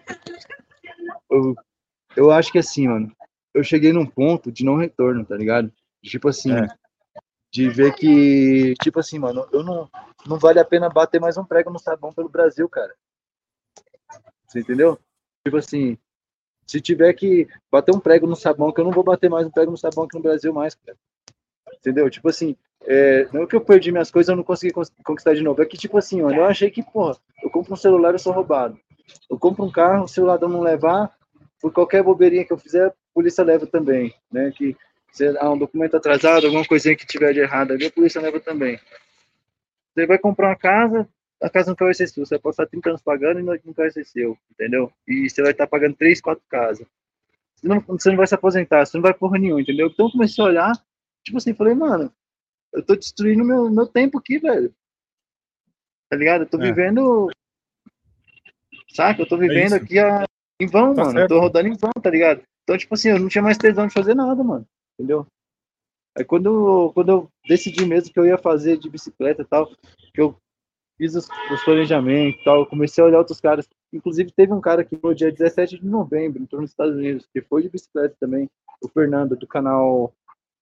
Eu acho que assim, mano, eu cheguei num ponto de não retorno, tá ligado? Tipo assim, de ver que, tipo assim, mano, eu não vale a pena bater mais um prego no sabão pelo Brasil, cara. Você entendeu? Tipo assim, se tiver que bater um prego no sabão, que eu não vou bater mais um prego no sabão aqui no Brasil mais, cara. Entendeu? Tipo assim, não é que eu perdi minhas coisas, eu não consegui conquistar de novo. É que, tipo assim, olha, eu achei que, porra, eu compro um celular, eu sou roubado. Eu compro um carro, se o ladrão não levar, por qualquer bobeirinha que eu fizer, a polícia leva também, né? Que se um documento atrasado, alguma coisinha que tiver de errado ali, a polícia leva também. Você vai comprar uma casa, a casa nunca vai ser sua. Você vai passar 30 anos pagando e nunca vai ser seu, entendeu? E você vai estar pagando 3, 4 casas. Você não vai se aposentar, você não vai porra nenhuma, entendeu? Então eu comecei a olhar, tipo assim, falei, mano, eu tô destruindo meu tempo aqui, velho. Tá ligado? Eu tô vivendo... Saca? Eu tô vivendo aqui em vão, mano. Eu tô rodando em vão, tá ligado? Então, tipo assim, eu não tinha mais tesão de fazer nada, mano. Entendeu? Aí quando eu decidi mesmo que eu ia fazer de bicicleta e tal, que eu fiz os planejamentos e tal, eu comecei a olhar outros caras. Inclusive, teve um cara que no dia 17 de novembro, entrou nos Estados Unidos, que foi de bicicleta também, o Fernando, do canal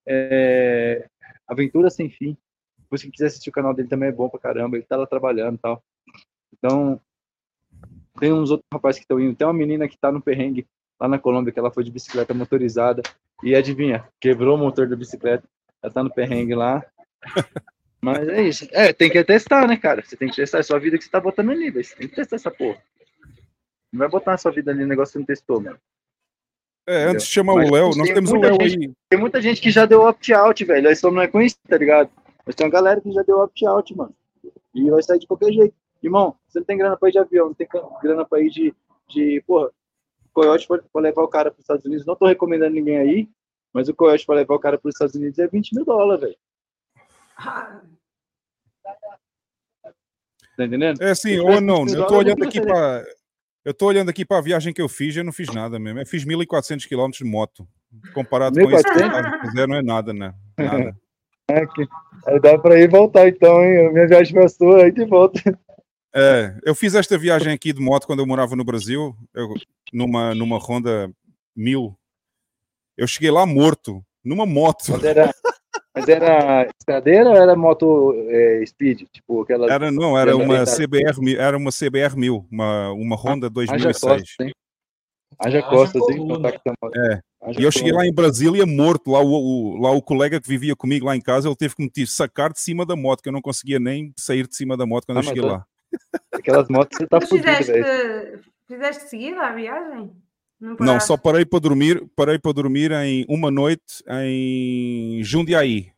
Aventura Sem Fim. Se você quiser assistir o canal dele também é bom pra caramba, ele tá lá trabalhando e tal. Então, tem uns outros rapazes que estão indo. Tem uma menina que tá no perrengue lá na Colômbia, que ela foi de bicicleta motorizada. E adivinha, quebrou o motor da bicicleta. Ela tá no perrengue lá. Mas é isso. Tem que testar, né, cara? Você tem que testar a sua vida que você tá botando ali, velho. Você tem que testar essa porra. Não vai botar a sua vida ali no negócio que você não testou, mano. Antes de chamar o Léo, nós temos o Léo aí. Tem muita gente que já deu opt-out, velho. Aí só não é conhecido, tá ligado? Mas tem uma galera que já deu opt-out, mano. E vai sair de qualquer jeito. Irmão, você não tem grana pra ir de avião, não tem grana pra ir de porra, Coyote pra levar o cara pros Estados Unidos. Não tô recomendando ninguém aí, mas o Coyote pra levar o cara pros Estados Unidos é $20 mil, velho. Tá entendendo? É assim, ou não, eu tô olhando aqui para a viagem que eu fiz, eu não fiz nada mesmo. Eu fiz 1.400 km de moto. Comparado com isso que fizer, não é nada, né? Nada. Aí dá pra ir e voltar então, hein? A minha viagem foi a sua, aí de volta. Eu fiz esta viagem aqui de moto quando eu morava no Brasil, numa Honda 1000. Eu cheguei lá morto, numa moto. Mas era estradeira ou era moto speed? Tipo, aquela... Era uma CBR 1000, uma Honda 2006. Haja costas, hein? E eu cheguei lá em Brasília morto. Lá o colega que vivia comigo lá em casa, ele teve que me sacar de cima da moto, que eu não conseguia nem sair de cima da moto quando eu cheguei lá. Aquelas motos você tá fudido, velho. Fizeste seguida a viagem? Não, só parei para dormir em uma noite em Jundiaí.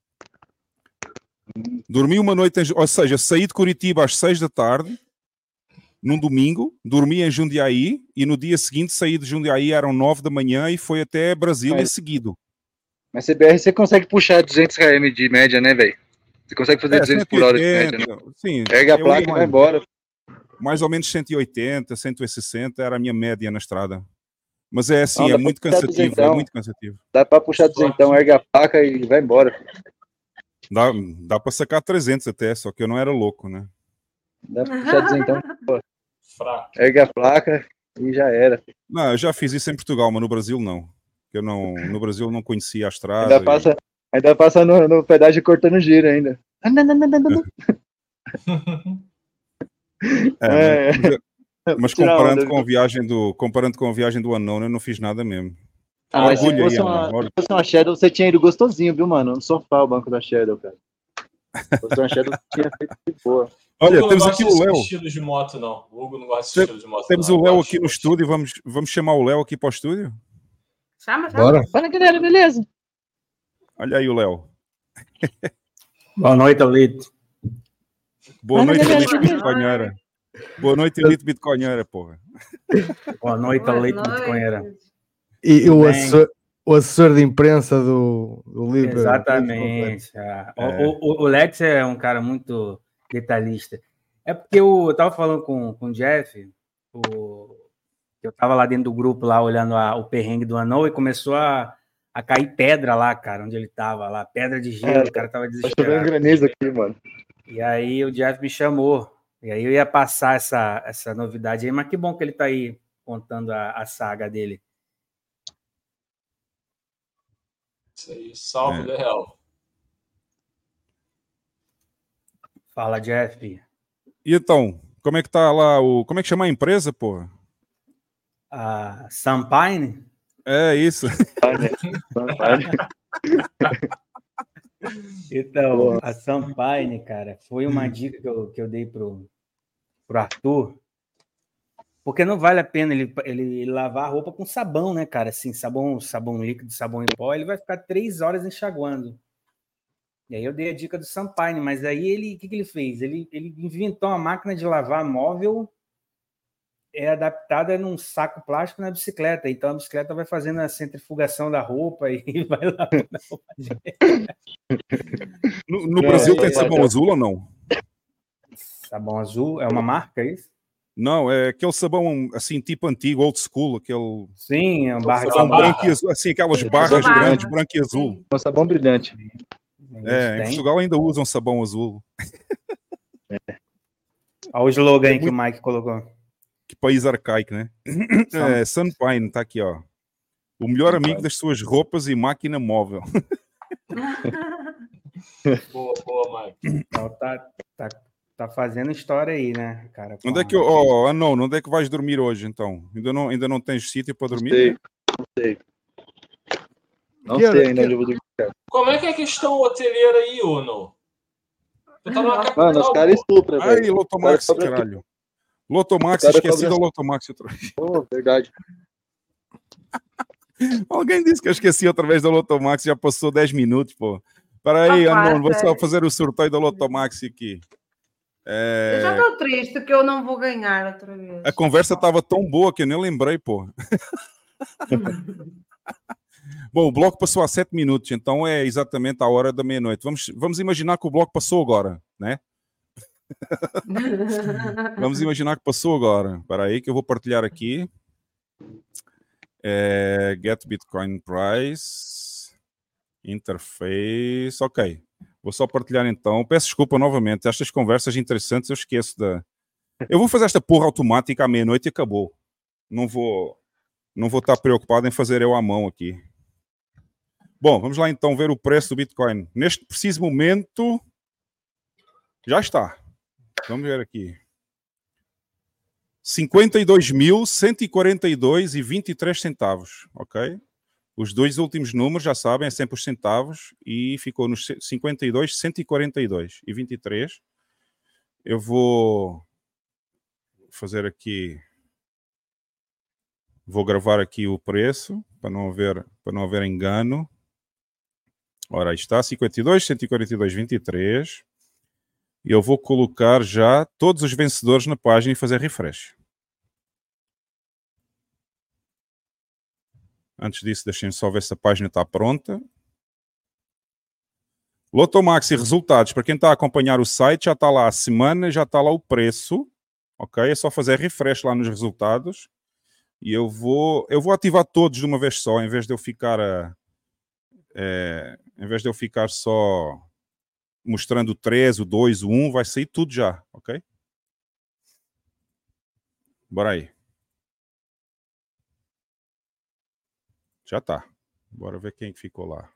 Dormi uma noite, ou seja, saí de Curitiba às 6 da tarde, num domingo, dormi em Jundiaí e no dia seguinte saí de Jundiaí, eram 9 da manhã e foi até Brasília seguido. Mas CBR você consegue puxar 200 km de média, né, velho? Você consegue fazer 200 por hora de média, né? Sim. Pega a placa e vai embora. Mais ou menos 180, 160 era a minha média na estrada. Mas é assim, é muito cansativo, Dá pra puxar 200, erga a placa e vai embora. Dá pra sacar 300 até, só que eu não era louco, né? Dá pra puxar 200, erga a placa e já era. Não, eu já fiz isso em Portugal, mas no Brasil não. No Brasil eu não conhecia a estrada. Ainda passa no pedágio cortando giro ainda. Mas comparando com a viagem do Unknown, eu não fiz nada mesmo. Mas se fosse uma Shadow, você tinha ido gostosinho, viu, mano? No sofá, o banco da Shadow, cara. O Tranchero tinha feito de boa. Olha, Hugo temos não aqui gosta o Léo. desse estilo de moto, não. O Hugo não gosta desse estilo de moto. Temos não. o Léo aqui no estúdio. Vamos chamar o Léo aqui para o estúdio? Chama. Bora. Fala, galera, beleza? Olha aí o Léo. Boa noite, Elite. Boa noite, Elite Bitcoinheira. Boa noite, Elite Bitcoinheira, porra. Boa noite, Elite Bitcoinheira. E o assessor de imprensa do livro. Exatamente. O Lex é um cara muito detalhista. É porque eu estava falando com o Jeff, eu estava lá dentro do grupo, lá olhando o perrengue do Anão, e começou a cair pedra lá, cara, onde ele estava lá, pedra de gelo, o cara estava desesperado. Tá chovendo granizo aqui, mano. E aí o Jeff me chamou, e aí eu ia passar essa novidade aí, mas que bom que ele está aí contando a saga dele. Isso aí, salve, Real. Fala, Jeff. E então, como é que tá lá como é que chama a empresa, porra? A Sampine? É isso. Então, a Sampine, cara, foi uma dica que eu dei pro Arthur, porque não vale a pena ele lavar a roupa com sabão, né, cara? Assim, sabão líquido, sabão em pó, ele vai ficar 3 horas enxaguando. E aí eu dei a dica do Sampine, mas aí o que ele fez? Ele inventou uma máquina de lavar móvel adaptada num saco plástico na bicicleta. Então a bicicleta vai fazendo a centrifugação da roupa e vai lavando a roupa. No Brasil tem sabão azul ou não? Sabão azul? É uma marca, é isso? Não, é aquele sabão assim, tipo antigo, old school, aquele. Sim, é um barra sabão branco e azul, assim, aquelas barras grandes, branco e azul. É um sabão brilhante. Em Portugal ainda usam sabão azul. Olha o slogan aí que o Mike colocou. Que país arcaico, né? Sunpine, tá aqui, ó. O melhor amigo das suas roupas e máquina móvel. Boa, Mike. Então tá fazendo história aí, né, cara? Onde é que onde é que vais dormir hoje, então? Ainda não tens sítio para dormir? Não sei ainda onde eu vou dormir. Como é que é a questão hoteleira aí, Uno? Tu tá numa capital, mano, os caras estupram, velho. Ai, Lotomax, caralho. Lotomax, esqueci da Lotomax outra vez. Verdade. Alguém disse que eu esqueci outra vez da Lotomax, já passou 10 minutos, pô. Espera aí, vou só fazer o sorteio da Lotomax aqui. Eu já estou triste que eu não vou ganhar outra vez. A conversa estava tão boa que eu nem lembrei, pô. Bom, o bloco passou há 7 minutos, então é exatamente a hora da meia-noite. Vamos imaginar que o bloco passou agora, né? Vamos imaginar que passou agora. Espera aí que eu vou partilhar aqui. Get Bitcoin Price. Interface. Ok. Vou só partilhar então. Peço desculpa novamente. Estas conversas interessantes eu esqueço da... Eu vou fazer esta porra automática à meia-noite e acabou. Não vou estar preocupado em fazer eu à mão aqui. Bom, vamos lá então ver o preço do Bitcoin. Neste preciso momento, já está. Vamos ver aqui. 52.142,23 centavos, ok? Os dois últimos números, já sabem, é sempre os centavos e ficou nos 52.142,23. Eu vou fazer aqui... Vou gravar aqui o preço, para não haver engano. Ora, aí está, 52.142,23. E eu vou colocar já todos os vencedores na página e fazer refresh. Antes disso, deixem só ver se a página está pronta. Lotomax e resultados. Para quem está a acompanhar o site, já está lá a semana, já está lá o preço. Ok? É só fazer refresh lá nos resultados. E eu vou ativar todos de uma vez só, em vez de eu ficar só mostrando o 3, o 2, o 1, vai sair tudo já, ok? Bora aí. Já tá. Bora ver quem ficou lá.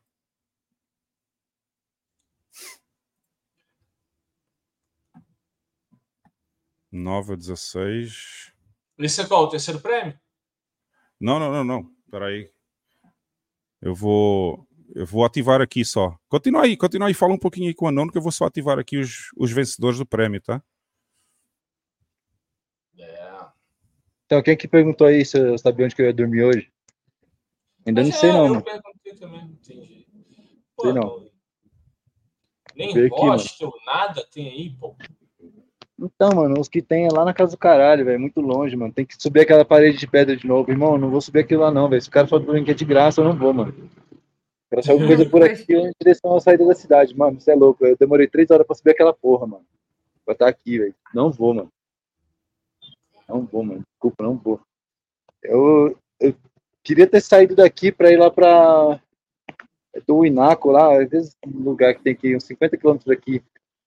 Nova 16. Esse é qual? O terceiro prêmio? Não. Espera aí. Eu vou Eu vou ativar aqui só. Continua aí, fala um pouquinho aí com a Nono, que eu vou só ativar aqui os vencedores do prémio, tá? Então, quem que perguntou aí se eu sabia onde que eu ia dormir hoje? Ainda não sei, não, mano. Eu perguntei também, entendi. Pô, sei não. Nem hostel, nada tem aí, pô. Então, mano, os que tem é lá na casa do caralho, velho, muito longe, mano. Tem que subir aquela parede de pedra de novo. Irmão, não vou subir aquilo lá não, velho. Se o cara for que é de graça, eu não vou, mano. Quero achar alguma coisa por aqui em direção à saída da cidade. Mano, isso é louco. Eu demorei 3 horas pra subir aquela porra, mano. Pra estar aqui, velho. Não vou, mano. Não vou, mano. Desculpa, não vou. Eu queria ter saído daqui pra ir lá pra... do Inaco lá, às vezes um lugar que tem aqui uns 50 quilômetros daqui.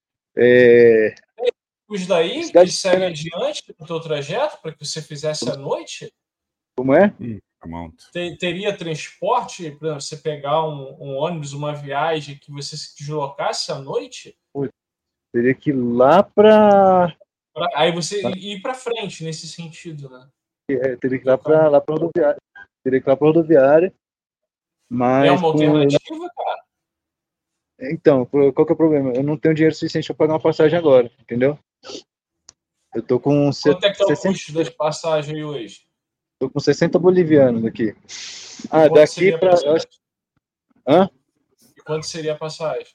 Os daí que seguem adiante do teu trajeto para que você fizesse à noite? Como é? Teria transporte para você pegar um ônibus, uma viagem que você se deslocasse à noite? Teria que ir lá para... Aí você ir para frente nesse sentido, né? Teria que ir lá para rodoviária. Teria que ir lá para rodoviária. Mas é uma alternativa, cara? Então, qual que é o problema? Eu não tenho dinheiro suficiente para pagar uma passagem agora, entendeu? Eu tô com... Quanto é que é o custo das passagens hoje? Tô com 60 bolivianos aqui. Ah, daqui para... Hã? E quanto seria a passagem?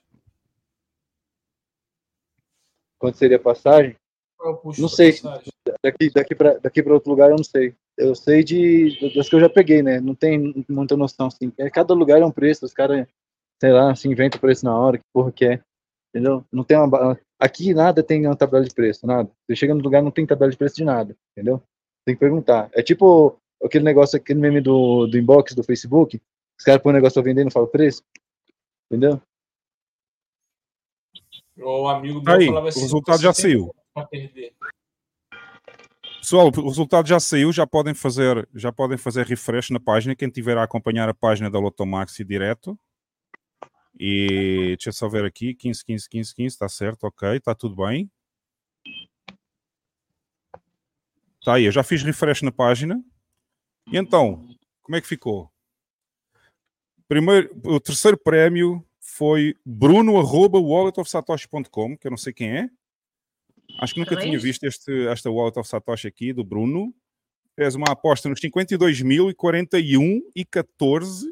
Quanto seria a passagem? Qual é o custo não sei. Passagem? Daqui para outro lugar eu não sei. Eu sei das que eu já peguei, né? Não tem muita noção, assim. Cada lugar é um preço, os caras, sei lá, se inventam o preço na hora, que porra que é. Entendeu? Não tem uma... Aqui nada tem uma tabela de preço, nada. Você chega no lugar, não tem tabela de preço de nada, entendeu? Tem que perguntar. É tipo aquele negócio, aquele meme do inbox do Facebook, os caras põem um negócio pra vender e não falam o preço, entendeu? O amigo meu aí, falava assim... O resultado já saiu. Pessoal, o resultado já saiu, já podem fazer refresh na página, quem tiver a acompanhar a página da Lotomaxi direto. E deixa eu só ver aqui, 15, está certo, ok, está tudo bem. Está aí, eu já fiz refresh na página. E então, como é que ficou? O terceiro prémio foi bruno@walletofsatoshi.com, que eu não sei quem é. Acho que nunca tinha visto esta Wallet of Satoshi aqui, do Bruno. Fez uma aposta nos 52.041 e 14...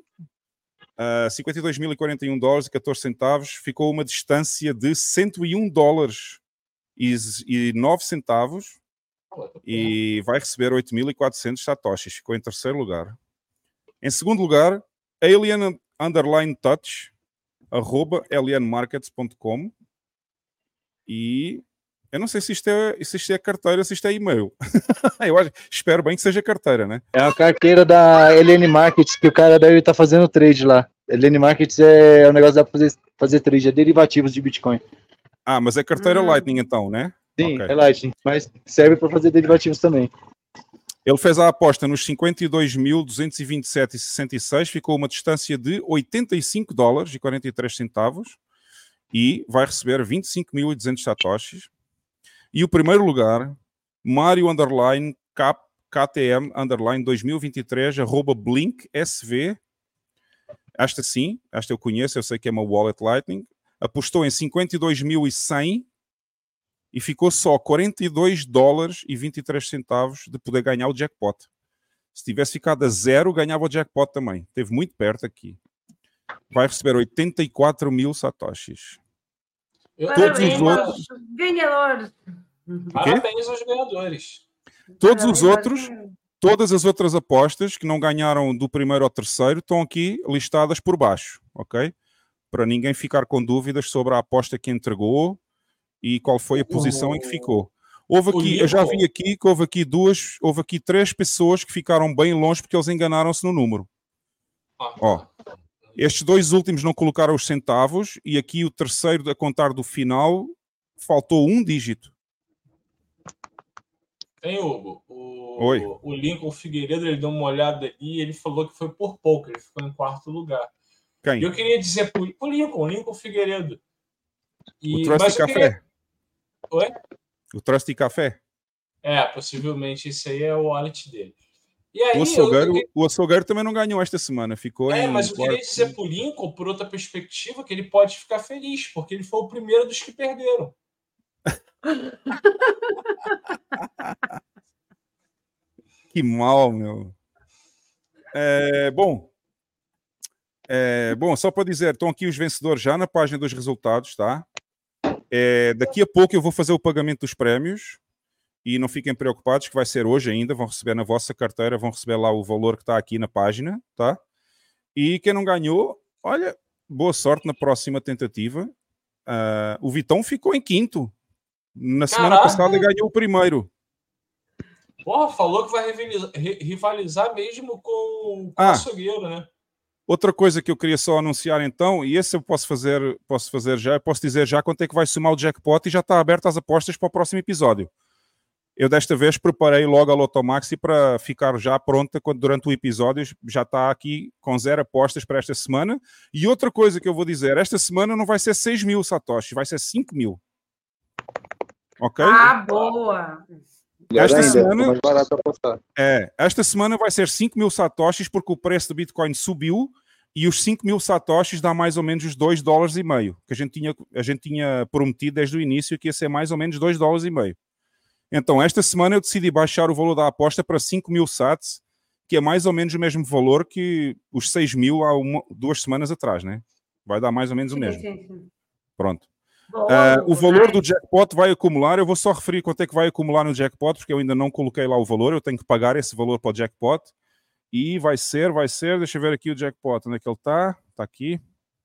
$52.041.14, ficou uma distância de $101 e 9 centavos e vai receber 8.400 satoshis. Ficou em terceiro lugar. Em segundo lugar, alien_touch @alienmarkets.com, e eu não sei se isto é carteira, se isto é e-mail. Espero bem que seja carteira, né? É a carteira da Alien Markets, que o cara deve estar fazendo trade lá. Alien Markets é um negócio que dá para fazer trade, é derivativos de Bitcoin. Ah, mas é carteira Lightning então, né? Sim, okay. É Lightning, mas serve para fazer derivativos também. Ele fez a aposta nos 52.227,66, ficou uma distância de $85,43 e vai receber 25.200 satoshis. E o primeiro lugar, Mario_KTM_2023 @BlinkSV. Esta sim, esta eu conheço, eu sei que é uma wallet Lightning. Apostou em 52.100 e ficou só $42,23 de poder ganhar o jackpot. Se tivesse ficado a zero, ganhava o jackpot também. Esteve muito perto aqui. Vai receber 84.000 satoshis. Todos os outros ganhadores. Parabéns aos ganhadores. Todas as outras apostas que não ganharam do primeiro ao terceiro estão aqui listadas por baixo, ok? Para ninguém ficar com dúvidas sobre a aposta que entregou e qual foi a posição em que ficou. Eu já vi aqui que houve aqui 3 pessoas que ficaram bem longe porque eles enganaram-se no número. Estes 2 últimos não colocaram os centavos e aqui o terceiro a contar do final faltou um dígito. Hein, Hugo? O Lincoln Figueiredo, ele deu uma olhada e ele falou que foi por pouco, ele ficou em 4º lugar. Quem? E eu queria dizer pro Lincoln Figueiredo. O Trusty Café? Oi? O Trusty Café? Possivelmente esse aí é o wallet dele. E aí, o açougueiro também não ganhou esta semana. Ficou em mas eu queria dizer pro Lincoln, por outra perspectiva, que ele pode ficar feliz, porque ele foi o primeiro dos que perderam. Que mal, meu. Bom, só para dizer, estão aqui os vencedores já na página dos resultados, tá? Daqui a pouco eu vou fazer o pagamento dos prémios e não fiquem preocupados que vai ser hoje ainda, vão receber na vossa carteira, vão receber lá o valor que está aqui na página, tá? E quem não ganhou, olha, boa sorte na próxima tentativa. O Vitão ficou em quinto. Na semana passada ganhou o primeiro. Porra, falou que vai rivalizar mesmo com o açougueiro, né? Outra coisa que eu queria só anunciar então, e esse eu posso dizer já quanto é que vai somar o jackpot e já está aberto as apostas para o próximo episódio. Eu desta vez preparei logo a Lotomaxi para ficar já pronta durante o episódio, já está aqui com 0 apostas para esta semana. E outra coisa que eu vou dizer, esta semana não vai ser 6.000 satoshis, vai ser 5.000. Ok? Boa! Esta semana vai ser 5.000 satoshis porque o preço do Bitcoin subiu e os 5.000 satoshis dá mais ou menos os $2,5 que a gente tinha prometido desde o início que ia ser mais ou menos $2,5. Então esta semana eu decidi baixar o valor da aposta para 5.000 sats, que é mais ou menos o mesmo valor que os 6.000 há 2 semanas atrás, né? Vai dar mais ou menos o mesmo. Sim. Pronto. O valor do jackpot vai acumular, eu vou só referir quanto é que vai acumular no jackpot, porque eu ainda não coloquei lá o valor, eu tenho que pagar esse valor para o jackpot, e vai ser, deixa eu ver aqui o jackpot, onde é que ele está? Está aqui.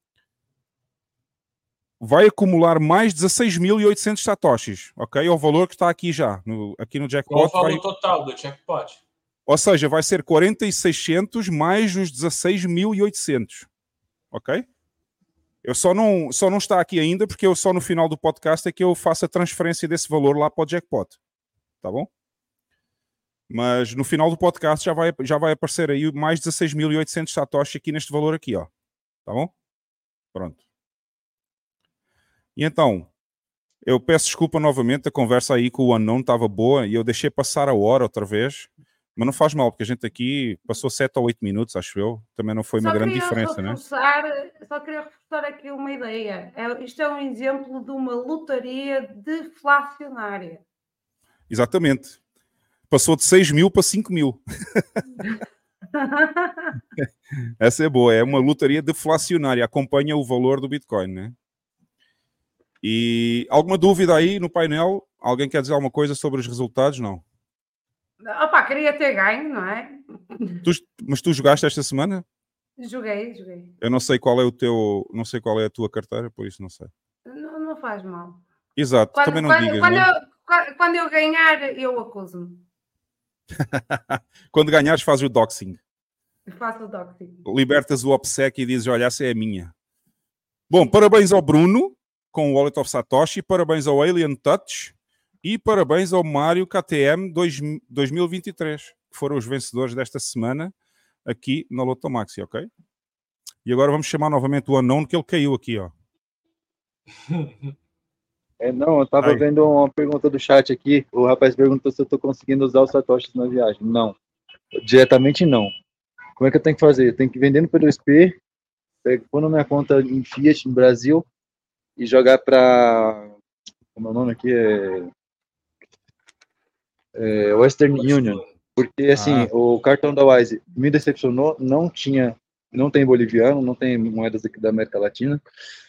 Vai acumular mais 16.800 satoshis, ok? É o valor que está aqui já, aqui no jackpot. Qual o valor total do jackpot? Ou seja, vai ser 4.600 mais os 16.800, ok? Eu só não está aqui ainda, porque eu só no final do podcast é que eu faço a transferência desse valor lá para o jackpot. Tá bom? Mas no final do podcast já vai aparecer aí mais 16.800 satoshi aqui neste valor aqui, ó. Tá bom? Pronto. E então, eu peço desculpa novamente, a conversa aí com o Unknown estava boa e eu deixei passar a hora outra vez. Mas não faz mal, porque a gente aqui passou 7 ou 8 minutos, acho eu. Também não foi uma grande diferença, né? Só queria reforçar aqui uma ideia. Isto é um exemplo de uma lotaria deflacionária. Exatamente. Passou de 6.000 para 5.000. Essa é boa. É uma lotaria deflacionária. Acompanha o valor do Bitcoin, né? E alguma dúvida aí no painel? Alguém quer dizer alguma coisa sobre os resultados? Não. Opa, queria ter ganho, não é? Mas tu jogaste esta semana? Joguei. Eu não sei qual é não sei qual é a tua carteira, por isso não sei. Não faz mal. Exato, também não digas. Quando eu ganhar, eu acuso-me. Quando ganhares, fazes o doxing. Faço o doxing. Libertas o OPSEC e dizes, olha, essa é a minha. Bom, parabéns ao Bruno com o Wallet of Satoshi, parabéns ao Alien Touch e parabéns ao Mário KTM 2023, que foram os vencedores desta semana aqui na Lotomaxi, ok? E agora vamos chamar novamente o Unknown, que ele caiu aqui, ó. Não, eu estava vendo uma pergunta do chat aqui. O rapaz perguntou se eu estou conseguindo usar os satoshis na viagem. Não, diretamente não. Como é que eu tenho que fazer? Eu tenho que vender no P2P, pôr na minha conta em Fiat no Brasil e jogar para... Como é o nome aqui? Western Union. Porque, assim, o cartão da Wise me decepcionou. Não tem boliviano, não tem moedas aqui da América Latina.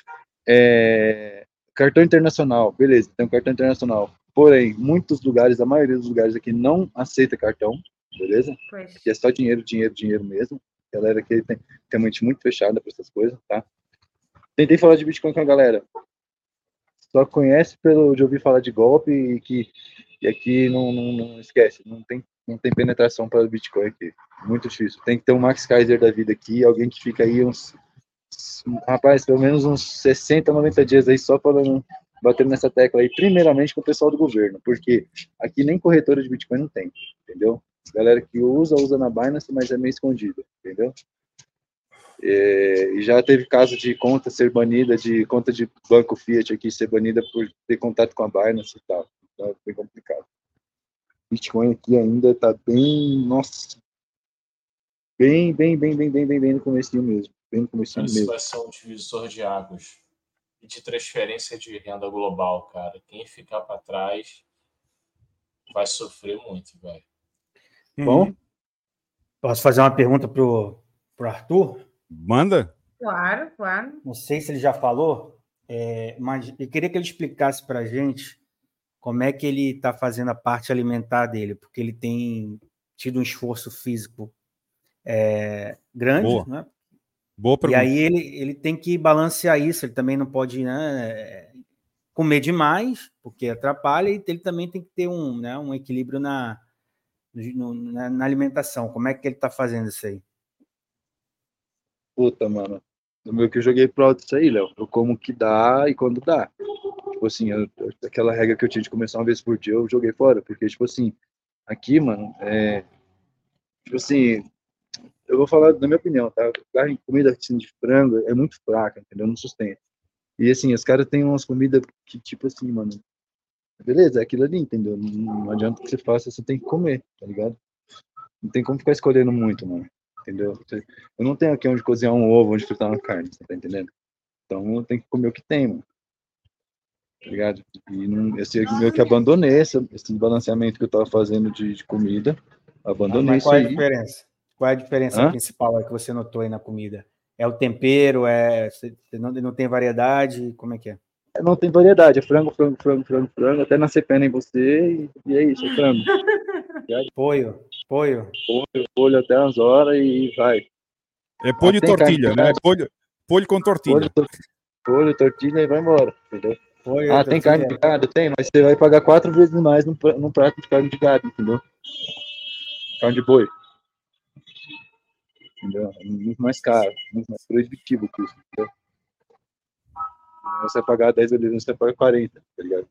Cartão internacional, beleza, tem um cartão internacional. Porém, muitos lugares, a maioria dos lugares aqui não aceita cartão, beleza? Aqui é só dinheiro mesmo. A galera aqui tem a mente muito fechada para essas coisas, tá? Tentei falar de Bitcoin com a galera. Só conhece de ouvir falar de golpe e aqui não esquece, não tem penetração para o Bitcoin aqui. Muito difícil. Tem que ter um Max Kaiser da vida aqui, alguém que fica aí pelo menos uns 60, 90 dias aí só batendo nessa tecla aí, primeiramente com o pessoal do governo, porque aqui nem corretora de Bitcoin não tem, entendeu? Galera que usa na Binance, mas é meio escondida, entendeu? E já teve caso de conta ser banida, de conta de banco Fiat aqui ser banida por ter contato com a Binance e tal. Então é bem complicado. Bitcoin aqui ainda tá bem... Nossa, bem no comecinho mesmo. Bem no comecinho Isso mesmo. vai ser um divisor de águas e de transferência de renda global, cara. Quem ficar para trás vai sofrer muito, velho. Bom, posso fazer uma pergunta pro Arthur? Manda. Claro. Não sei se ele já falou, mas eu queria que ele explicasse para a gente como é que ele está fazendo a parte alimentar dele, porque ele tem tido um esforço físico grande, Boa. né? Boa pergunta. E aí ele tem que balancear isso, ele também não pode, né, comer demais, porque atrapalha, e ele também tem que ter um equilíbrio na alimentação. Como é que ele está fazendo isso aí? puta, mano. No meu que eu joguei pro alto isso aí, Léo. Eu como que dá e quando dá. Tipo assim, aquela regra que eu tinha de começar uma vez por dia, eu joguei fora. Porque, tipo assim, aqui, mano, tipo assim, eu vou falar da minha opinião, tá? Comida assim, de frango é muito fraca, entendeu? Não sustenta. E assim, os caras têm umas comidas que, tipo assim, mano, beleza, é aquilo ali, entendeu? Não adianta que você faça, você tem que comer, tá ligado? Não tem como ficar escolhendo muito, mano. Entendeu? Eu não tenho aqui onde cozinhar um ovo, onde fritar uma carne, você tá entendendo? Então eu tenho que comer o que tem, mano. Tá ligado? E esse meio que abandonei esse balanceamento que eu tava fazendo de comida. Abandonei Mas qual isso é a aí. diferença? Qual é a diferença principal aí que você notou aí na comida? É o tempero? Você não tem variedade? Como é que é? Não tem variedade, é frango, até nascer pena em você e é isso, é frango. Polho. Polho até umas horas e vai. É polho e tortilha, né? Polho com tortilha. Polho, tortilha e vai embora, entendeu? Polho, tem tortilha. carne de gado? Tem, mas você vai pagar 4 vezes mais num prato de carne de gado, entendeu? Carne de boi. Entendeu? É muito mais caro, muito mais proibitivo o custo, entendeu? Você vai pagar 10 ali, você paga 40, tá ligado?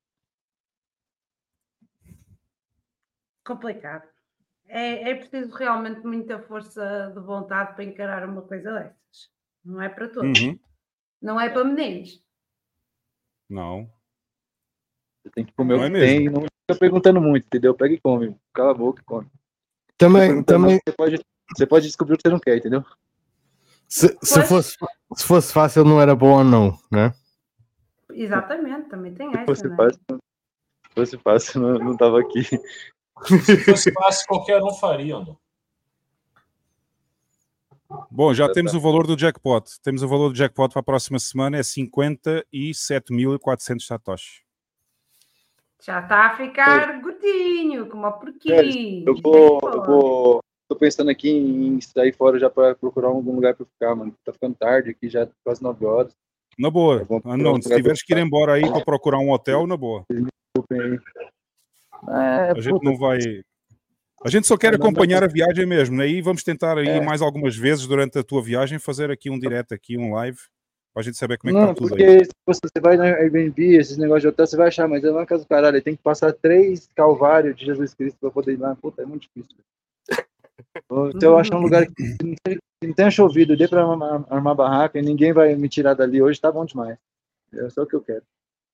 Complicado. É preciso realmente muita força de vontade para encarar uma coisa dessas. Não é para todos. Não é para meninos. Não. Você tem que comer o que tem e não fica perguntando muito, entendeu? Pega e come. Cala a boca e come. Também. Você pode descobrir o que você não quer, entendeu? Se fosse fácil, não era bom ou não, né? Exatamente, também tem essa, Se fosse fácil, não tava aqui. Se fosse fácil, qualquer um faria, não? Bom, já temos o valor do jackpot. Temos o valor do jackpot para a próxima semana, é 57.400 satoshi. Já está a ficar gordinho, como a porquinho. Tô pensando aqui em sair fora já para procurar algum lugar para ficar, mano. Tá ficando tarde aqui, já quase 9 horas. Na boa. Não, se tiveres que ir embora aí para procurar um hotel, na boa. A gente não vai... A gente só quer acompanhar a viagem mesmo. Aí vamos tentar aí mais algumas vezes durante a tua viagem fazer aqui um direto, aqui um live, para a gente saber como é que está tudo aí. Porque se você vai na Airbnb, esses negócios de hotel, você vai achar, mas é uma casa do caralho. Tem que passar 3 calvários de Jesus Cristo para poder ir lá. Puta, é muito difícil. Se eu achar um lugar que não tenha chovido, dê para armar barraca e ninguém vai me tirar dali hoje, tá bom demais. É só o que eu quero.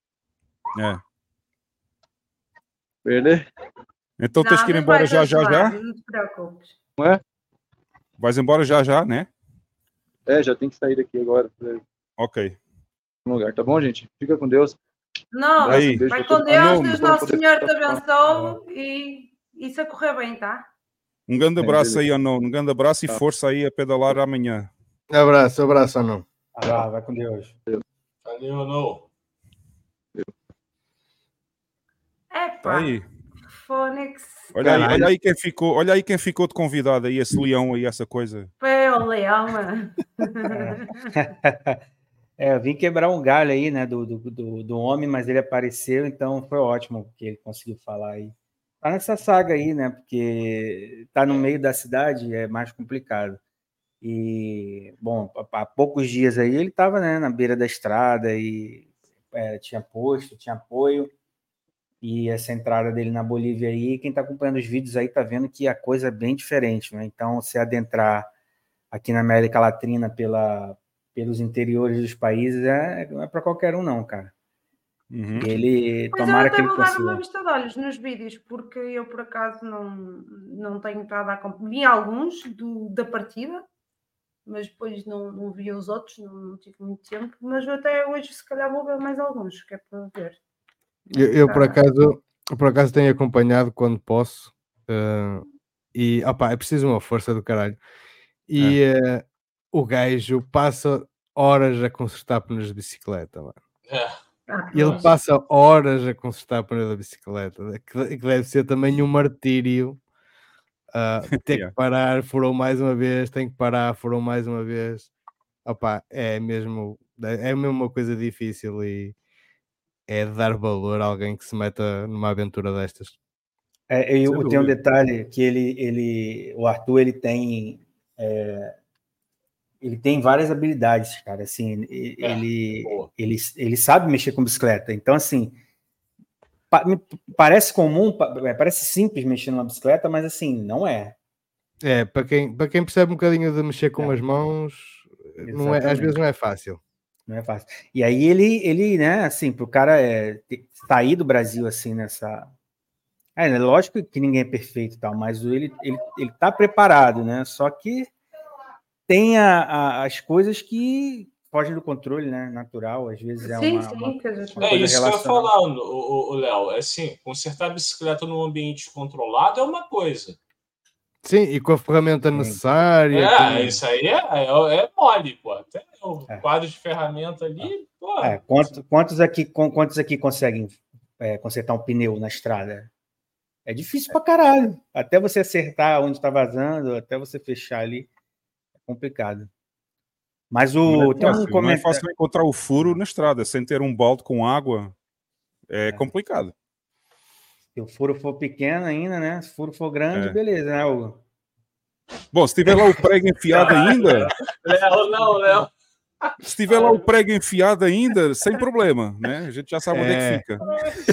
Beleza? Então tens que ir embora já? Não te preocupes. Não é? Vais embora já, né? Já tem que sair daqui agora. Ok. Um lugar, tá bom, gente? Fica com Deus. Não, vai com Deus, Deus Nosso Senhor te abençoe e isso a correr bem, tá? Um grande abraço aí, Anão. Um grande abraço e força aí a pedalar amanhã. Abraço, Anão. Vai com Deus. Valeu, Anão. Tá aí. Fônix. Olha aí quem ficou de convidado aí, esse leão aí, essa coisa. Foi o leão, mano. Eu vim quebrar um galho aí, né, do homem, mas ele apareceu, então foi ótimo que ele conseguiu falar aí. Tá nessa saga aí, né, porque tá no meio da cidade, é mais complicado. E, bom, há poucos dias aí ele tava, né, na beira da estrada e tinha posto, tinha apoio. E essa entrada dele na Bolívia aí, quem está acompanhando os vídeos aí está vendo que a coisa é bem diferente, né? Então, se adentrar aqui na América Latina pelos interiores dos países, não é para qualquer um não, cara. Ele, Mas tomara eu que até ele vou dar consiga. uma vista de olhos nos vídeos, porque eu por acaso não tenho estado a acompanhar. Vi alguns da partida, mas depois não vi os outros, não tive muito tempo. Mas eu até hoje, se calhar, vou ver mais alguns, que é para ver. Eu por acaso tenho acompanhado quando posso. E é preciso uma força do caralho. E o gajo passa horas a consertar pneus de bicicleta, mano. Ele passa horas a consertar pneus da bicicleta, que deve ser também um martírio. Ter que parar, furou mais uma vez, tem que parar, furou mais uma vez. É mesmo uma coisa difícil e é de dar valor a alguém que se meta numa aventura destas. Tem um detalhe que o Arthur, ele tem várias habilidades, cara. Assim, ele sabe mexer com bicicleta. Então, assim, parece comum, parece simples mexer numa bicicleta, mas assim, não é. Para quem percebe um bocadinho de mexer com as mãos, não é, às vezes não é fácil. Não é fácil. E aí ele né, assim, pro cara sair do Brasil assim nessa. Lógico que ninguém é perfeito e tal, mas ele tá preparado, né? Só que tem as coisas que fogem do controle, né? Natural, às vezes é uma isso que eu ia falando, o Léo. Assim, consertar a bicicleta num ambiente controlado é uma coisa. Sim, e com a ferramenta necessária. Isso aí é mole, pô. Até o quadro de ferramenta ali, pô. Quantos aqui conseguem consertar um pneu na estrada? É difícil pra caralho. Até você acertar onde tá vazando, até você fechar ali, é complicado. Mas não é fácil encontrar o furo na estrada, sem ter um balde com água. É complicado. Se o furo for pequeno ainda, né? Se o furo for grande, beleza, né, Hugo? Bom, se tiver lá o prego enfiado ainda... Léo. Se tiver lá o prego enfiado ainda, sem problema, né? A gente já sabe onde é que fica.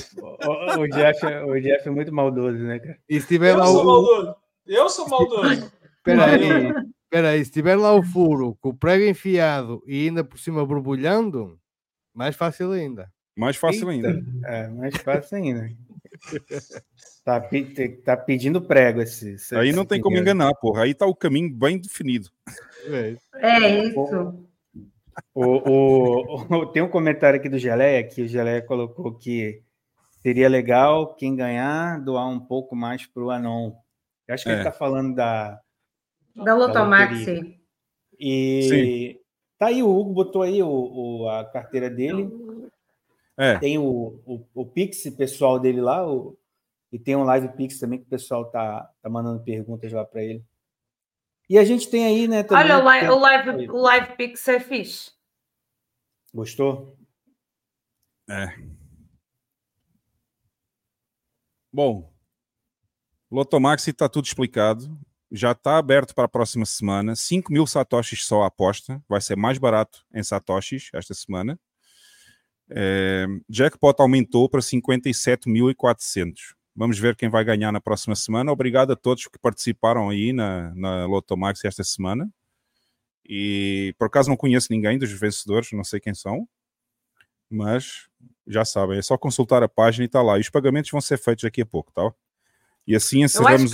O Jeff é muito maldoso, né, cara? E se tiver Eu sou maldoso. Espera aí, se tiver lá o furo com o prego enfiado e ainda por cima borbulhando, mais fácil ainda. Mais fácil ainda. Mais fácil ainda. Tá pedindo prego aí não tem como enganar, porra. Aí tá o caminho bem definido. É isso. Tem um comentário aqui do Geleia, que o Geleia colocou que seria legal quem ganhar doar um pouco mais pro Anon. Eu acho que ele tá falando da Lotomaxi. E sim. Tá aí, o Hugo botou aí a carteira dele. Tem o Pix pessoal dele lá, e tem um Live Pix também que o pessoal tá mandando perguntas lá para ele. E a gente tem aí, né? Também, olha, o Live Pix é fixe. Gostou? Bom, Lotomaxi está tudo explicado. Já está aberto para a próxima semana. 5.000 satoshis só a aposta. Vai ser mais barato em satoshis esta semana. Jackpot aumentou para 57.400. Vamos ver quem vai ganhar na próxima semana. Obrigado a todos que participaram aí na Lotomaxi esta semana. E por acaso não conheço ninguém dos vencedores, não sei quem são. Mas já sabem, é só consultar a página e está lá. E os pagamentos vão ser feitos daqui a pouco, tá? E assim encerramos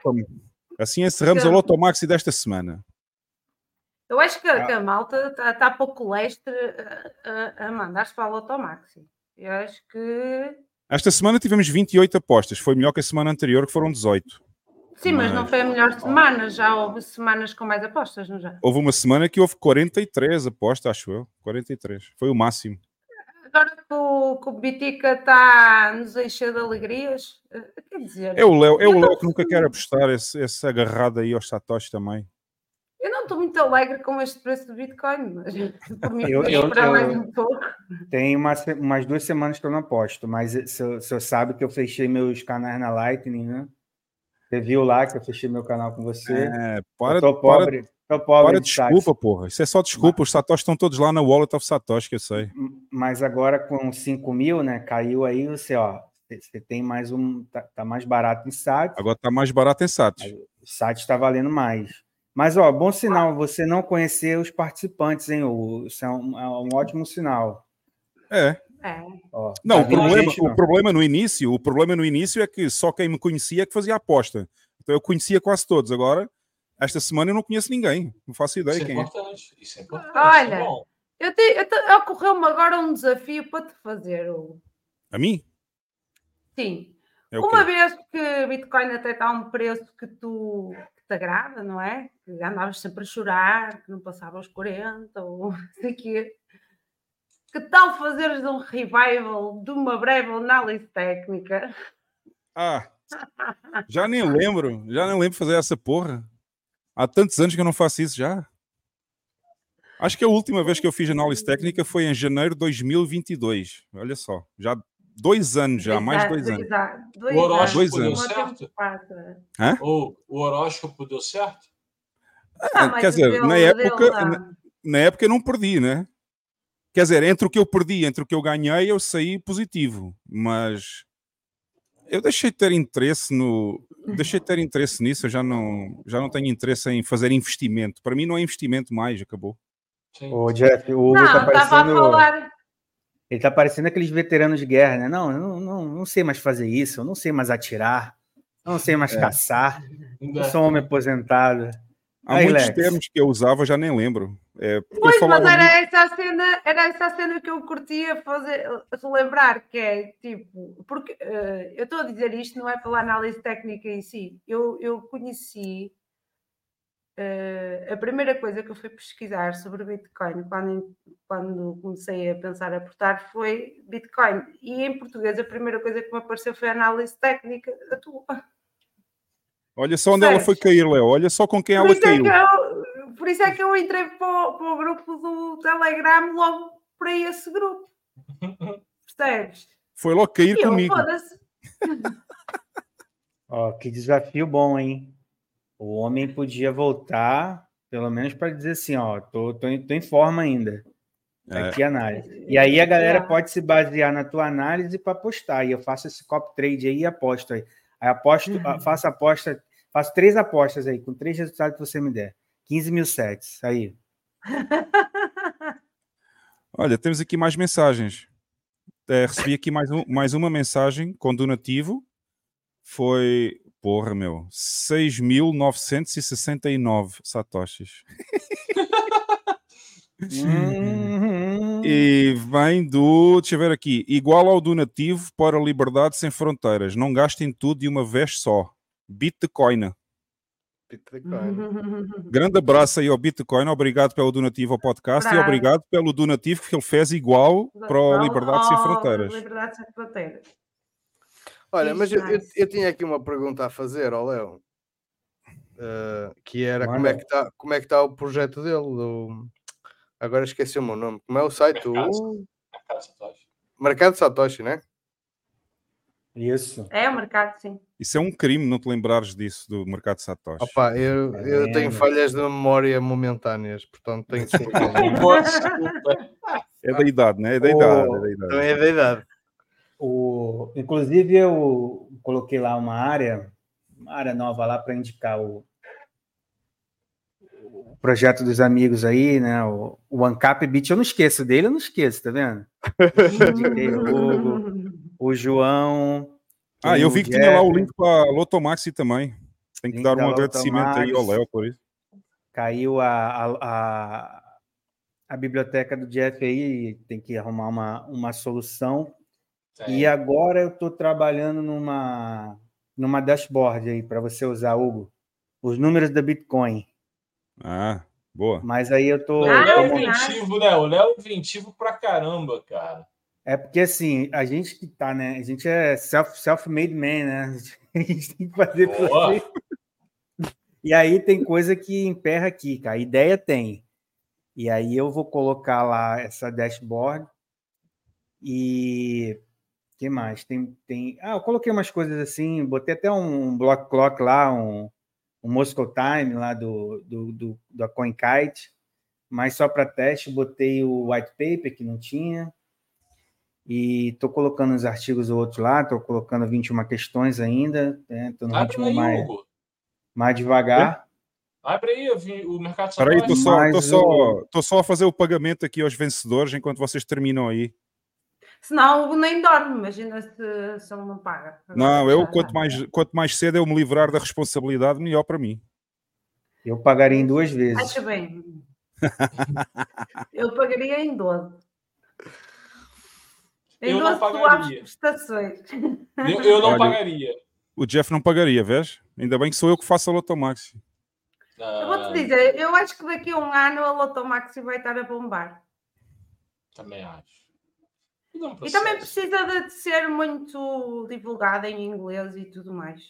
a Lotomaxi desta semana. Eu acho que a malta está pouco lestre a mandar-se para a Lotomaxi. Eu acho que... Esta semana tivemos 28 apostas. Foi melhor que a semana anterior, que foram 18. Sim, mas não foi a melhor semana. Já houve semanas com mais apostas, não já? Houve uma semana que houve 43 apostas, acho eu. 43. Foi o máximo. Agora que o Bitica está nos encher de alegrias, quer dizer... É o Léo que nunca quer apostar esse agarrado aí aos satoshis também. Eu não estou muito alegre com este preço do Bitcoin, mas por mim para mais um pouco. Tem umas 2 semanas que eu não aposto, mas o senhor sabe que eu fechei meus canais na Lightning, né? Você viu lá que eu fechei meu canal com você. Tô pobre desculpa, porra. Isso é só desculpa. Os satoshis estão todos lá na Wallet of Satoshi, que eu sei. Mas agora com 5.000, né? Caiu aí, você tem mais tá mais barato em SAT. Agora tá mais barato em SAT. O SAT está valendo mais. Mas, bom sinal, você não conhecer os participantes, hein? Isso é um ótimo sinal. Ó, Não, tá o problema no início é que só quem me conhecia é que fazia aposta. Então eu conhecia quase todos. Agora, esta semana eu não conheço ninguém. Não faço ideia quem é. Isso é importante. Olha, ocorreu-me agora um desafio para te fazer, Hugo. A mim? Sim. É uma vez que Bitcoin até está a um preço que te agrada, não é? Que andavas sempre a chorar, que não passava os 40 ou sei quê. Que tal fazeres de um revival de uma breve análise técnica? Já nem lembro fazer essa porra. Há tantos anos que eu não faço isso já. Acho que a última vez que eu fiz análise técnica foi em janeiro de 2022. Olha só, já 2 anos já, mais 2 anos. O horóscopo deu anos. certo? Hã? O horóscopo deu certo? Quer dizer, na época eu não perdi, né? Quer dizer, entre o que eu perdi e entre o que eu ganhei, eu saí positivo. Mas eu deixei de ter interesse nisso. Eu já não tenho interesse em fazer investimento. Para mim não é investimento mais, acabou. O Jeff, o Hugo tá parecendo... Ele tá parecendo aqueles veteranos de guerra, né? Não sei mais fazer isso, eu não sei mais atirar, não sei mais caçar, eu sou um homem aposentado. Há muitos termos que eu usava, eu já nem lembro. Pois, mas era essa a cena que eu curtia relembrar, que é tipo, porque eu estou a dizer isto, não é pela análise técnica em si. Eu conheci a primeira coisa que eu fui pesquisar sobre Bitcoin quando comecei a pensar a aportar foi Bitcoin. E em português a primeira coisa que me apareceu foi a análise técnica da tua. Olha só onde ela foi cair, Léo. Olha só com quem ela caiu. Por isso é que eu entrei para o grupo do Telegram logo para esse grupo. Percebes? Foi logo cair comigo. Ó, que desafio bom, hein? O homem podia voltar, pelo menos para dizer assim, ó, tô em forma ainda. Aqui a análise. E aí a galera pode se basear na tua análise para apostar. E eu faço esse copy trade aí e aposto aí. Aí faço 3 apostas aí, com 3 resultados que você me der. 15 mil sets, aí. Olha, temos aqui mais mensagens. Recebi aqui mais uma mensagem com donativo. Foi, 6.969 satoshis. E vem deixa eu ver aqui, igual ao donativo para a liberdade sem fronteiras. Não gastem tudo de uma vez só. Bitcoin. Grande abraço aí ao Bitcoin, obrigado pelo donativo ao podcast e obrigado pelo donativo que ele fez igual para a Liberdade Sem Fronteiras. Liberdade Sem Fronteiras. Olha, mas eu tinha aqui uma pergunta a fazer ao Léo, que era como é que está o projeto dele, agora esqueci o meu nome, como é o site? Mercado Satoshi, né? Isso. É o mercado, sim. Isso é um crime não te lembrares disso do mercado Satoshi. Opa, eu tenho falhas de memória momentâneas, portanto tenho que É da idade, né? É da idade. Inclusive eu coloquei lá uma área nova lá para indicar o projeto dos amigos aí, né? O Ancap Beat, eu não esqueço dele, tá vendo? Indiquei o Hugo, o João. Eu vi que tinha lá o link para a Lotomaxi também. Tem que dar um agradecimento aí ao Léo por isso. Caiu a biblioteca do Jeff aí, tem que arrumar uma solução. E agora eu estou trabalhando numa dashboard aí para você usar, Hugo, os números da Bitcoin. Boa. Mas aí eu tô... O Léo é inventivo, né? O Léo é inventivo pra caramba, cara. É porque, assim, a gente que tá, né? A gente é self-made man, né? A gente tem que fazer tudo. E aí tem coisa que emperra aqui, cara. A ideia tem. E aí eu vou colocar lá essa dashboard e... O que mais? Eu coloquei umas coisas assim, botei até um block clock lá, um Moscow Time lá da CoinKite, mas só para teste, botei o white paper que não tinha e estou colocando os artigos outros lá, estou colocando 21 questões ainda, estou no ritmo mais devagar. Abre aí o mercado. Espera aí, estou só a fazer o pagamento aqui aos vencedores enquanto vocês terminam aí. Senão o Hugo nem dorme, imagina se ele não paga. Não, eu quanto mais cedo eu me livrar da responsabilidade, melhor para mim. Eu pagaria em 2 vezes. Acho bem. Eu pagaria em 12. Eu não pagaria. Prestações. Eu não pagaria. O Jeff não pagaria, vês? Ainda bem que sou eu que faço a Lotomaxi. Eu vou-te dizer, eu acho que daqui a um ano a Lotomaxi vai estar a bombar. Também acho. E também precisa de ser muito divulgada em inglês e tudo mais.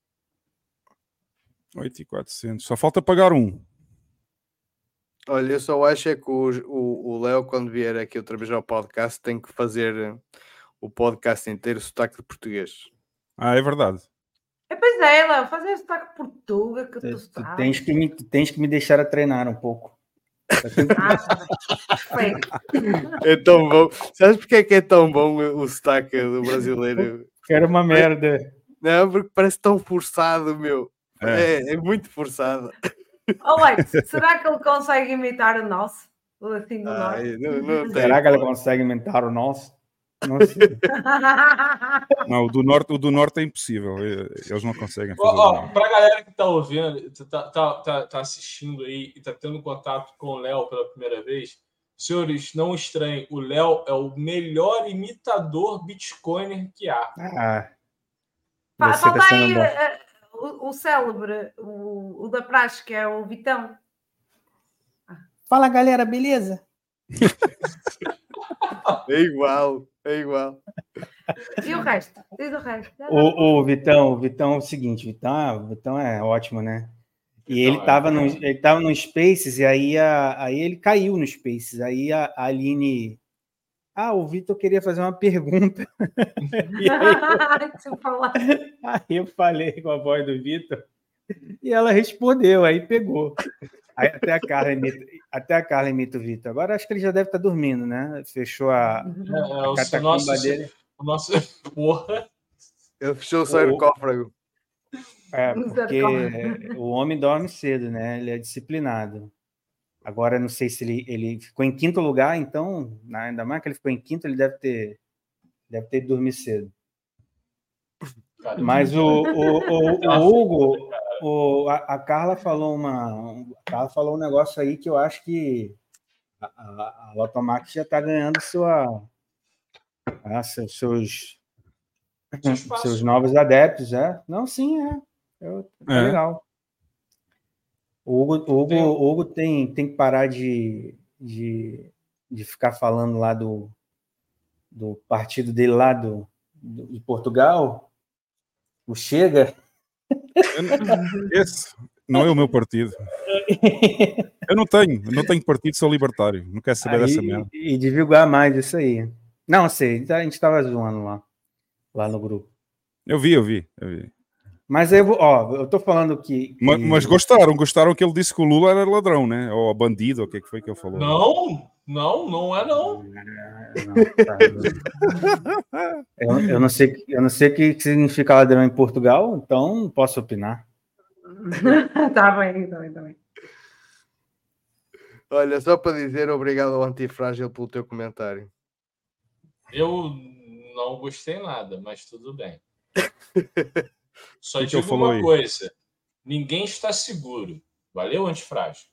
8.400. Só falta pagar um. Olha, eu só acho é que o Léo, quando vier aqui outra vez ao podcast, tem que fazer o podcast inteiro sotaque de português. Ah, é verdade. Pois é, Léo, fazer sotaque português que tu sabes. Tens que me deixar a treinar um pouco. Perfeito. É tão bom. Sabes porque é que é tão bom o sotaque do brasileiro? Era uma merda. Não, porque parece tão forçado, meu. É muito forçado. Alex, será que ele consegue imitar o nosso? Assim do norte? Será que ele consegue imitar o nosso? Não sei. Não, o do norte é impossível. Eles não conseguem fazer. Para a galera que está ouvindo, está assistindo aí e está tendo contato com o Léo pela primeira vez, senhores, não estranhem. O Léo é o melhor imitador bitcoiner que há. Falta aí o célebre, o da praxe, que é o Vitão. Fala, galera, beleza? É igual. E o resto? Diz o resto. O Vitão é o seguinte, Vitão é ótimo, né? E ele estava no Spaces e aí ele caiu no Spaces. Aí a Aline... o Vitor queria fazer uma pergunta. Aí eu falei com a voz do Vitor e ela respondeu, aí pegou. Aí até a Carla imita o Vitor. Agora acho que ele já deve estar dormindo, né? Fechou a catacumba dele. O nosso... Porra! Ele fechou o sarcófago. Porque o homem dorme cedo, né? Ele é disciplinado. Agora, não sei se ele ficou em 5º lugar, então, ainda mais que ele ficou em 5º, ele deve ter dormido cedo. Caramba. Mas o Hugo, a Carla falou um negócio aí que eu acho que a Lotomax já está ganhando seus novos adeptos, Não, sim, é legal. O Hugo tem que parar de ficar falando lá do partido dele lá de Portugal, o Chega. Esse não é o meu partido. Eu não tenho partido, sou libertário. Não quero saber dessa merda. E divulgar mais isso aí. Não, sei, a gente estava zoando lá no grupo. Eu vi. Mas eu tô falando que... Mas gostaram que ele disse que o Lula era ladrão, né? Ou bandido, o que foi que ele falou? Não é não. Eu não sei o que significa ladrão em Portugal, então não posso opinar. Tá bem. Olha, só para dizer obrigado ao Antifrágil pelo teu comentário. Eu não gostei nada, mas tudo bem. Só digo uma coisa: ninguém está seguro. Valeu, Antifrágil?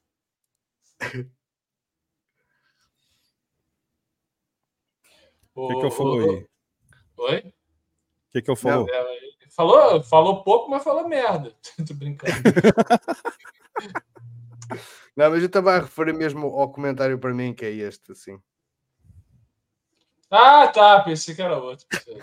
O que ele falou aí? Oi? O que ele falou? Falou pouco, mas falou merda. Tô brincando. Não, mas eu estava a referir mesmo ao comentário para mim, que é este, assim. Tá. Pensei que era outro.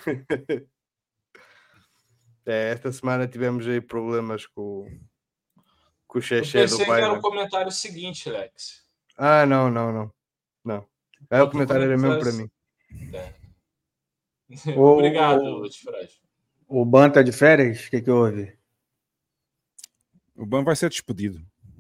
Esta semana tivemos aí problemas com o Xexé do Biden. Eu pensei que era o comentário seguinte, Lex. Não. O comentário era mesmo para mim. Obrigado, Antifrágil. O Ban tá de férias? O que houve? O Ban vai ser despedido.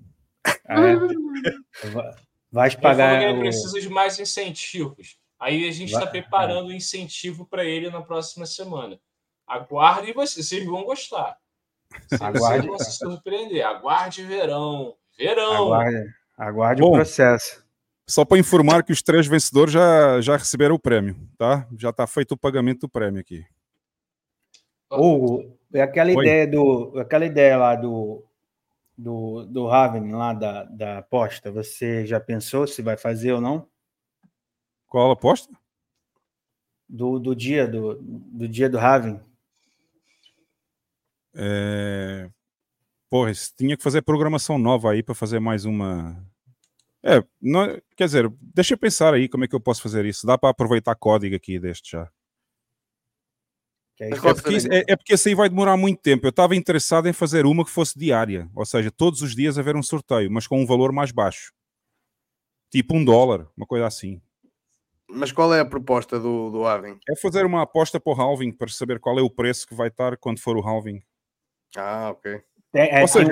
Vai pagar. Ele precisa de mais incentivos. Aí a gente está preparando o incentivo para ele na próxima semana. Aguarde e vocês vão gostar. Vocês vão se surpreender. Aguarde verão. Aguarde o processo. Só para informar que os 3 vencedores já receberam o prémio, tá? Já está feito o pagamento do prémio aqui. Hugo, aquela ideia lá do Raven, lá da aposta, você já pensou se vai fazer ou não? Qual a aposta? Do dia do Raven. Porra, tinha que fazer programação nova aí para fazer mais uma... Não, quer dizer, deixa eu pensar aí como é que eu posso fazer isso. Dá para aproveitar código aqui deste já. Porque esse aí vai demorar muito tempo. Eu estava interessado em fazer uma que fosse diária, ou seja, todos os dias haver um sorteio, mas com um valor mais baixo. Tipo $1, uma coisa assim. Mas qual é a proposta do halving? É fazer uma aposta para o halving, para saber qual é o preço que vai estar quando for o halving. Ah, ok. Ou seja,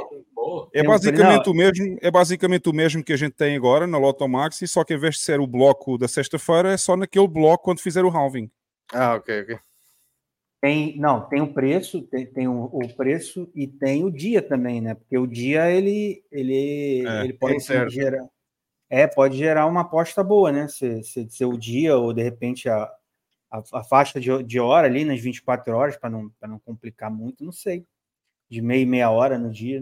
é basicamente o mesmo que a gente tem agora na Lotomaxi, só que em vez de ser o bloco da sexta-feira, é só naquele bloco quando fizer o halving. Ah, ok. Tem o preço, tem o preço e tem o dia também, né? Porque o dia ele pode gerar. Pode gerar uma aposta boa, né? Se o dia ou de repente a faixa de hora ali nas 24 horas, para não complicar muito, não sei. De meia hora no dia.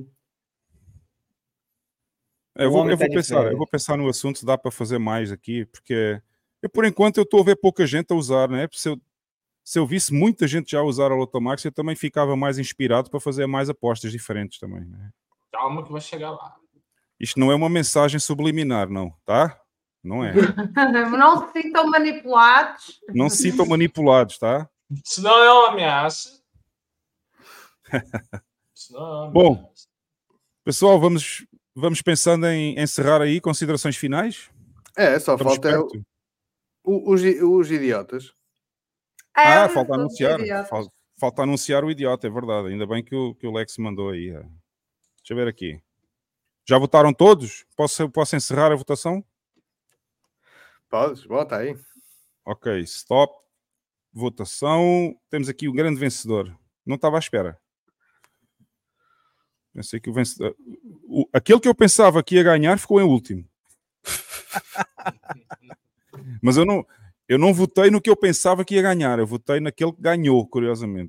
Eu vou pensar no assunto se dá para fazer mais aqui, porque por enquanto eu estou a ver pouca gente a usar, né? Se eu visse muita gente já usar a Lotomax, eu também ficava mais inspirado para fazer mais apostas diferentes também, né? Calma que vai chegar lá. Isto não é uma mensagem subliminar, não, tá? Não é. Não se sintam manipulados. Não se sintam manipulados, tá? Isso não é uma ameaça. Bom, pessoal, vamos pensando em encerrar aí. Considerações finais? Só falta os idiotas. Falta anunciar. Falta anunciar o idiota, é verdade. Ainda bem que o Lex mandou aí. Deixa eu ver aqui. Já votaram todos? Posso encerrar a votação? Podes, bota aí. Ok, stop. Votação. Temos aqui o grande vencedor. Não estava à espera. Pensei que o vencedor... Aquele que eu pensava que ia ganhar ficou em último. Mas eu não votei no que eu pensava que ia ganhar. Eu votei naquele que ganhou, curiosamente.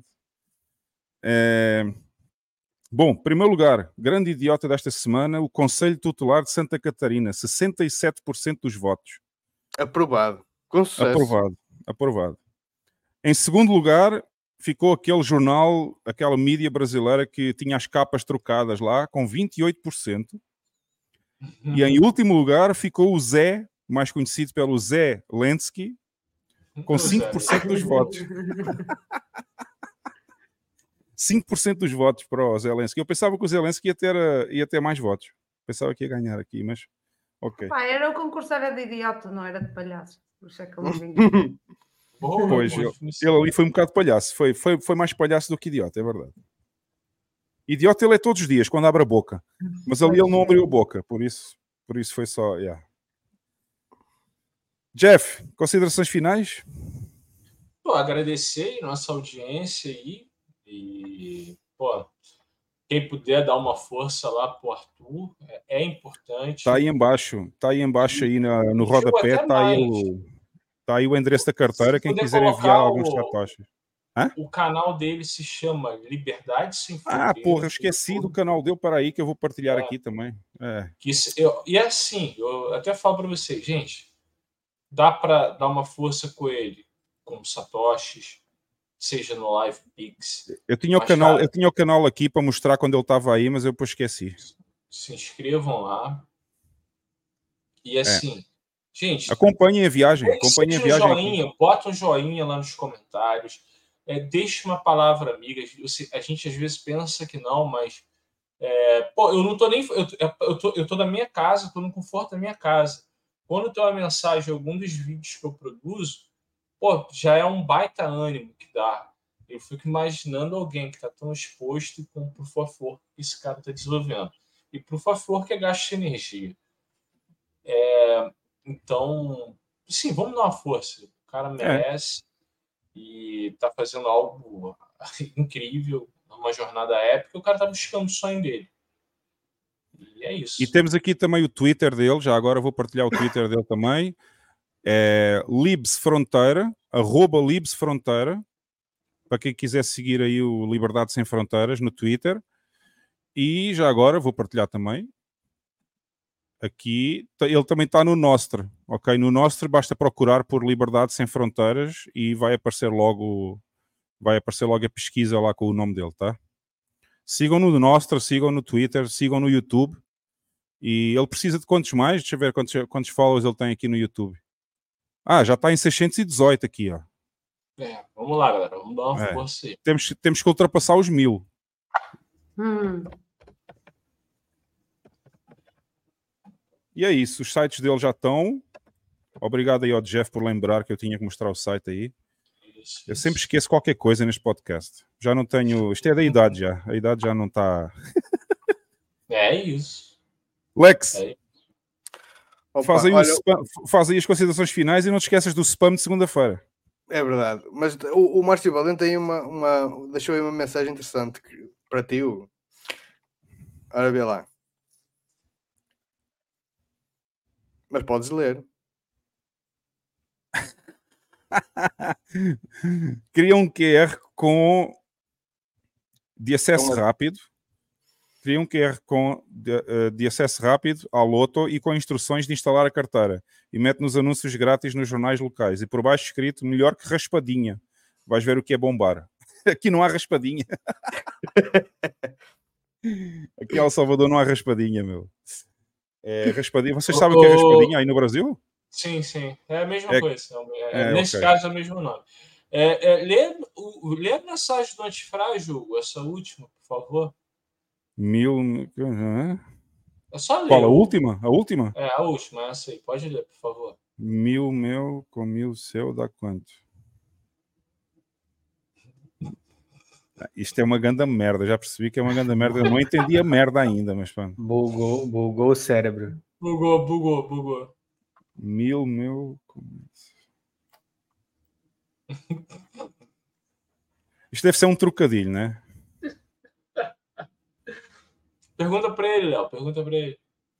Bom, em primeiro lugar, grande idiota desta semana, o Conselho Tutelar de Santa Catarina. 67% dos votos. Aprovado. Com sucesso. Aprovado. Em segundo lugar... ficou aquele jornal, aquela mídia brasileira que tinha as capas trocadas lá, com 28%. E em último lugar ficou o Zé, mais conhecido pelo Zé Lenski, com 5% dos votos. 5% dos votos para o Zé Lenski. Eu pensava que o Zé Lenski ia ter mais votos. Pensava que ia ganhar aqui, mas ok. Era o concurso era de idiota, não era de palhaço. Por isso é que eu não vim. Pois, ele ali foi um bocado palhaço. Foi mais palhaço do que idiota, é verdade. Idiota ele é todos os dias, quando abre a boca. Mas ali ele não abriu a boca, por isso foi só... Yeah. Jeff, considerações finais? Agradecer a nossa audiência aí. E, quem puder dar uma força lá pro Arthur, é importante. Tá aí embaixo aí no rodapé, tá aí o endereço da carteira, quem quiser enviar alguns satoshis. O canal dele se chama Liberdade Sem Fronteiras. Eu esqueci do canal dele, para aí que eu vou partilhar aqui também. E assim, eu até falo para vocês, gente, dá para dar uma força com ele, com satoshis, seja no Live Pix. Eu tinha o canal aqui para mostrar quando ele estava aí, mas eu depois esqueci. Se inscrevam lá. E assim... Gente, acompanhem a viagem. Bota um joinha lá nos comentários. Deixe uma palavra amiga. A gente às vezes pensa que não, mas eu não tô nem. Eu tô na minha casa, tô no conforto da minha casa. Quando tem uma mensagem, algum dos vídeos que eu produzo, já é um baita ânimo que dá. Eu fico imaginando alguém que está tão exposto e com por favor que esse cara está desenvolvendo. E por favor que gaste energia. Então, sim, vamos dar uma força. O cara merece e está fazendo algo incrível, uma jornada épica. O cara está buscando o sonho dele. E é isso. E temos aqui também o Twitter dele, já agora vou partilhar o Twitter dele também. É @libsfronteira, @libsfronteira, para quem quiser seguir aí o Liberdade Sem Fronteiras no Twitter. E já agora vou partilhar também. Aqui, ele também está no Nostr, ok? No Nostr basta procurar por Liberdade Sem Fronteiras e vai aparecer logo a pesquisa lá com o nome dele, tá? Sigam no Nostr, sigam no Twitter, sigam no YouTube. E ele precisa de quantos mais? Deixa eu ver quantos followers ele tem aqui no YouTube. Já está em 618 aqui, ó. Vamos lá, galera. Vamos dar uma força aí. Temos que ultrapassar os 1000. E é isso, os sites dele já estão. Obrigado aí ao Jeff por lembrar que eu tinha que mostrar o site aí. Eu sempre esqueço qualquer coisa neste podcast. Já não tenho... Isto é da idade já. A idade já não está... É isso. Lex, Opa, faz aí as considerações finais e não te esqueças do spam de segunda-feira. É verdade. Mas o Márcio Valente tem deixou aí uma mensagem interessante para ti, Hugo. Ora, vê lá. Mas podes ler. Cria um QR de acesso rápido. Cria um QR de acesso rápido ao Loto e com instruções de instalar a carteira. E mete nos anúncios grátis nos jornais locais. E por baixo escrito, melhor que raspadinha. Vais ver o que é bombar. Aqui não há raspadinha. Aqui em El Salvador não há raspadinha, meu. É raspadinha. Vocês sabem o que é raspadinha aí no Brasil? Sim. É a mesma coisa. Nesse caso é o mesmo nome. Lê a mensagem do Antifrágil, essa última, por favor. É só ler. Qual, a última? A última? É, a última, essa aí. Pode ler, por favor. 1000 meu com 1000 seu dá quanto? Isto é uma grande merda. Já percebi que é uma grande merda. Eu não entendi a merda ainda, mas pronto. Bugou o cérebro. Bugou. 1000 meu com... Isto deve ser um trocadilho, né? Pergunta para ele, Léo. Pergunta para ele.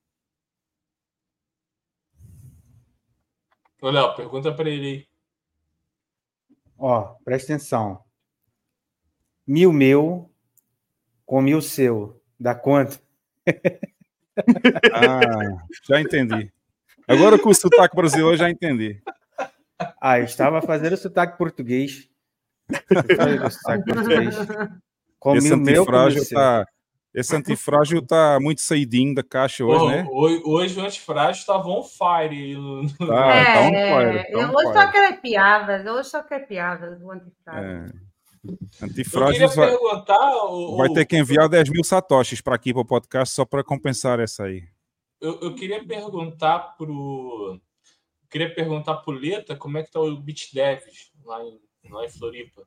Ô, Léo, pergunta para ele aí. Ó, presta atenção. 1000 meu com 1000 seu. Dá quanto? Já entendi. Agora com o sotaque brasileiro eu já entendi. Eu estava fazendo o sotaque português. Esse antifrágil tá muito saidinho da caixa hoje, né? Hoje o antifrágil estava on fire. Tá on fire. Hoje só quer piadas do antifrágil. Antifrágil vai ter que enviar 10 mil satoshis para aqui para o podcast só para compensar essa aí. Eu queria perguntar pro Leta como é que tá o BitDevs lá em Floripa.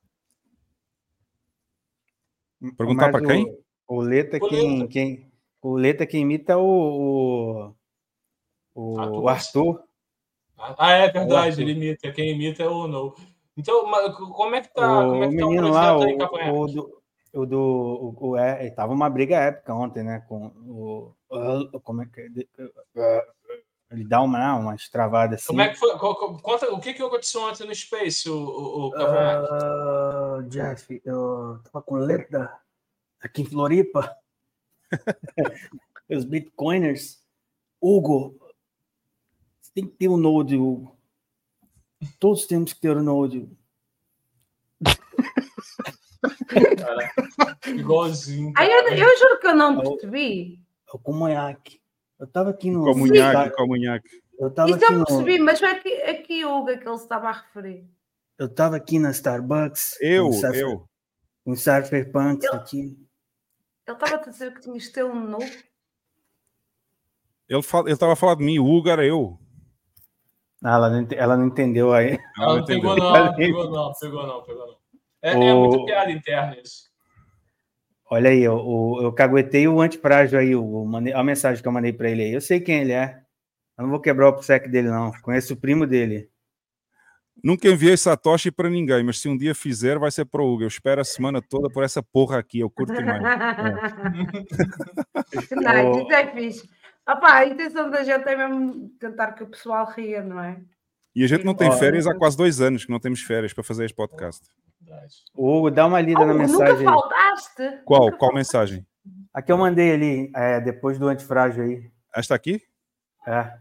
Perguntar para quem? O Leta quem imita o Arthur. É verdade, ele imita. Quem imita é o No. Então, como é que tá? O menino lá, tava uma briga épica ontem, né? Com como é que ele dá uma estravada assim. Como é que foi? Conta o que aconteceu ontem no Space, o Cavanhaque? Jeff, eu tava com Leta aqui em Floripa. Os Bitcoiners. Hugo, você tem que ter um Node, Hugo. Todos temos que ter um Node. Cara, igualzinho. Eu juro que eu não percebi. O Comunhaque. Eu tava aqui no... Comunhaque. Isso eu percebi, mas foi aqui o Hugo que ele estava a referir. Eu tava aqui na Starbucks. Um Cypherpunk aqui. Ele estava a dizer que tinha que ter um novo. Ele estava a falar de mim, o Hugo era eu. Ela não entendeu aí. Ela não pegou não. É muito piada interna isso. Olha aí, eu caguetei o Antifrágil aí, a mensagem que eu mandei para ele aí. Eu sei quem ele é. Eu não vou quebrar o PSEC dele, não. Conheço o primo dele. Nunca enviei Satoshi para ninguém, mas se um dia fizer, vai ser para o Hugo. Eu espero a semana toda por essa porra aqui. Eu curto mais. Não, isso é fixe. Opa, a intenção da gente é mesmo tentar que o pessoal ria, não é? E a gente não tem férias há quase 2 anos que não temos férias para fazer este podcast. Hugo, dá uma lida na mensagem. Nunca faltaste? Qual mensagem? A que eu mandei ali, depois do antifrágil aí. Esta aqui? É.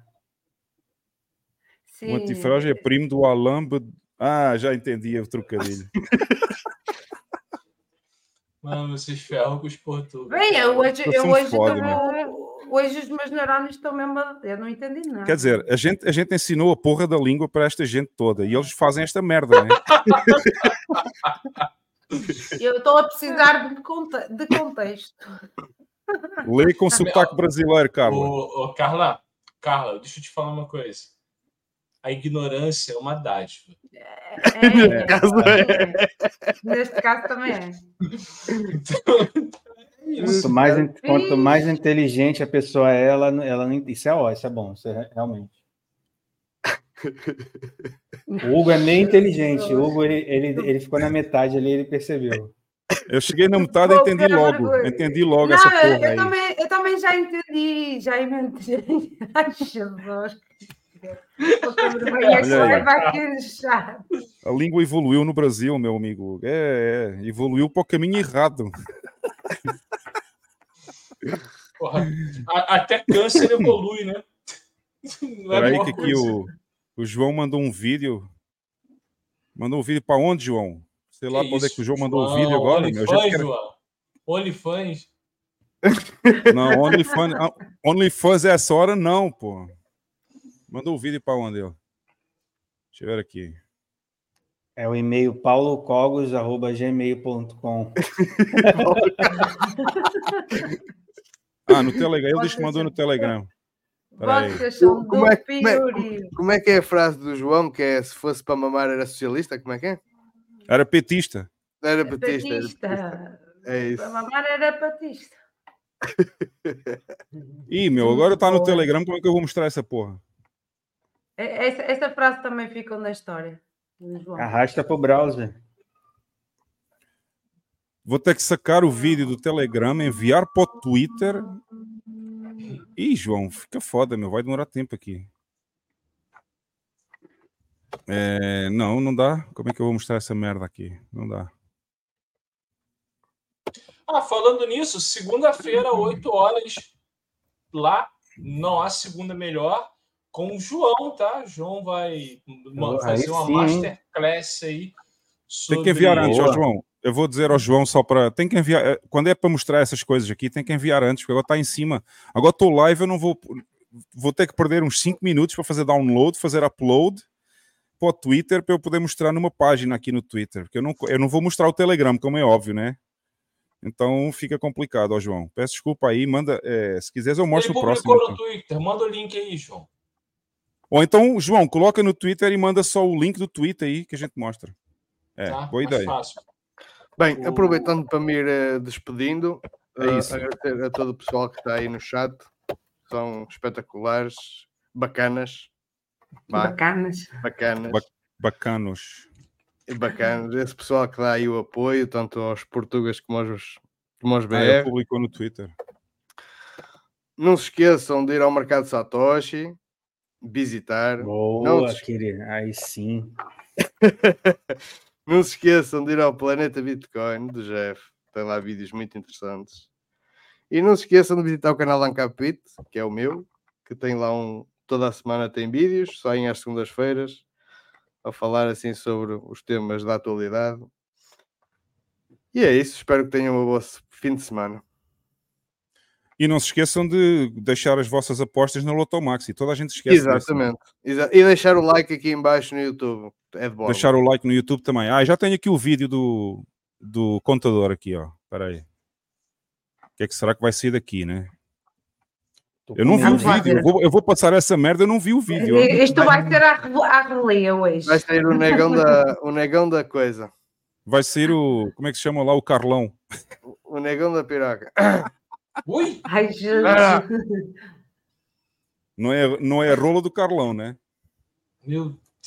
Sim. O antifrágil é primo do Alamba. Ah, já entendi o trocadilho. Mano, vocês ferram com os portugueses. Bem, hoje os meus neurónios estão mesmo. Eu não entendi nada. Quer dizer, a gente ensinou a porra da língua para esta gente toda e eles fazem esta merda, né? Eu estou a precisar de contexto. Lê com sotaque brasileiro, Carla. Carla, deixa eu te falar uma coisa. A ignorância é uma dádiva. Neste caso também é. Quanto mais inteligente a pessoa é, ela não, isso é bom, isso é realmente. O Hugo é meio inteligente. O Hugo ele ficou na metade ali, ele percebeu. Eu cheguei na metade e entendi logo essa porra aí. Eu também já entendi. Ai, Jesus. A língua evoluiu no Brasil, meu amigo. Evoluiu para o caminho errado. Porra, até câncer evolui, né? Peraí que aqui o João mandou um vídeo. Mandou um vídeo para onde, João? Sei lá para onde é que o João mandou o vídeo agora. OnlyFans. Não, OnlyFans é essa hora não, pô. Mandou o vídeo para onde? Deixa eu ver aqui. É o e-mail paulocogos@gmail.com. No Telegram. Ele disse que mandou no Telegram. Como é que é a frase do João? Que é: se fosse para mamar era socialista? Como é que é? Era petista. Era petista. É isso. Para mamar era petista. Ih, meu, agora está no Telegram. Como é que eu vou mostrar essa porra? Essa frase também ficou na história. Arrasta para o browser. Vou ter que sacar o vídeo do Telegram, enviar para o Twitter. Ih, João, fica foda, meu. Vai demorar tempo aqui. Não dá. Como é que eu vou mostrar essa merda aqui? Não dá. Falando nisso, segunda-feira, 8 horas, lá, não há segunda melhor, com o João, tá? O João vai fazer uma masterclass aí. Tem que enviar antes, João. Eu vou dizer ao João só para... Tem que enviar... Quando é para mostrar essas coisas aqui, tem que enviar antes, porque agora está em cima. Agora estou live, eu não vou... Vou ter que perder uns 5 minutos para fazer download, fazer upload para o Twitter, para eu poder mostrar numa página aqui no Twitter. Porque eu não vou mostrar o Telegram, como é óbvio, né? Então fica complicado, ó, João. Peço desculpa aí, manda... se quiseres eu mostro o próximo. Ele publicou no Twitter, manda o link aí, João. Ou então, João, coloca no Twitter e manda só o link do Twitter aí que a gente mostra. Boa ideia. Fácil. Bem, aproveitando para me ir despedindo, agradecer a todo o pessoal que está aí no chat. São espetaculares, bacanas. Bacanas. Bacanos. Esse pessoal que dá aí o apoio, tanto aos portugueses como aos BR. Publicou no Twitter. Não se esqueçam de ir ao mercado Satoshi, visitar. Boa, querido. Aí sim. Não se esqueçam de ir ao Planeta Bitcoin do Jeff. Tem lá vídeos muito interessantes. E não se esqueçam de visitar o canal Ancapit, que é o meu, que tem lá toda a semana tem vídeos, saem às segundas-feiras, a falar assim sobre os temas da atualidade. E é isso, espero que tenham um bom fim de semana. E não se esqueçam de deixar as vossas apostas na Lotomax. E toda a gente esquece. Exatamente. E deixar o like aqui em baixo no YouTube. É de boa. Deixar o like no YouTube também. Já tenho aqui o vídeo do contador aqui, ó. Espera aí. O que é que será que vai sair daqui, né? Eu não vi o vídeo. Eu vou passar essa merda, eu não vi o vídeo. Isto vai ser a relia hoje. Vai sair o negão da coisa. Vai ser o... Como é que se chama lá? O Carlão. O negão da piroca. Ui! Ai, Jesus! Não é a rola do Carlão, né? Meu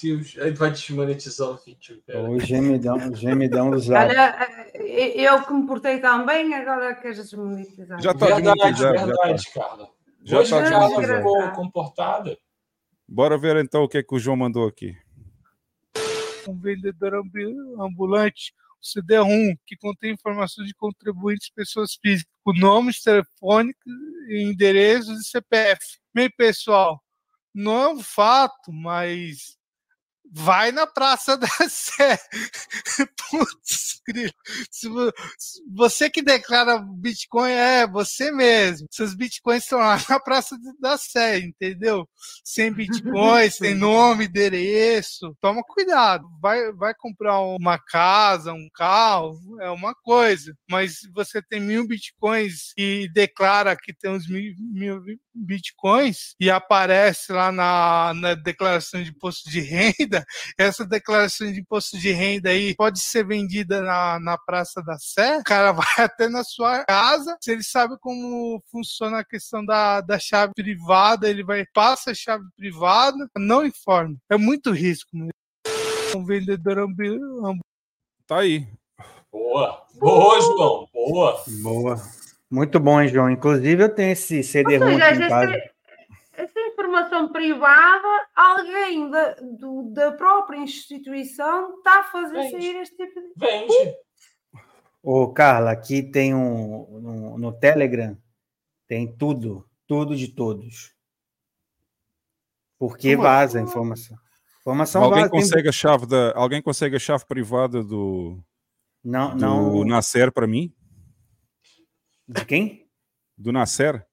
Deus, aí vai desmonetizar o vídeo, cara. O gemidão do Zap. Olha, eu que me portei tão bem, agora queres desmonetizar. Já está desmonetizado. Verdade, Carla. Já Hoje está a Carla desmonetizado. ficou comportada. Bora ver então o que é que o João mandou aqui. Um vendedor ambulante, o CD-ROM, que contém informações de contribuintes, pessoas físicas, com nomes, telefônicos, endereços e CPF. Bem, pessoal, não é um fato, mas vai na Praça da Sé. Putz, você que declara Bitcoin é você mesmo. Seus Bitcoins estão lá na Praça da Sé, entendeu? Sem Bitcoins, sem nome, endereço. Toma cuidado. Vai comprar uma casa, um carro, é uma coisa. Mas se você tem 1000 Bitcoins e declara que tem uns 1000 Bitcoins e aparece lá na declaração de imposto de renda, essa declaração de imposto de renda aí pode ser vendida na Praça da Sé, o cara vai até na sua casa, se ele sabe como funciona a questão da chave privada, ele passa a chave privada, não informa. É muito risco. Um vendedor Tá aí. Boa, João, Boa. Muito bom, hein, João? Inclusive, eu tenho esse CD-ROM aqui em casa. Essa informação privada, alguém da própria instituição está a fazer sair este tipo de... Vende. Ô, Carla, aqui tem no Telegram, tem tudo de todos. Porque vaza a informação. Alguém vaza. Alguém consegue a chave privada do não Nasser para mim? De quem? Do Nasser?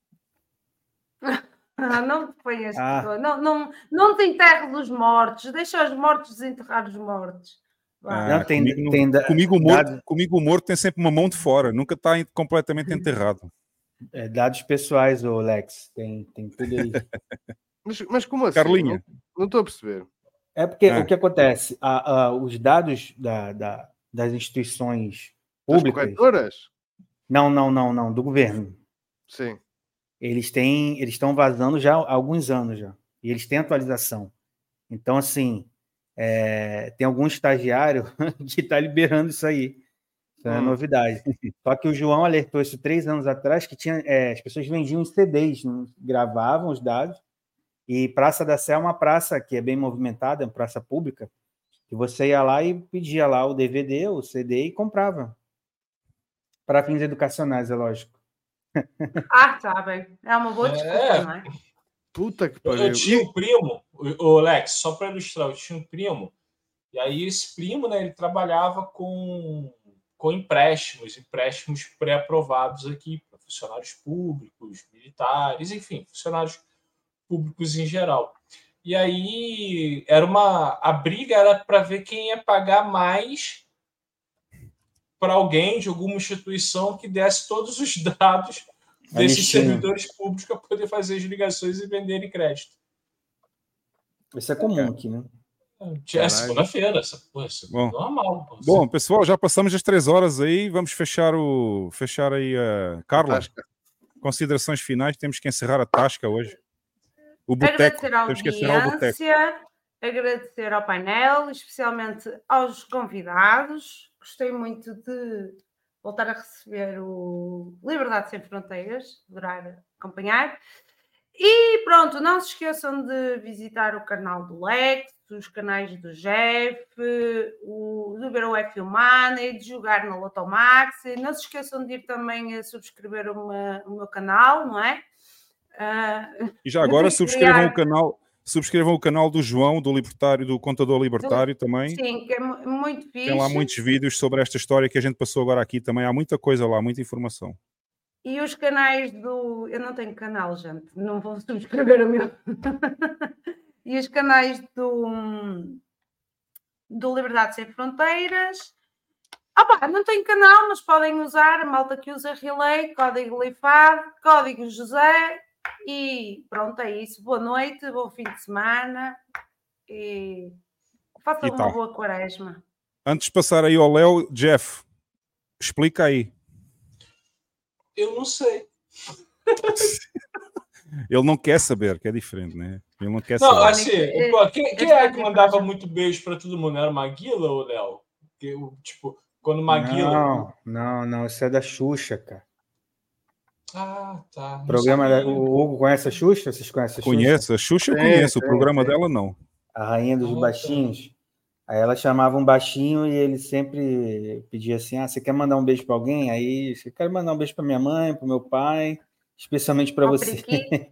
Não te ponhas não te enterres os mortos, deixa os mortos desenterrar os mortos. Comigo o morto tem sempre uma mão de fora, nunca está completamente enterrado. Dados pessoais, o Lex, tem tudo aí. Mas como assim? Carlinha. Não estou a perceber. É porque o que acontece? Os dados das instituições públicas... Das corretoras? Não, do governo. Sim. Eles estão vazando já há alguns anos já. E eles têm atualização. Então, assim, tem algum estagiário que está liberando isso aí. Isso é novidade. Só que o João alertou isso 3 anos atrás, que as pessoas vendiam em CDs, gravavam os dados. E Praça da Sé é uma praça que é bem movimentada, é uma praça pública, que você ia lá e pedia lá o DVD, o CD e comprava. Para fins educacionais, é lógico. Tá bem. É uma boa desculpa, não é? Puta que pariu. Eu tinha um primo, o Lex, só para ilustrar, eu tinha um primo, e aí esse primo, né, ele trabalhava com empréstimos pré-aprovados aqui para funcionários públicos, militares, enfim, funcionários públicos em geral. E aí a briga era para ver quem ia pagar mais para alguém de alguma instituição que desse todos os dados desses servidores públicos para poder fazer as ligações e venderem crédito. Isso é comum aqui, né? É segunda-feira, essa é normal. Bom, pessoal, já passamos das 3 horas aí, vamos fechar aí a Carla. Considerações finais, temos que encerrar a tasca hoje. O boteco, temos que encerrar o boteco. Agradecer ao painel, especialmente aos convidados. Gostei muito de voltar a receber o Liberdade Sem Fronteiras, adorar acompanhar. E pronto, não se esqueçam de visitar o canal do Lex, os canais do Jeff, do ver o F Humana e de jogar no Lotomax. Não se esqueçam de ir também a subscrever o meu canal, não é? E já agora subscrevam o canal do João, do Libertário, do Contador Libertário também. Sim, que é muito fixe. Tem lá muitos vídeos sobre esta história que a gente passou agora aqui também. Há muita coisa lá, muita informação. E os canais do... Eu não tenho canal, gente. Não vou subscrever o meu. E os canais do Liberdade Sem Fronteiras. Não tenho canal, mas podem usar. A malta que usa Relay, código Leifado, código José. E pronto, é isso. Boa noite, bom fim de semana. E façam uma boa quaresma. Antes de passar aí ao Léo, Jeff, explica aí. Eu não sei. Ele não quer saber, que é diferente, né? Ele não quer Não, saber. assim, pô, quem é que mandava muito beijo pra todo mundo? Era o Maguila ou o Léo? Tipo, quando o Maguila... Não, isso é da Xuxa, cara. Ah, tá. O programa o Hugo conhece a Xuxa? Vocês conhecem a Xuxa? Conheço, a Xuxa eu conheço, o programa dela não. A rainha dos baixinhos. Aí ela chamava um baixinho e ele sempre pedia assim: você quer mandar um beijo para alguém? Aí, eu quero mandar um beijo para minha mãe, para meu pai, especialmente para você.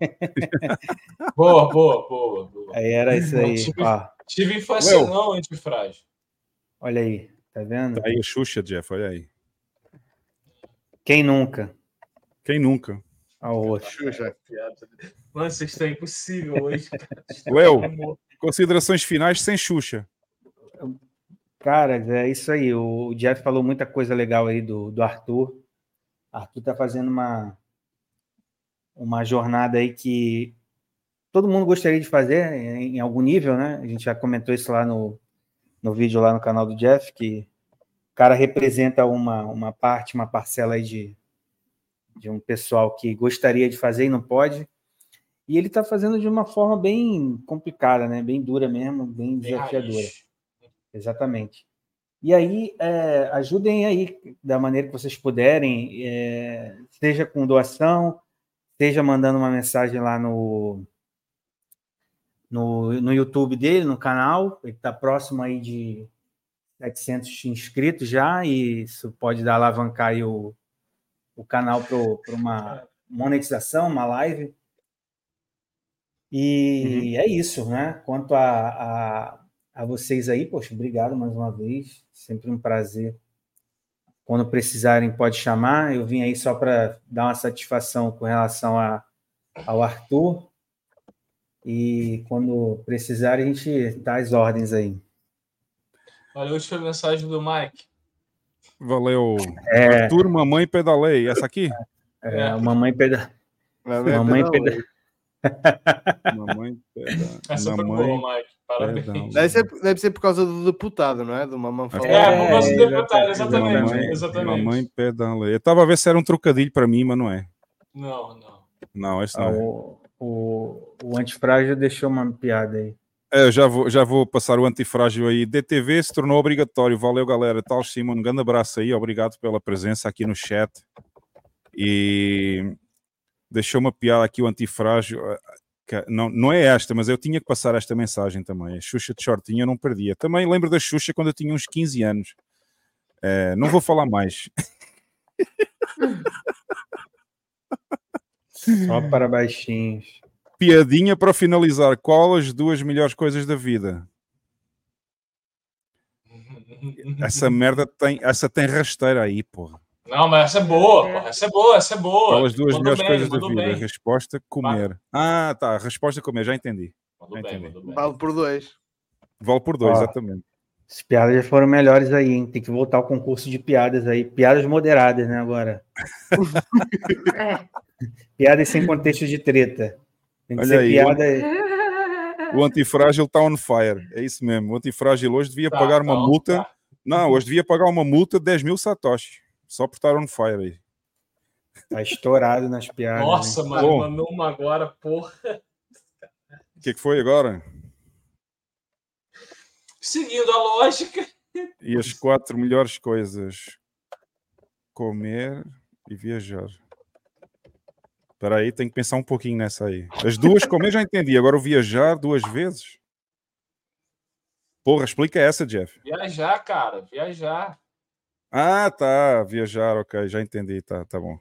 Boa. Aí era isso aí. Tive infância não, antifrágil. Olha aí, tá vendo? Tá aí a Xuxa, Jeff, olha aí. Quem nunca? A outra. Xuxa. Mano, vocês estão impossível hoje. Léo, considerações finais sem Xuxa. Cara, é isso aí. O Jeff falou muita coisa legal aí do Arthur. Arthur tá fazendo uma jornada aí que todo mundo gostaria de fazer em algum nível, né? A gente já comentou isso lá no vídeo lá no canal do Jeff, que o cara representa uma parcela aí de um pessoal que gostaria de fazer e não pode. E ele está fazendo de uma forma bem complicada, né? Bem dura mesmo, bem desafiadora. Exatamente. E aí, ajudem aí da maneira que vocês puderem, seja com doação, seja mandando uma mensagem lá no YouTube dele, no canal. Ele está próximo aí de 700 inscritos já, e isso pode alavancar aí o canal para uma monetização, uma live. E é isso, né? Quanto a vocês aí, poxa, obrigado mais uma vez, sempre um prazer. Quando precisarem, pode chamar. Eu vim aí só para dar uma satisfação com relação ao Arthur, e quando precisarem, a gente dá as ordens aí. Olha, a última mensagem do Mike. Valeu. Arthur, mamãe pedalei. Essa aqui? Mamãe pedalei. Mamãe pedalei. Essa foi boa, Mike. Parabéns. Deve ser por causa do deputado, não é? Do mamãe falando. Por causa do deputado, exatamente. Mamãe pedalei. Eu estava a ver se era um trocadilho para mim, mas não é. Não, esse não é. O antifrágil deixou uma piada aí. Eu já vou passar o antifrágil aí. DTV se tornou obrigatório. Valeu, galera. Tal Simon, um grande abraço aí. Obrigado pela presença aqui no chat. E deixou uma piada aqui o antifrágil. Não é esta, mas eu tinha que passar esta mensagem também. A Xuxa de shortinho eu não perdia. Também lembro da Xuxa quando eu tinha uns 15 anos. Não vou falar mais. Só para baixinhos. Piadinha para finalizar. Qual as 2 melhores coisas da vida? Essa merda tem rasteira aí, porra. Não, mas essa é boa, porra. Essa é boa. Qual as 2 melhores coisas da vida? Resposta, comer. Ah, tá. Resposta, comer. Já entendi. Vale por 2. Vale por 2, exatamente. As piadas já foram melhores aí, hein? Tem que voltar ao concurso de piadas aí. Piadas moderadas, né, agora? Piadas sem contexto de treta. Tem que Olha ser aí, piada... O antifrágil está on fire. É isso mesmo. O antifrágil hoje devia pagar uma multa. Não, hoje devia pagar uma multa de 10 mil satoshi. Só por estar on fire aí. Tá estourado nas piadas. Nossa, mano, mandou uma agora, porra. O que foi agora? Seguindo a lógica. E as 4 melhores coisas: comer e viajar. Espera aí, tenho que pensar um pouquinho nessa aí. As 2 comer já entendi. Agora o viajar 2 vezes? Porra, explica essa, Jeff. Viajar, cara. Viajar. Ah, tá. Viajar, ok. Já entendi. Tá bom.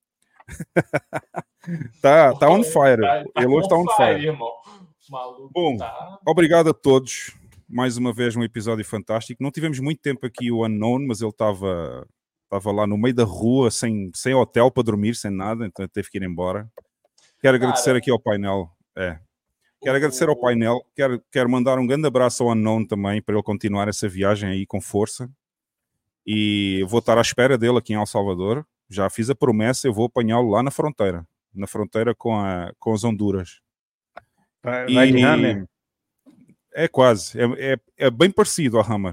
tá on fire. Ele hoje tá on fire. Irmão. Maluco, bom, obrigado a todos. Mais uma vez um episódio fantástico. Não tivemos muito tempo aqui o Unknown, mas ele estava lá no meio da rua, sem hotel para dormir, sem nada, então teve que ir embora. Quero agradecer aqui ao painel. Quero agradecer ao painel. Quero mandar um grande abraço ao Unknown também, para ele continuar essa viagem aí com força. E vou estar à espera dele aqui em El Salvador. Já fiz a promessa, eu vou apanhá-lo lá na fronteira com as Honduras. Vai de Hammer? É quase. É bem parecido ao Hammer.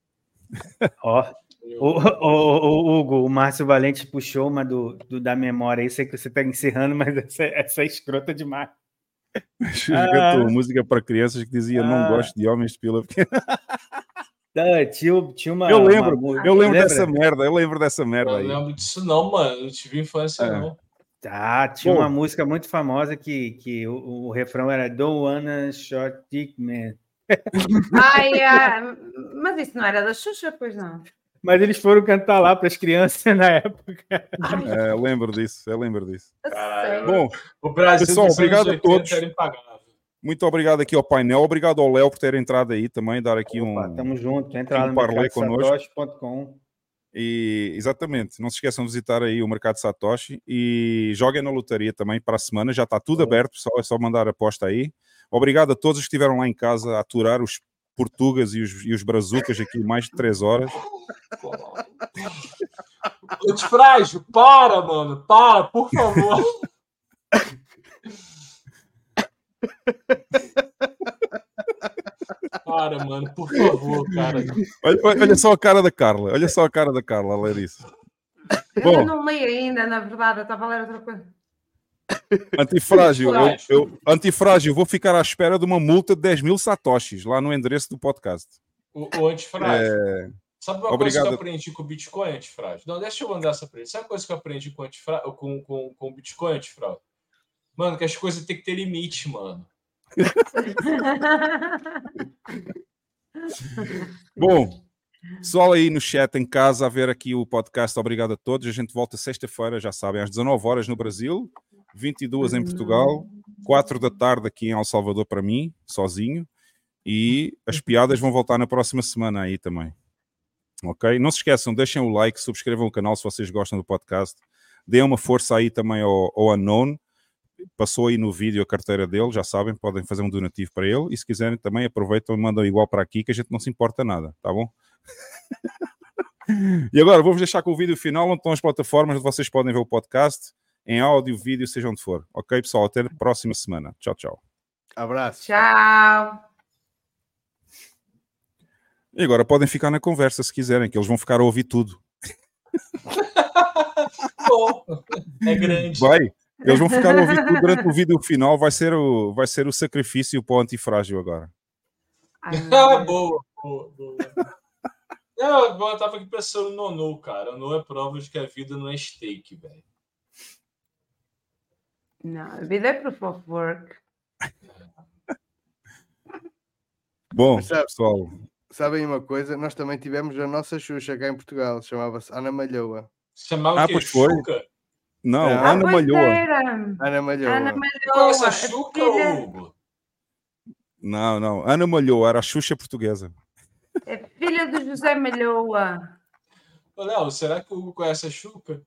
O Hugo, o Márcio Valente puxou uma da memória aí. Sei que você está encerrando, mas essa é escrota demais. Cantou música para crianças que dizia não gosto de homens de pila pequena. Tinha uma. Eu lembro dessa merda. Eu lembro dessa merda aí. Eu não lembro disso, não, mano. Não tive infância, não. Tinha uma música muito famosa que o refrão era Don't Wanna Short Dick Man. Mas isso não era da Xuxa, pois não? Mas eles foram cantar lá para as crianças na época. Eu lembro disso. Caralho. Bom, o Brasil, pessoal, obrigado a todos. Era impagável. Muito obrigado aqui ao painel. Obrigado ao Léo por ter entrado aí também, dar aqui Tamo junto. Quer entrar no mercadosatoshi.com. E exatamente, não se esqueçam de visitar aí o Mercado Satoshi e joguem na lotaria também para a semana. Já está tudo aberto, pessoal. É só mandar a aposta aí. Obrigado a todos que estiveram lá em casa a aturar os portugas e os brazucas aqui mais de 3 horas. Antifrágil, para, mano. Para, por favor. Para, mano, por favor, cara. Olha só a cara da Carla. Olha só a cara da Carla, ela disse. Eu não li ainda, na verdade. Eu estava a ler outra coisa. Antifrágil, vou ficar à espera de uma multa de 10 mil satoshis lá no endereço do podcast. O Antifrágil. Sabe uma coisa que eu aprendi com o Bitcoin, Antifrágil? Não, deixa eu mandar essa pra ele. Sabe uma coisa que eu aprendi com o Bitcoin, Antifrágil? Mano, que as coisas têm que ter limite, mano. Bom, pessoal aí no chat em casa a ver aqui o podcast, obrigado a todos. A gente volta sexta-feira, já sabem, às 19 horas no Brasil, 22 em Portugal, 4 da tarde aqui em El Salvador para mim, sozinho, e as piadas vão voltar na próxima semana aí também. Ok? Não se esqueçam, deixem o like, subscrevam o canal se vocês gostam do podcast, deem uma força aí também ao Unknown. Passou aí no vídeo a carteira dele, já sabem, podem fazer um donativo para ele, e se quiserem também aproveitam e mandam igual para aqui, que a gente não se importa nada, tá bom? E agora vou-vos deixar com o vídeo final, onde estão as plataformas onde vocês podem ver o podcast, em áudio, vídeo, seja onde for. Ok, pessoal? Até a próxima semana. Tchau, tchau. Abraço. Tchau. E agora podem ficar na conversa se quiserem, que eles vão ficar a ouvir tudo. Bom, é grande. Vai. Eles vão ficar a ouvir tudo durante o vídeo final. Vai ser o sacrifício para o Antifrágil agora. Boa. Eu tava aqui pensando no Nonu, cara. O Nonu é prova de que a vida não é steak, velho. Não, a vida é proof of work. Bom, pessoal. Sabem uma coisa? Nós também tivemos a nossa Xuxa cá em Portugal. Chamava-se Ana Malhoa. Chamava o quê? Xuca? Não, Ana Malhoa. Ana Malhoa. Ana Malhoa. Qual é essa Xuca, Hugo? Não. Ana Malhoa era a Xuxa portuguesa. É filha do José Malhoa. Ô, Léo, será que o Hugo conhece a Xuca?